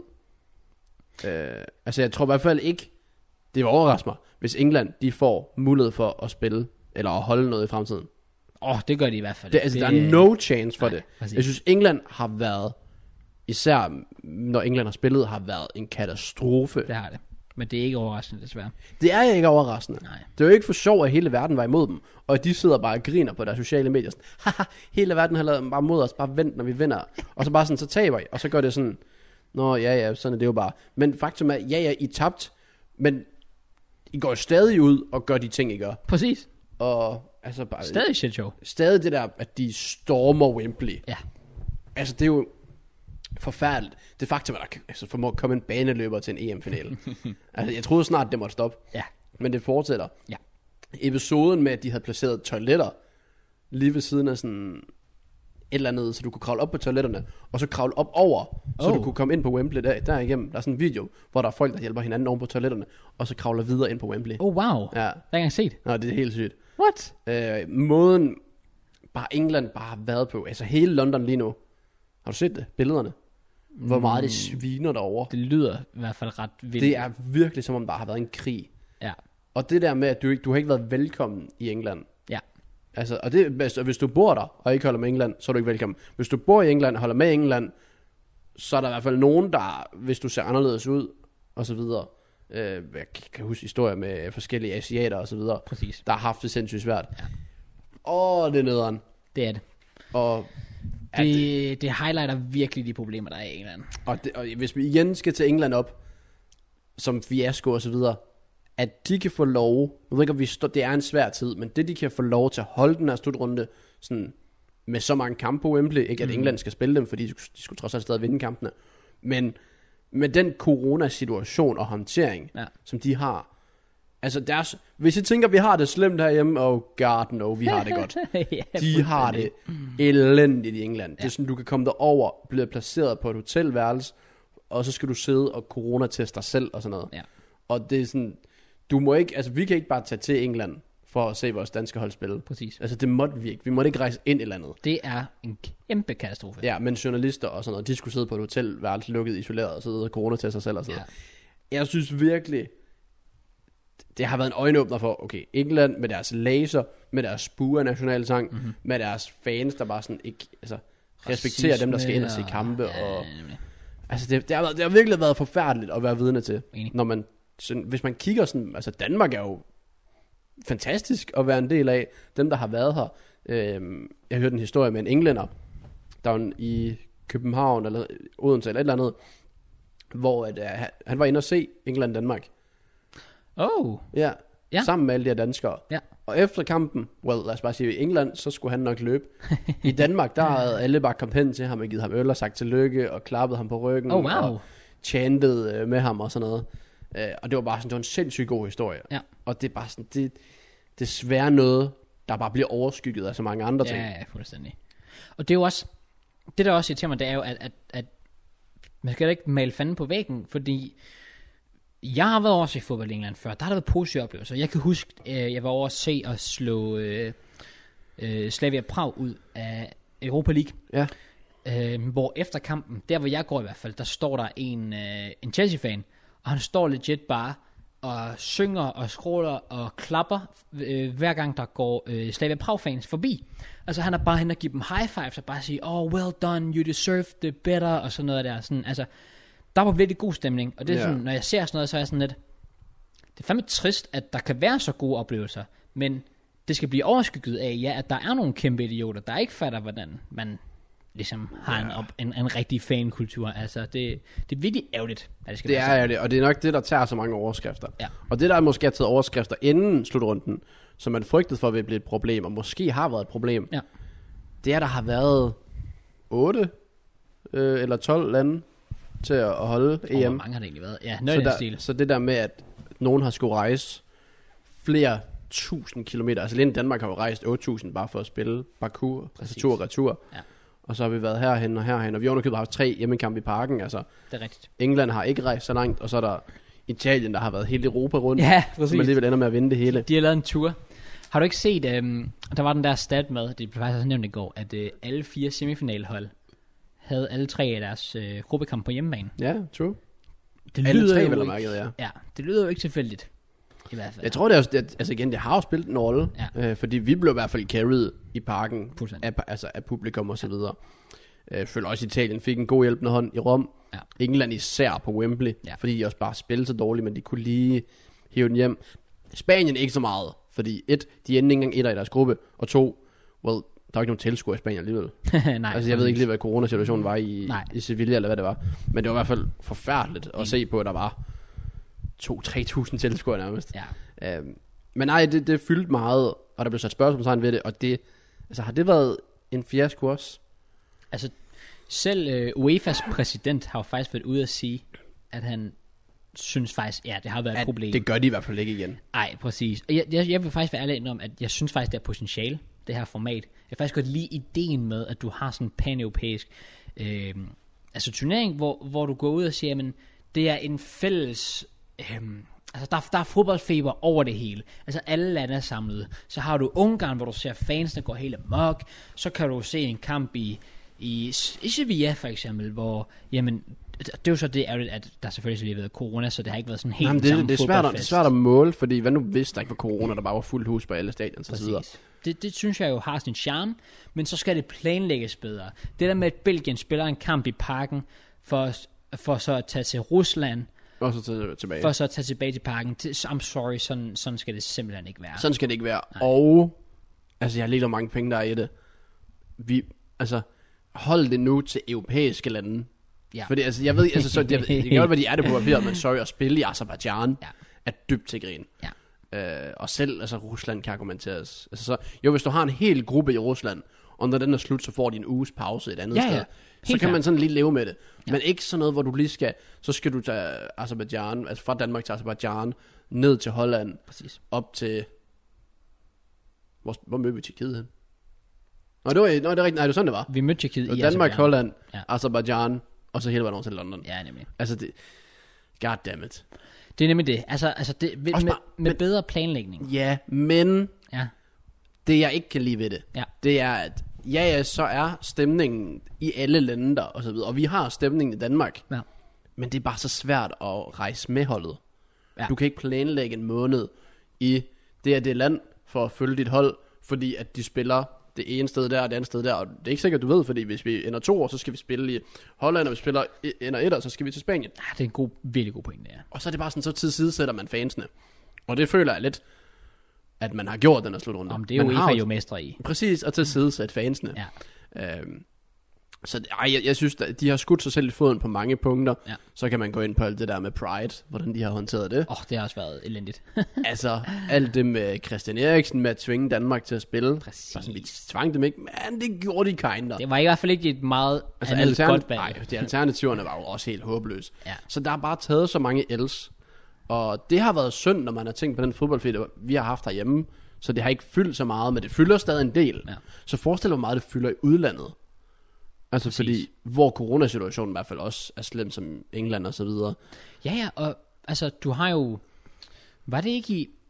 Jeg tror i hvert fald ikke, det vil overraske mig, hvis England de får mulighed for at spille, eller at holde noget i fremtiden. Det gør de i hvert fald. Der er no chance for det. Præcis. Jeg synes, England har været, især når England har spillet, har været en katastrofe. Det har det. Men det er ikke overraskende, desværre. Det er ikke overraskende. Nej. Det er jo ikke for sjov, at hele verden var imod dem. Og de sidder bare og griner på deres sociale medier. Sådan, haha, hele verden har lavet bare mod os. Bare vent, når vi vinder. Og så bare sådan, så taber I. Og så gør det sådan, nå ja, sådan er det jo bare. Men faktum er, ja, I tabt. Men I går jo stadig ud og gør de ting, I gør. Præcis. Og altså bare... Stadig shit show. Stadig det der, at de stormer Wembley. Ja. Altså, det er jo forfærdeligt. Det faktum, at der formår at komme en baneløber til en EM-finale. Altså, jeg troede snart, det måtte stoppe. Ja. Men det fortsætter. Ja. Episoden med, at de havde placeret toiletter lige ved siden af sådan et eller andet, så du kunne kravle op på toiletterne, og så kravle op over, så du kunne komme ind på Wembley der igennem. Der er sådan en video, hvor der er folk, der hjælper hinanden over på toiletterne, og så kravler videre ind på Wembley. Wow. Ja. Det har jeg ikke set. Nå, det er helt sygt. What? Måden bare England bare har været på, altså hele London lige nu. Har du set det? Billederne? Hvor meget det sviner derovre. Det lyder i hvert fald ret vildt. Det er virkelig som om der har været en krig. Ja. Og det der med at du har ikke været velkommen i England. Ja. Altså, og det, hvis du bor der og ikke holder med England, så er du ikke velkommen. Hvis du bor i England og holder med England, så er der i hvert fald nogen der, hvis du ser anderledes ud og så videre. Jeg kan huske historier med forskellige asiater og så videre. Præcis. Der har haft det sindssygt svært. Ja. Det er nederen. Det er det. Og det highlighter virkelig de problemer, der er i England. Og hvis vi igen skal til England op, som fiasko og så videre, at de kan få lov, jeg ved ikke, om det er en svær tid, men det de kan få lov til at holde den her slutrunde, sådan med så mange kampe på Wembley, ikke at England skal spille dem, fordi de skulle trods alt stadig vinde kampene, men med den coronasituation og håndtering, som de har, altså hvis I tænker, vi har det slemt herhjemme, oh god no, vi har det godt. De har det elendigt i England. Det er sådan, du kan komme derover, blive placeret på et hotelværelse, og så skal du sidde og coronateste dig selv og sådan noget. Ja. Og det er sådan, du må ikke, altså vi kan ikke bare tage til England for at se vores danske hold spille. Præcis. Altså det måtte vi ikke. Vi måtte ikke rejse ind i landet. Det er en kæmpe katastrofe. Ja, men journalister og sådan noget, de skulle sidde på et hotelværelse, lukket, isoleret, og sidde og coronateste sig selv og sådan noget. Jeg synes virkelig, det har været en øjenåbner for, okay, England med deres laser, med deres spure nationalsang, med deres fans, der bare sådan ikke, altså respekterer dem, der skal ind og se kampe. Og, altså det har virkelig været forfærdeligt at være vidne til. Når man, sådan, hvis man kigger sådan, altså Danmark er jo fantastisk at være en del af, dem der har været her. Jeg hørte en historie med en englænder, der var i København, eller Odense, eller et eller andet, hvor han var inde og se England-Danmark. Ja, sammen med alle de her danskere. Ja. Og efter kampen, lad os bare sige i England, så skulle han nok løbe. I Danmark, der havde alle bare kommet hen til ham og givet ham øl og sagt tillykke og klappet ham på ryggen og chantet med ham og sådan noget. Og det var bare sådan, det var en sindssygt god historie. Ja. Og det er bare sådan, det er desværre noget, der bare bliver overskygget af så mange andre ting. Ja, fuldstændig. Og det er jo også, det der også irriterer mig, det er jo, at man skal da ikke male fanden på væggen, fordi jeg har været over at se fodbold i England før. Der har der været positive oplevelser. Jeg kan huske, jeg var over at se og slå Slavia Prag ud af Europa League. Ja. Hvor efter kampen, der hvor jeg går i hvert fald, der står der en Chelsea-fan, og han står legit bare og synger og skråler og klapper, hver gang der går Slavia Prag-fans forbi. Altså han er bare hen og giver dem high fives og bare sige, oh well done, you deserve the better, og sådan noget der. Sådan, altså, der var virkelig god stemning, og det er sådan, når jeg ser sådan noget, så er jeg sådan lidt, det er fandme trist, at der kan være så gode oplevelser, men det skal blive overskygget af, at der er nogle kæmpe idioter, der ikke fatter, hvordan man ligesom har en rigtig fankultur. Altså, det er virkelig ærgerligt, at det skal være sådan. Det, og det er nok det, der tager så mange overskrifter. Ja. Og det, der måske har taget overskrifter inden slutrunden, som man frygtede for, at det blive et problem, og måske har været et problem, det er, der har været 8 eller 12 lande til at holde EM. Hvor mange har det egentlig været? Ja, så det der med, at nogen har skulle rejse flere 1000 kilometer, altså lige Danmark har jo rejst 8000 bare for at spille Baku, altså tur og retur. Ja. Og så har vi været herhen, og vi har underkøbet haft 3 hjemmekampe i Parken, altså. Det er rigtigt. England har ikke rejst så langt, og så er der Italien, der har været hele Europa rundt, som alligevel ender med at vinde det hele. De har lavet en tur. Har du ikke set, der var den der stat med, det blev faktisk nævnt i går, at alle 4 semifinalhold havde alle 3 af deres gruppekamp på hjemmebane. Ja, true. Det alle 3 vel mærket, ja, det lyder jo ikke tilfældigt. I hvert fald. Jeg tror det er også, altså igen, det har jo spillet en rolle, fordi vi blev i hvert fald carried i Parken af publikum og så videre. Føler også Italien fik en god hjælpende hånd i Rom. Ja. England især på Wembley, fordi de også bare spillede så dårligt, men de kunne lige hive den hjem. Spanien ikke så meget, fordi de endte ikke engang 1 i deres gruppe, og 2, der var ikke nogen tilskuere i Spanien alligevel. Nej, altså jeg ved ikke lige, hvad coronasituationen var i Sevilla, eller hvad det var. Men det var i hvert fald forfærdeligt at se på, at der var 2-3.000 tilskuere nærmest. Ja. Men nej, det fyldte meget, og der blev sat spørgsmålstegn ved det, og det, altså har det været en fiasko også? Altså, selv UEFA's præsident har jo faktisk været ude at sige, at han synes faktisk, det har været et problem. Det gør de i hvert fald ikke igen. Nej, præcis. Og jeg vil faktisk være ærlig om, at jeg synes faktisk, det er potentiale, det her format. Jeg kan faktisk godt lide ideen med, at du har sådan en pan-europæisk turnering, hvor du går ud og siger, men det er en fælles... altså der er fodboldfeber over det hele. Altså alle lande er samlet. Så har du Ungarn, hvor du ser fansene gå helt amok. Så kan du se en kamp i Sevilla for eksempel, hvor jamen det er jo så det ærgerligt, at der selvfølgelig lige har været corona, så det har ikke været sådan helt samme fodboldfest. Det er svært at måle, fordi hvad nu hvis der ikke var corona, der bare var fuldt hus på alle stadion og så videre. Det synes jeg jo har sin charme, men så skal det planlægges bedre. Det der med, at Belgien spiller en kamp i Parken for så at tage til Rusland, og så tilbage. For så at tage tilbage til Parken. I'm sorry, sådan skal det simpelthen ikke være. Sådan skal det ikke være. Nej. Og altså jeg har lidt mange penge der i det. Hold det nu til europæiske lande. Ja. Fordi altså jeg ved, altså så jeg kan godt være de er det på papiret, men sorry at spille i Azerbaijan. er dybt til grin. Ja. Og selv altså Rusland kan argumenteres. Altså, så, jo, hvis du har en hel gruppe i Rusland, og når den er slut, så får de en uges pause et andet sted. Så kan man sådan lige leve med det. Ja. Men ikke sådan noget, hvor du lige skal, så skal du tage Aserbajdsjan, altså fra Danmark til Aserbajdsjan, ned til Holland, præcis, op til, hvor mødte vi Tjekkiet hen? Det er rigtigt, nej, det var sådan, det var. Vi mødte Tjekkiet i Danmark, Holland, Aserbajdsjan, og så hele vejen over til London. Ja, nemlig. Altså det, goddammit. Det er nemlig det. Altså det, med bedre planlægning. Ja, men det jeg ikke kan lide ved det, det er, at så er stemningen i alle lande der, og så videre. Og vi har stemningen i Danmark. Ja. Men det er bare så svært at rejse med holdet. Ja. Du kan ikke planlægge en måned i det land for at følge dit hold, fordi at de spiller det ene sted der og det andet sted der. Og det er ikke sikkert, du ved, fordi hvis vi ender 2 år, så skal vi spille i Holland, og vi spiller ender 1 år, så skal vi til Spanien. Ja, det er en virkelig god pointe, ja. Og så er det bare sådan, så tilsidesætter man fansene. Og det føler jeg lidt, at man har gjort den her slutrunde. Om det er jo UEFA jo mestre i. Præcis, og tilsidesætte fansene. Ja. Så jeg synes, at de har skudt sig selv i foden på mange punkter. Ja. Så kan man gå ind på alt det der med Pride, hvordan de har håndteret det. Det har også været elendigt. Altså, alt det med Christian Eriksen, med at tvinge Danmark til at spille. Præcis. Sådan, vi tvang dem ikke, men det gjorde de kinder. Det var i hvert fald ikke et meget godt valg. Nej, de alternativerne var jo også helt håbløse. Ja. Så der er bare taget så mange els. Og det har været synd, når man har tænkt på den fodboldfeed, vi har haft herhjemme. Så det har ikke fyldt så meget, men det fylder stadig en del. Ja. Så forestil dig, hvor meget det fylder i udlandet. Altså fordi, hvor coronasituationen i hvert fald også er slem som England og så videre. Ja, og altså, du har jo... Var det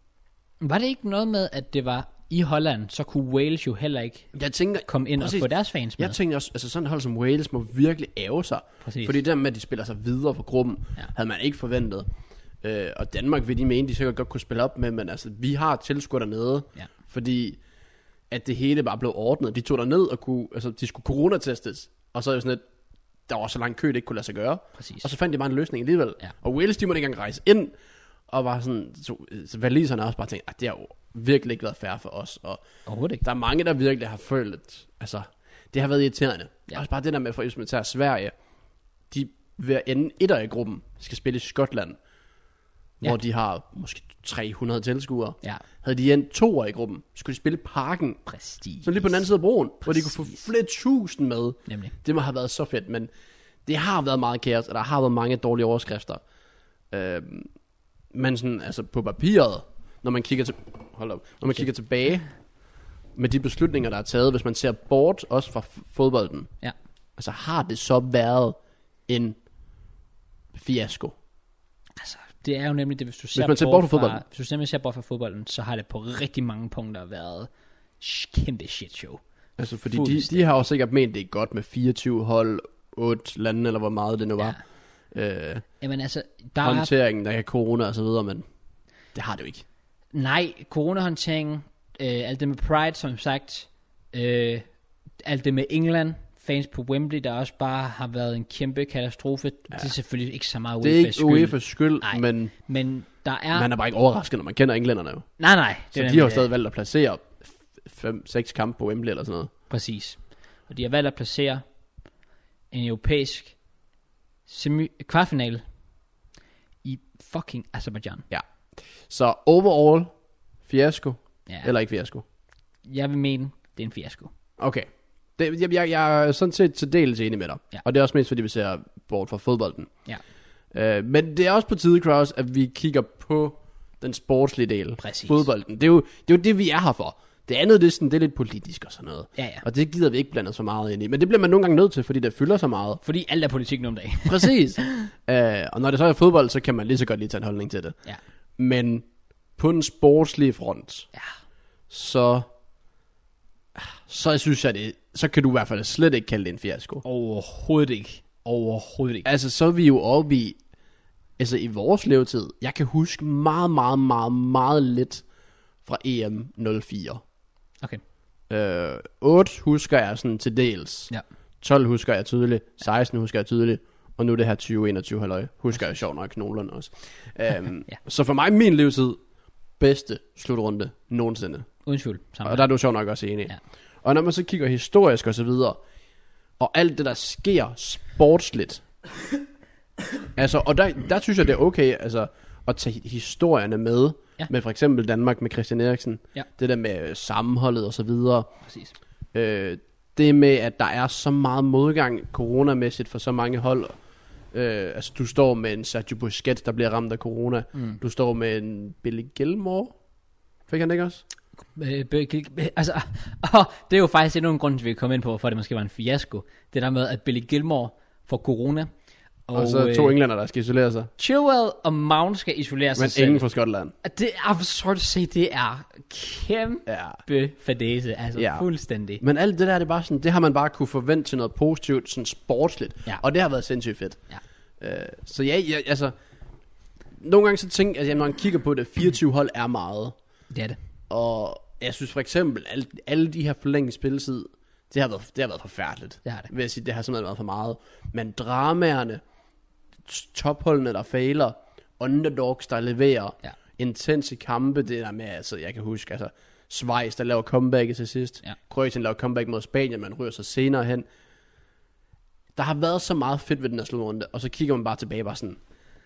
ikke noget med, at det var i Holland, så kunne Wales jo heller ikke komme ind og få deres fans med? Jeg tænker også, altså sådan et hold som Wales må virkelig ære sig. Præcis. Fordi det med, at de spiller sig videre på gruppen, havde man ikke forventet. Og Danmark vil de mene, de sikkert godt kunne spille op med, men altså, vi har tilskuere dernede, fordi at det hele bare blev ordnet. De tog derned og de skulle coronatestes, og så er det sådan lidt, der var så lang kø, det ikke kunne lade sig gøre. Præcis. Og så fandt de bare en løsning alligevel. Ja. Og Wales, de måtte ikke engang rejse ind, og var sådan, så waliserne også bare tænkte, at det har jo virkelig ikke været fair for os. Og der er mange, der virkelig har følt, at, altså, det har været irriterende. Ja. Også bare det der med, for hvis man tager Sverige, de ved ende etter i gruppen, skal spille i Skotland, hvor de har måske 300 tilskuere. Ja. Havde de endt 2 i gruppen, skulle de spille Parken. Præcis. Så lige på den anden side af broen, hvor de kunne få flere tusind med. Nemlig. Det må have været så fedt, men det har været meget kaos, og der har været mange dårlige overskrifter. Men sådan, altså på papiret, når man kigger tilbage med de beslutninger, der er taget, hvis man ser bort også fra fodbolden, altså har det så været en fiasko? Altså, det er jo nemlig det, hvis du ser bort fra fodbolden, så har det på rigtig mange punkter været kæmpe shit show. Altså, fordi de har også sikkert ment, det er godt med 24 hold, 8 lande, eller hvor meget det nu var. Jamen altså, håndteringen, der er corona og så videre, men det har det jo ikke. Nej, coronahåndteringen, alt det med Pride, som sagt, alt det med England, fans på Wembley, der også bare har været en kæmpe katastrofe. Det er selvfølgelig ikke så meget UEFA's skyld. Det er ikke UEFA's skyld, men der er... Man er bare ikke overrasket, når man kender englænderne jo. Nej. Så de har jo stadig valgt at placere 5-6 kampe på Wembley eller sådan noget. Præcis. Og de har valgt at placere en europæisk kvartfinale i fucking Aserbajdsjan. Ja. Så overall fiasko, eller ikke fiasko? Jeg vil mene, det er en fiasko. Okay. Jeg er sådan set til dels enig med dig. Ja. Og det er også mest fordi vi ser bort fra fodbolden. Ja. Men det er også på tide, Kraus, at vi kigger på den sportslige del. Præcis. Fodbolden. Det er jo det, vi er her for. Det andet, det er lidt politisk og sådan noget. Ja. Og det gider vi ikke blande så meget ind i. Men det bliver man nogle gange nødt til, fordi det fylder så meget. Fordi alt er politik nogle dage. Præcis. Og når det så er fodbold, så kan man lige så godt lige tage en holdning til det. Ja. Men på den sportslige front, så synes jeg så kan du i hvert fald slet ikke kalde det en fiasko. Overhovedet ikke. Altså så er vi jo oppe i, altså i vores levetid, jeg kan huske meget, meget, meget, meget lidt fra EM 04. Okay. 8 husker jeg sådan til dels. Ja. 12 husker jeg tydeligt. 16 husker jeg tydeligt. Og nu det her 2021 halløj husker jeg sjovt nok nogenlunde også. Så for mig, min levetid, bedste slutrunde nogensinde. Uden tvivl. Og der er du sjovt nok også enig. Ja. Og når man så kigger historisk og så videre, og alt det der sker sportsligt, altså, og der synes jeg det er okay, altså, at tage historierne med. Ja. Med for eksempel Danmark med Christian Eriksen. Ja. Det der med sammenholdet og så videre. Præcis. Det med, at der er så meget modgang coronamæssigt for så mange hold. Altså du står med en Sergio Busquets, der bliver ramt af corona. Du står med en Billy Gilmore. Fik han det ikke også? Altså, det er jo faktisk endnu en grund til, at vi kom ind på, hvorfor det måske var en fiasko. Det der med, at Billy Gilmore får corona. Og så 2 englænder, der skal isolere sig. Chilwell og Mount skal isolere sig selv. Men ingen fra Skotland. Det er, så du se, det er kæmpe fadese. Altså fuldstændig. Men alt det der, det er bare sådan, det har man bare kunne forvente til noget positivt, sådan sportsligt. Ja. Og det har været sindssygt fedt. Ja. Så altså, nogle gange så tænker jeg, når man kigger på det, 24 hold er meget. Det er det. Og jeg synes for eksempel, alle de her forlængede spilletid, det har været forfærdeligt. Det har det. Vil jeg sige, det har simpelthen været for meget. Men dramaerne, topholdene, der fejler, underdogs, der leverer, intense kampe, det der med, altså, jeg kan huske, altså, Schweiz, der laver comeback til sidst, Kroatien laver comeback mod Spanien, man ryger sig senere hen. Der har været så meget fedt ved den her slutrunde, og så kigger man bare tilbage, bare sådan,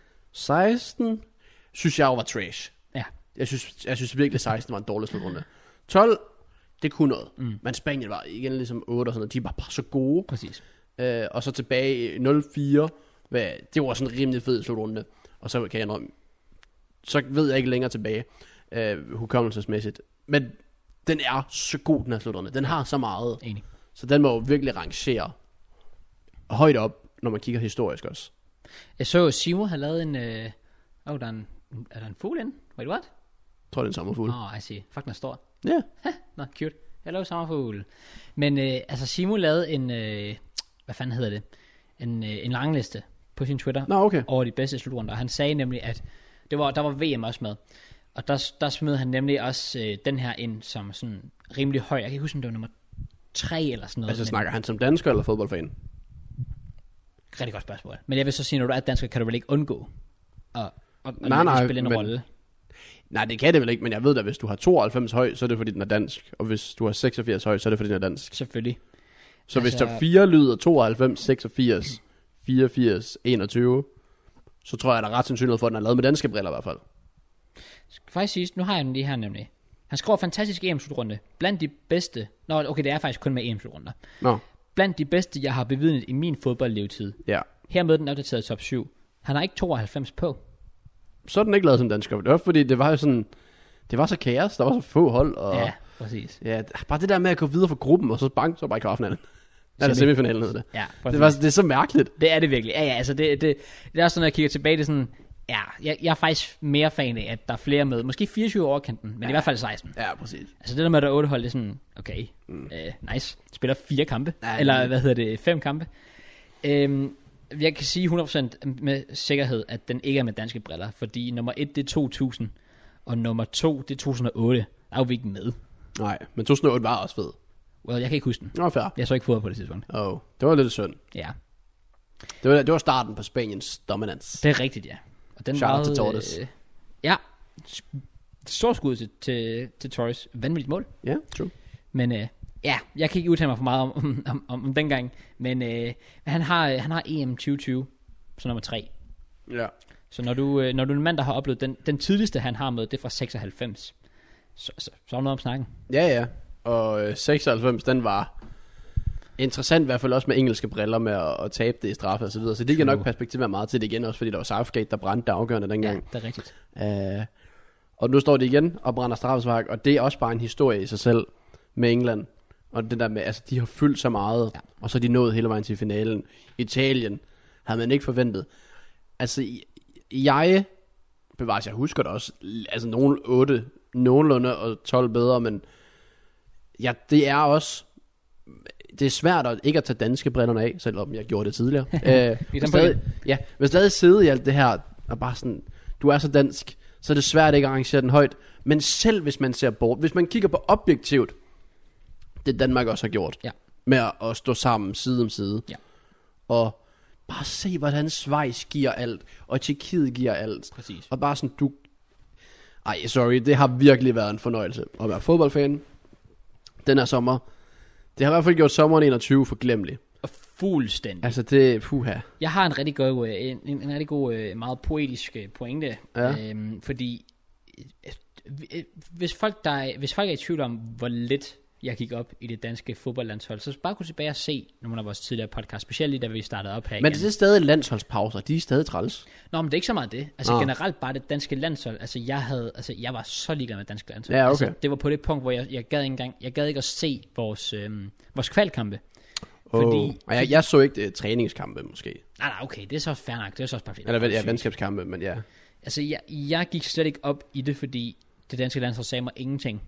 16, synes jeg jo var trash. Ja. Jeg synes virkelig, 16 var en dårlig slutrunde. 12, det kunne noget. Men Spanien var igen ligesom 8 og sådan noget, de var bare så gode. Præcis. Og så tilbage i 0-4, det var sådan en rimelig fed slutrunde. Og så kan jeg så ved jeg ikke længere tilbage, hukommelsesmæssigt. Men den er så god, den her slutrunde. Den har så meget. Enig. Så den må jo virkelig rangere højt op, når man kigger historisk også. Jeg så Simo har lavet en... er der en fugl inde? Wait, what? Jeg tror, det er en sommerfugl. I see. Fuck, den er stor. Ja. Yeah. Nå, cute. Hello, sommerfugl. Men altså, Simo lavede en... hvad fanden hedder det? En rangliste på sin Twitter. Okay. Over de bedste slutrunder. Han sagde nemlig, at der var VM også med. Og der smed han nemlig også den her ind som sådan rimelig høj. Jeg kan ikke huske, om det var nummer 3 eller sådan noget. Altså snakker han som dansker eller fodboldfan? Rigtig godt spørgsmål. Men jeg vil så sige, når du er dansker, kan du vel ikke undgå at spille en rolle? Nej, det kan det vel ikke, men jeg ved da, hvis du har 92 høj, så er det fordi, den er dansk. Og hvis du har 86 høj, så er det fordi, den er dansk. Selvfølgelig. Så hvis der 4 lyder 92, 86, 84, 21, så tror jeg, der er ret sandsynlighed for, at den er lavet med danske briller i hvert fald. Skal faktisk sige, nu har jeg den lige her nemlig. Han skriver fantastisk EM-slutrunde. Blandt de bedste... Nå, okay, det er faktisk kun med EM-slutrunder. Blandt de bedste, jeg har bevidnet i min fodboldlevetid. Ja. Hermed den opdaterede top 7. Han har ikke 92 på. Så er den ikke lavet som dansker. Det var fordi, det var jo sådan... Det var så kaos, der var så få hold. Og, ja, præcis. Ja, bare det der med at gå videre fra gruppen, og så bang, så bare i kvartfinalen. Eller semifinalen hed det. Ja, det er så mærkeligt. Det er det virkelig. Ja, altså det er også sådan, når jeg kigger tilbage, det er sådan... Ja, jeg er faktisk mere fan af, at der er flere med. Måske 24 overkanten, men i hvert fald 16. Ja, præcis. Altså det der med, at der er 8 hold, det er sådan, okay, nice. Spiller 4 kampe, eller 5 kampe. Jeg kan sige 100% med sikkerhed, at den ikke er med danske briller, fordi nummer 1, det er 2000, og nummer 2, det er 2008. Der er jo vi ikke med. Nej, men 2008 var også fed. Well, jeg kan ikke huske den. Nå, fair. Jeg så ikke fodbold på det tidspunkt. Det var lidt synd. Ja. Det var starten på Spaniens dominans. Det er rigtigt, ja. Og den shout out til Torres. Ja. Stor skud til Torres. Vanvittigt mål. Ja, true. Men jeg kan ikke udtale mig for meget om dengang. Men han har EM 2020 som nummer 3. Ja. Så når du er en mand, der har oplevet den tidligste, han har med, det er fra 96. Så er der noget om snakken. Ja. Og 96, den var interessant i hvert fald også med engelske briller med at tabe det i straffe og så videre. Så det kan nok perspektivere meget til det igen, også fordi der var Southgate, der brændte det afgørende dengang. Ja, det er rigtigt. Og nu står det igen og brænder straffespark, og det er også bare en historie i sig selv med England. Og det der med, altså de har fyldt så meget, og så er de nået hele vejen til finalen. Italien havde man ikke forventet. Altså jeg husker det også, altså nogle 8 nogenlunde og 12 bedre, men ja, det er også... Det er svært at ikke at tage danske brillerne af, selvom jeg gjorde det tidligere. Men stadig sidde i alt det her, og bare sådan, du er så dansk, så er det svært ikke at arrangere den højt. Men selv hvis man ser bort, hvis man kigger på objektivt, det Danmark også har gjort, med at stå sammen side om side, og bare se, hvordan Schweiz giver alt, og Tjekkiet giver alt. Præcis. Og bare sådan, det har virkelig været en fornøjelse at være fodboldfan den her sommer. Det har i hvert fald gjort sommeren 21 forglemmelig. Og Fuldstændig. Altså det, puha. Jeg har en rigtig god, meget poetisk pointe, fordi hvis folk er i tvivl om, hvor lidt jeg gik op i det danske fodboldlandshold, så bare kunne tilbage og se nogle af vores tidligere podcast, specielt lige da vi startede op her igen. Men det er stadig landsholdspauser, de er stadig træls. Nå, men det er ikke så meget det. Altså generelt bare det danske landshold. Altså jeg var så ligeglad med danske landshold. Ja, okay. Altså, det var på det punkt, hvor jeg gad ikke at se vores kvalkampe. Fordi jeg så ikke træningskampe måske. Nej, okay, det er så fair nok. Det er så også bare fedt. Eller venskabskampe, men ja. Altså jeg gik slet ikke op i det, fordi det danske landshold sagde mig ingenting.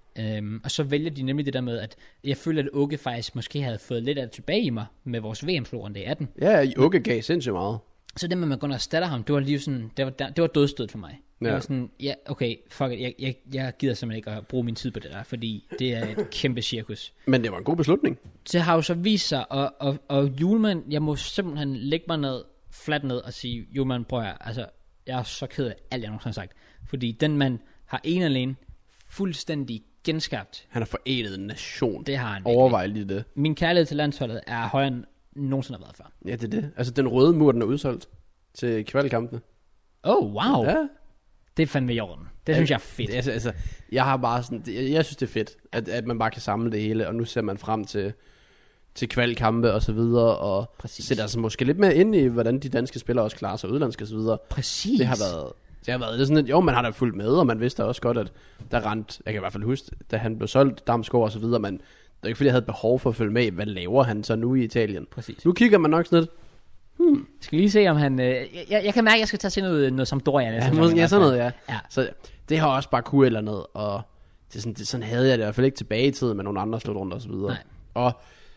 Og så vælger de nemlig det der med, at jeg føler, at Åke faktisk måske havde fået lidt af det tilbage i mig med vores VM-slutrunde i 18. Ja, Åke gav sindssygt meget. Så det med, at man går og erstatter ham, det var lige sådan, det var dødstødt for mig. Ja. Det var sådan, ja, okay, fuck it, jeg gider simpelthen ikke at bruge min tid på det der, fordi det er et kæmpe cirkus. Men det var en god beslutning. Det har jo så vist sig, og Hjulmand, jeg må simpelthen lægge mig fladt ned og sige, Hjulmand, prøv at, altså, jeg er så ked af alt, jeg nogensinde har sagt. Fordi den mand har en alene fuldstændig genskabt. Han har forenet en nation. Det har han. Overvej lige det. Min kærlighed til landsholdet er højere end nogensinde har været før. Ja, det er det. Altså, den røde mur, den er udsolgt til kvalkampene. Wow. Ja. Det er fandme i orden. Det synes jeg er fedt. Altså, jeg har bare sådan, jeg synes det er fedt, at man bare kan samle det hele, og nu ser man frem til kvalkampe og så videre, og sætter sig måske lidt mere ind i, hvordan de danske spillere også klarer sig udlandske og så videre. Præcis. Det har været det er sådan, at jo, man har da fulgt med, og man vidste også godt, at der rent, jeg kan i hvert fald huske, da han blev solgt, Damsgaard og så videre, men det er ikke fordi, jeg havde behov for at følge med, hvad laver han så nu i Italien. Præcis. Nu kigger man nok sådan lidt, skal lige se, om han... jeg kan mærke, at jeg skal tage til noget Sampdoria. Ja, sådan noget, ja. Så det har også bare kunne eller noget, og sådan havde jeg det i hvert fald ikke tilbage i tiden med nogle andre slutrunder og så videre. Nej. Og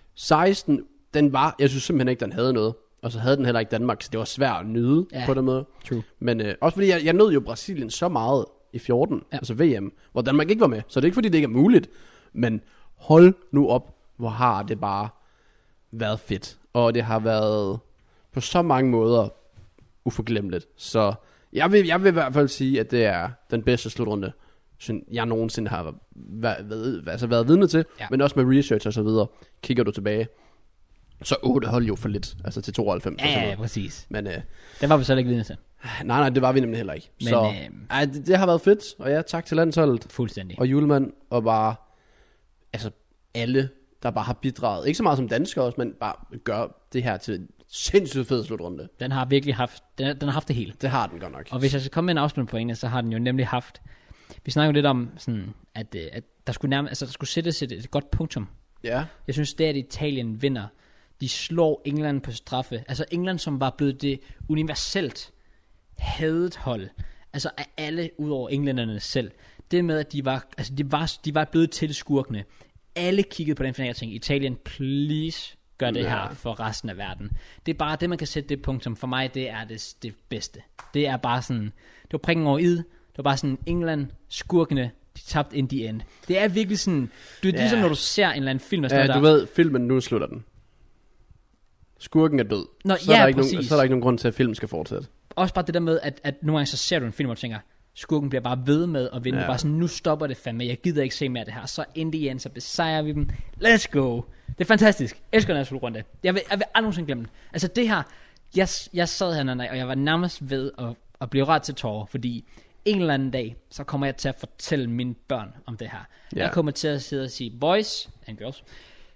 16, jeg synes simpelthen ikke, den havde noget. Og så havde den heller ikke Danmark, så det var svært at nyde på den måde. True. Men også fordi jeg nød jo Brasilien så meget i 14, altså VM, hvor Danmark ikke var med. Så det er ikke fordi, det ikke er muligt. Men hold nu op, hvor har det bare været fedt. Og det har været på så mange måder uforglemmeligt. Så jeg vil i hvert fald sige, at det er den bedste slutrunde, jeg nogensinde har været vidne til. Ja. Men også med research og så videre. Kigger du tilbage, så 8 hold jo for lidt, altså til 92. Ja, præcis. Men det var vi så ikke vidne til. Nej, det var vi nemlig heller ikke. Men, så det har været fedt, og ja, tak til landsholdet. Fuldstændig. Og Hjulmand, og bare, altså alle, der bare har bidraget. Ikke så meget som danskere også, men bare gør det her til en sindssygt fed slutrunde. Den har virkelig haft, den har haft det hele. Det har den godt nok. Og hvis jeg skal komme med en afslutning på en, så har den jo nemlig haft, vi snakker jo lidt om sådan, at der skulle nærmest, altså der skulle sættes et godt punktum. Ja. Jeg synes, det at Italien vinder, de slår England på straffe. Altså England, som var blevet det universelt hadet hold. Altså af alle, udover englænderne selv. Det med, at de var blevet til skurkene. Alle kiggede på den final og tænkte, Italien, please gør det her for resten af verden. Det er bare det, man kan sætte det punktum. For mig, det er det bedste. Det er bare sådan, det var prikken over id. Det var bare sådan, England, skurkene, de tabte in the end. Det er virkelig sådan, det er ligesom, når du ser en eller anden film. Ja, du ved, filmen, nu slutter den. Skurken er død. Så er der ikke nogen grund til, at filmen skal fortsætte. Også bare det der med, at nogle gange så ser du en film, og du tænker, skurken bliver bare ved med at vinde. Bare sådan, nu stopper det fandme. Jeg gider ikke se mere af det her. Så in the end, så besejrer vi dem. Let's go. Det er fantastisk. Jeg elsker den her slutrunde. Jeg vil aldrig nogensinde glemme den. Altså det her, jeg sad her, og jeg var nærmest ved at blive ret til tårer, fordi en eller anden dag, så kommer jeg til at fortælle mine børn om det her. Jeg kommer til at sidde og sige, boys and girls,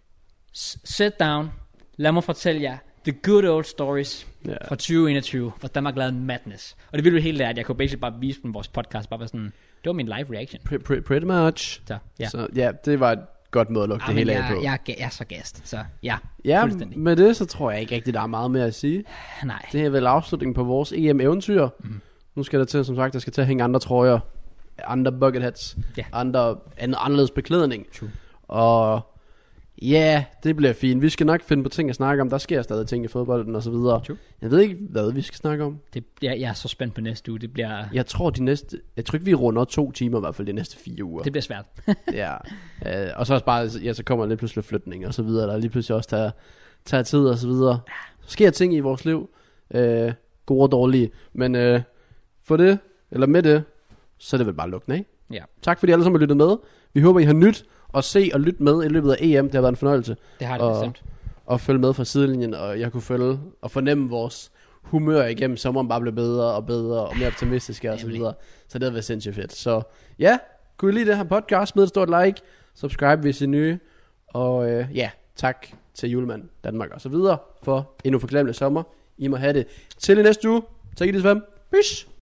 sit down. Lad mig fortælle jer the good old stories fra 2021, hvor Danmark lavede madness. Og det ville jo helt lære, at jeg kunne basically bare vise dem vores podcast, bare være sådan, det var min live reaction. Pretty much. Så ja, det var et godt måde at lukke det hele af på. Jeg er så gast, så ja, fuldstændig. Med det, så tror jeg ikke rigtig, der er meget mere at sige. Nej. Det er vel afslutningen på vores EM-eventyr. Nu skal der til, som sagt, der skal til at hænge andre trøjer, andre bucket hats, anderledes beklædning. True. Og ja, det bliver fint. Vi skal nok finde på ting at snakke om. Der sker stadig ting i fodbolden og så videre. True. Jeg ved ikke, hvad vi skal snakke om. Jeg er så spændt på næste uge. Det bliver... Jeg tror ikke, vi runder 2 timer i hvert fald de næste 4 uger. Det bliver svært. Ja. Og så også bare, så kommer lige pludselig flytning og så videre. Der lige pludselig også tager tid og så videre. Så sker ting i vores liv. Gode og dårlige. Men for det, eller med det, så er det vel bare lukken af. Ja. Tak fordi alle sammen har lyttet med. Vi håber, I har nyt at se og lytte med i løbet af EM. Det har været en fornøjelse. Det har det bestemt. og følge med fra sidelinjen, og jeg kunne følge og fornemme vores humør igennem sommeren bare blev bedre og bedre og mere optimistiske og så videre. Så det havde været sindssygt fedt. Så ja, kunne I lide det her podcast, smid et stort like, subscribe hvis I er nye, og ja, tak til Julemand Danmark og så videre for endnu forglemmelig sommer. I må have det til i næste uge. Tak i det, Svend. Peace.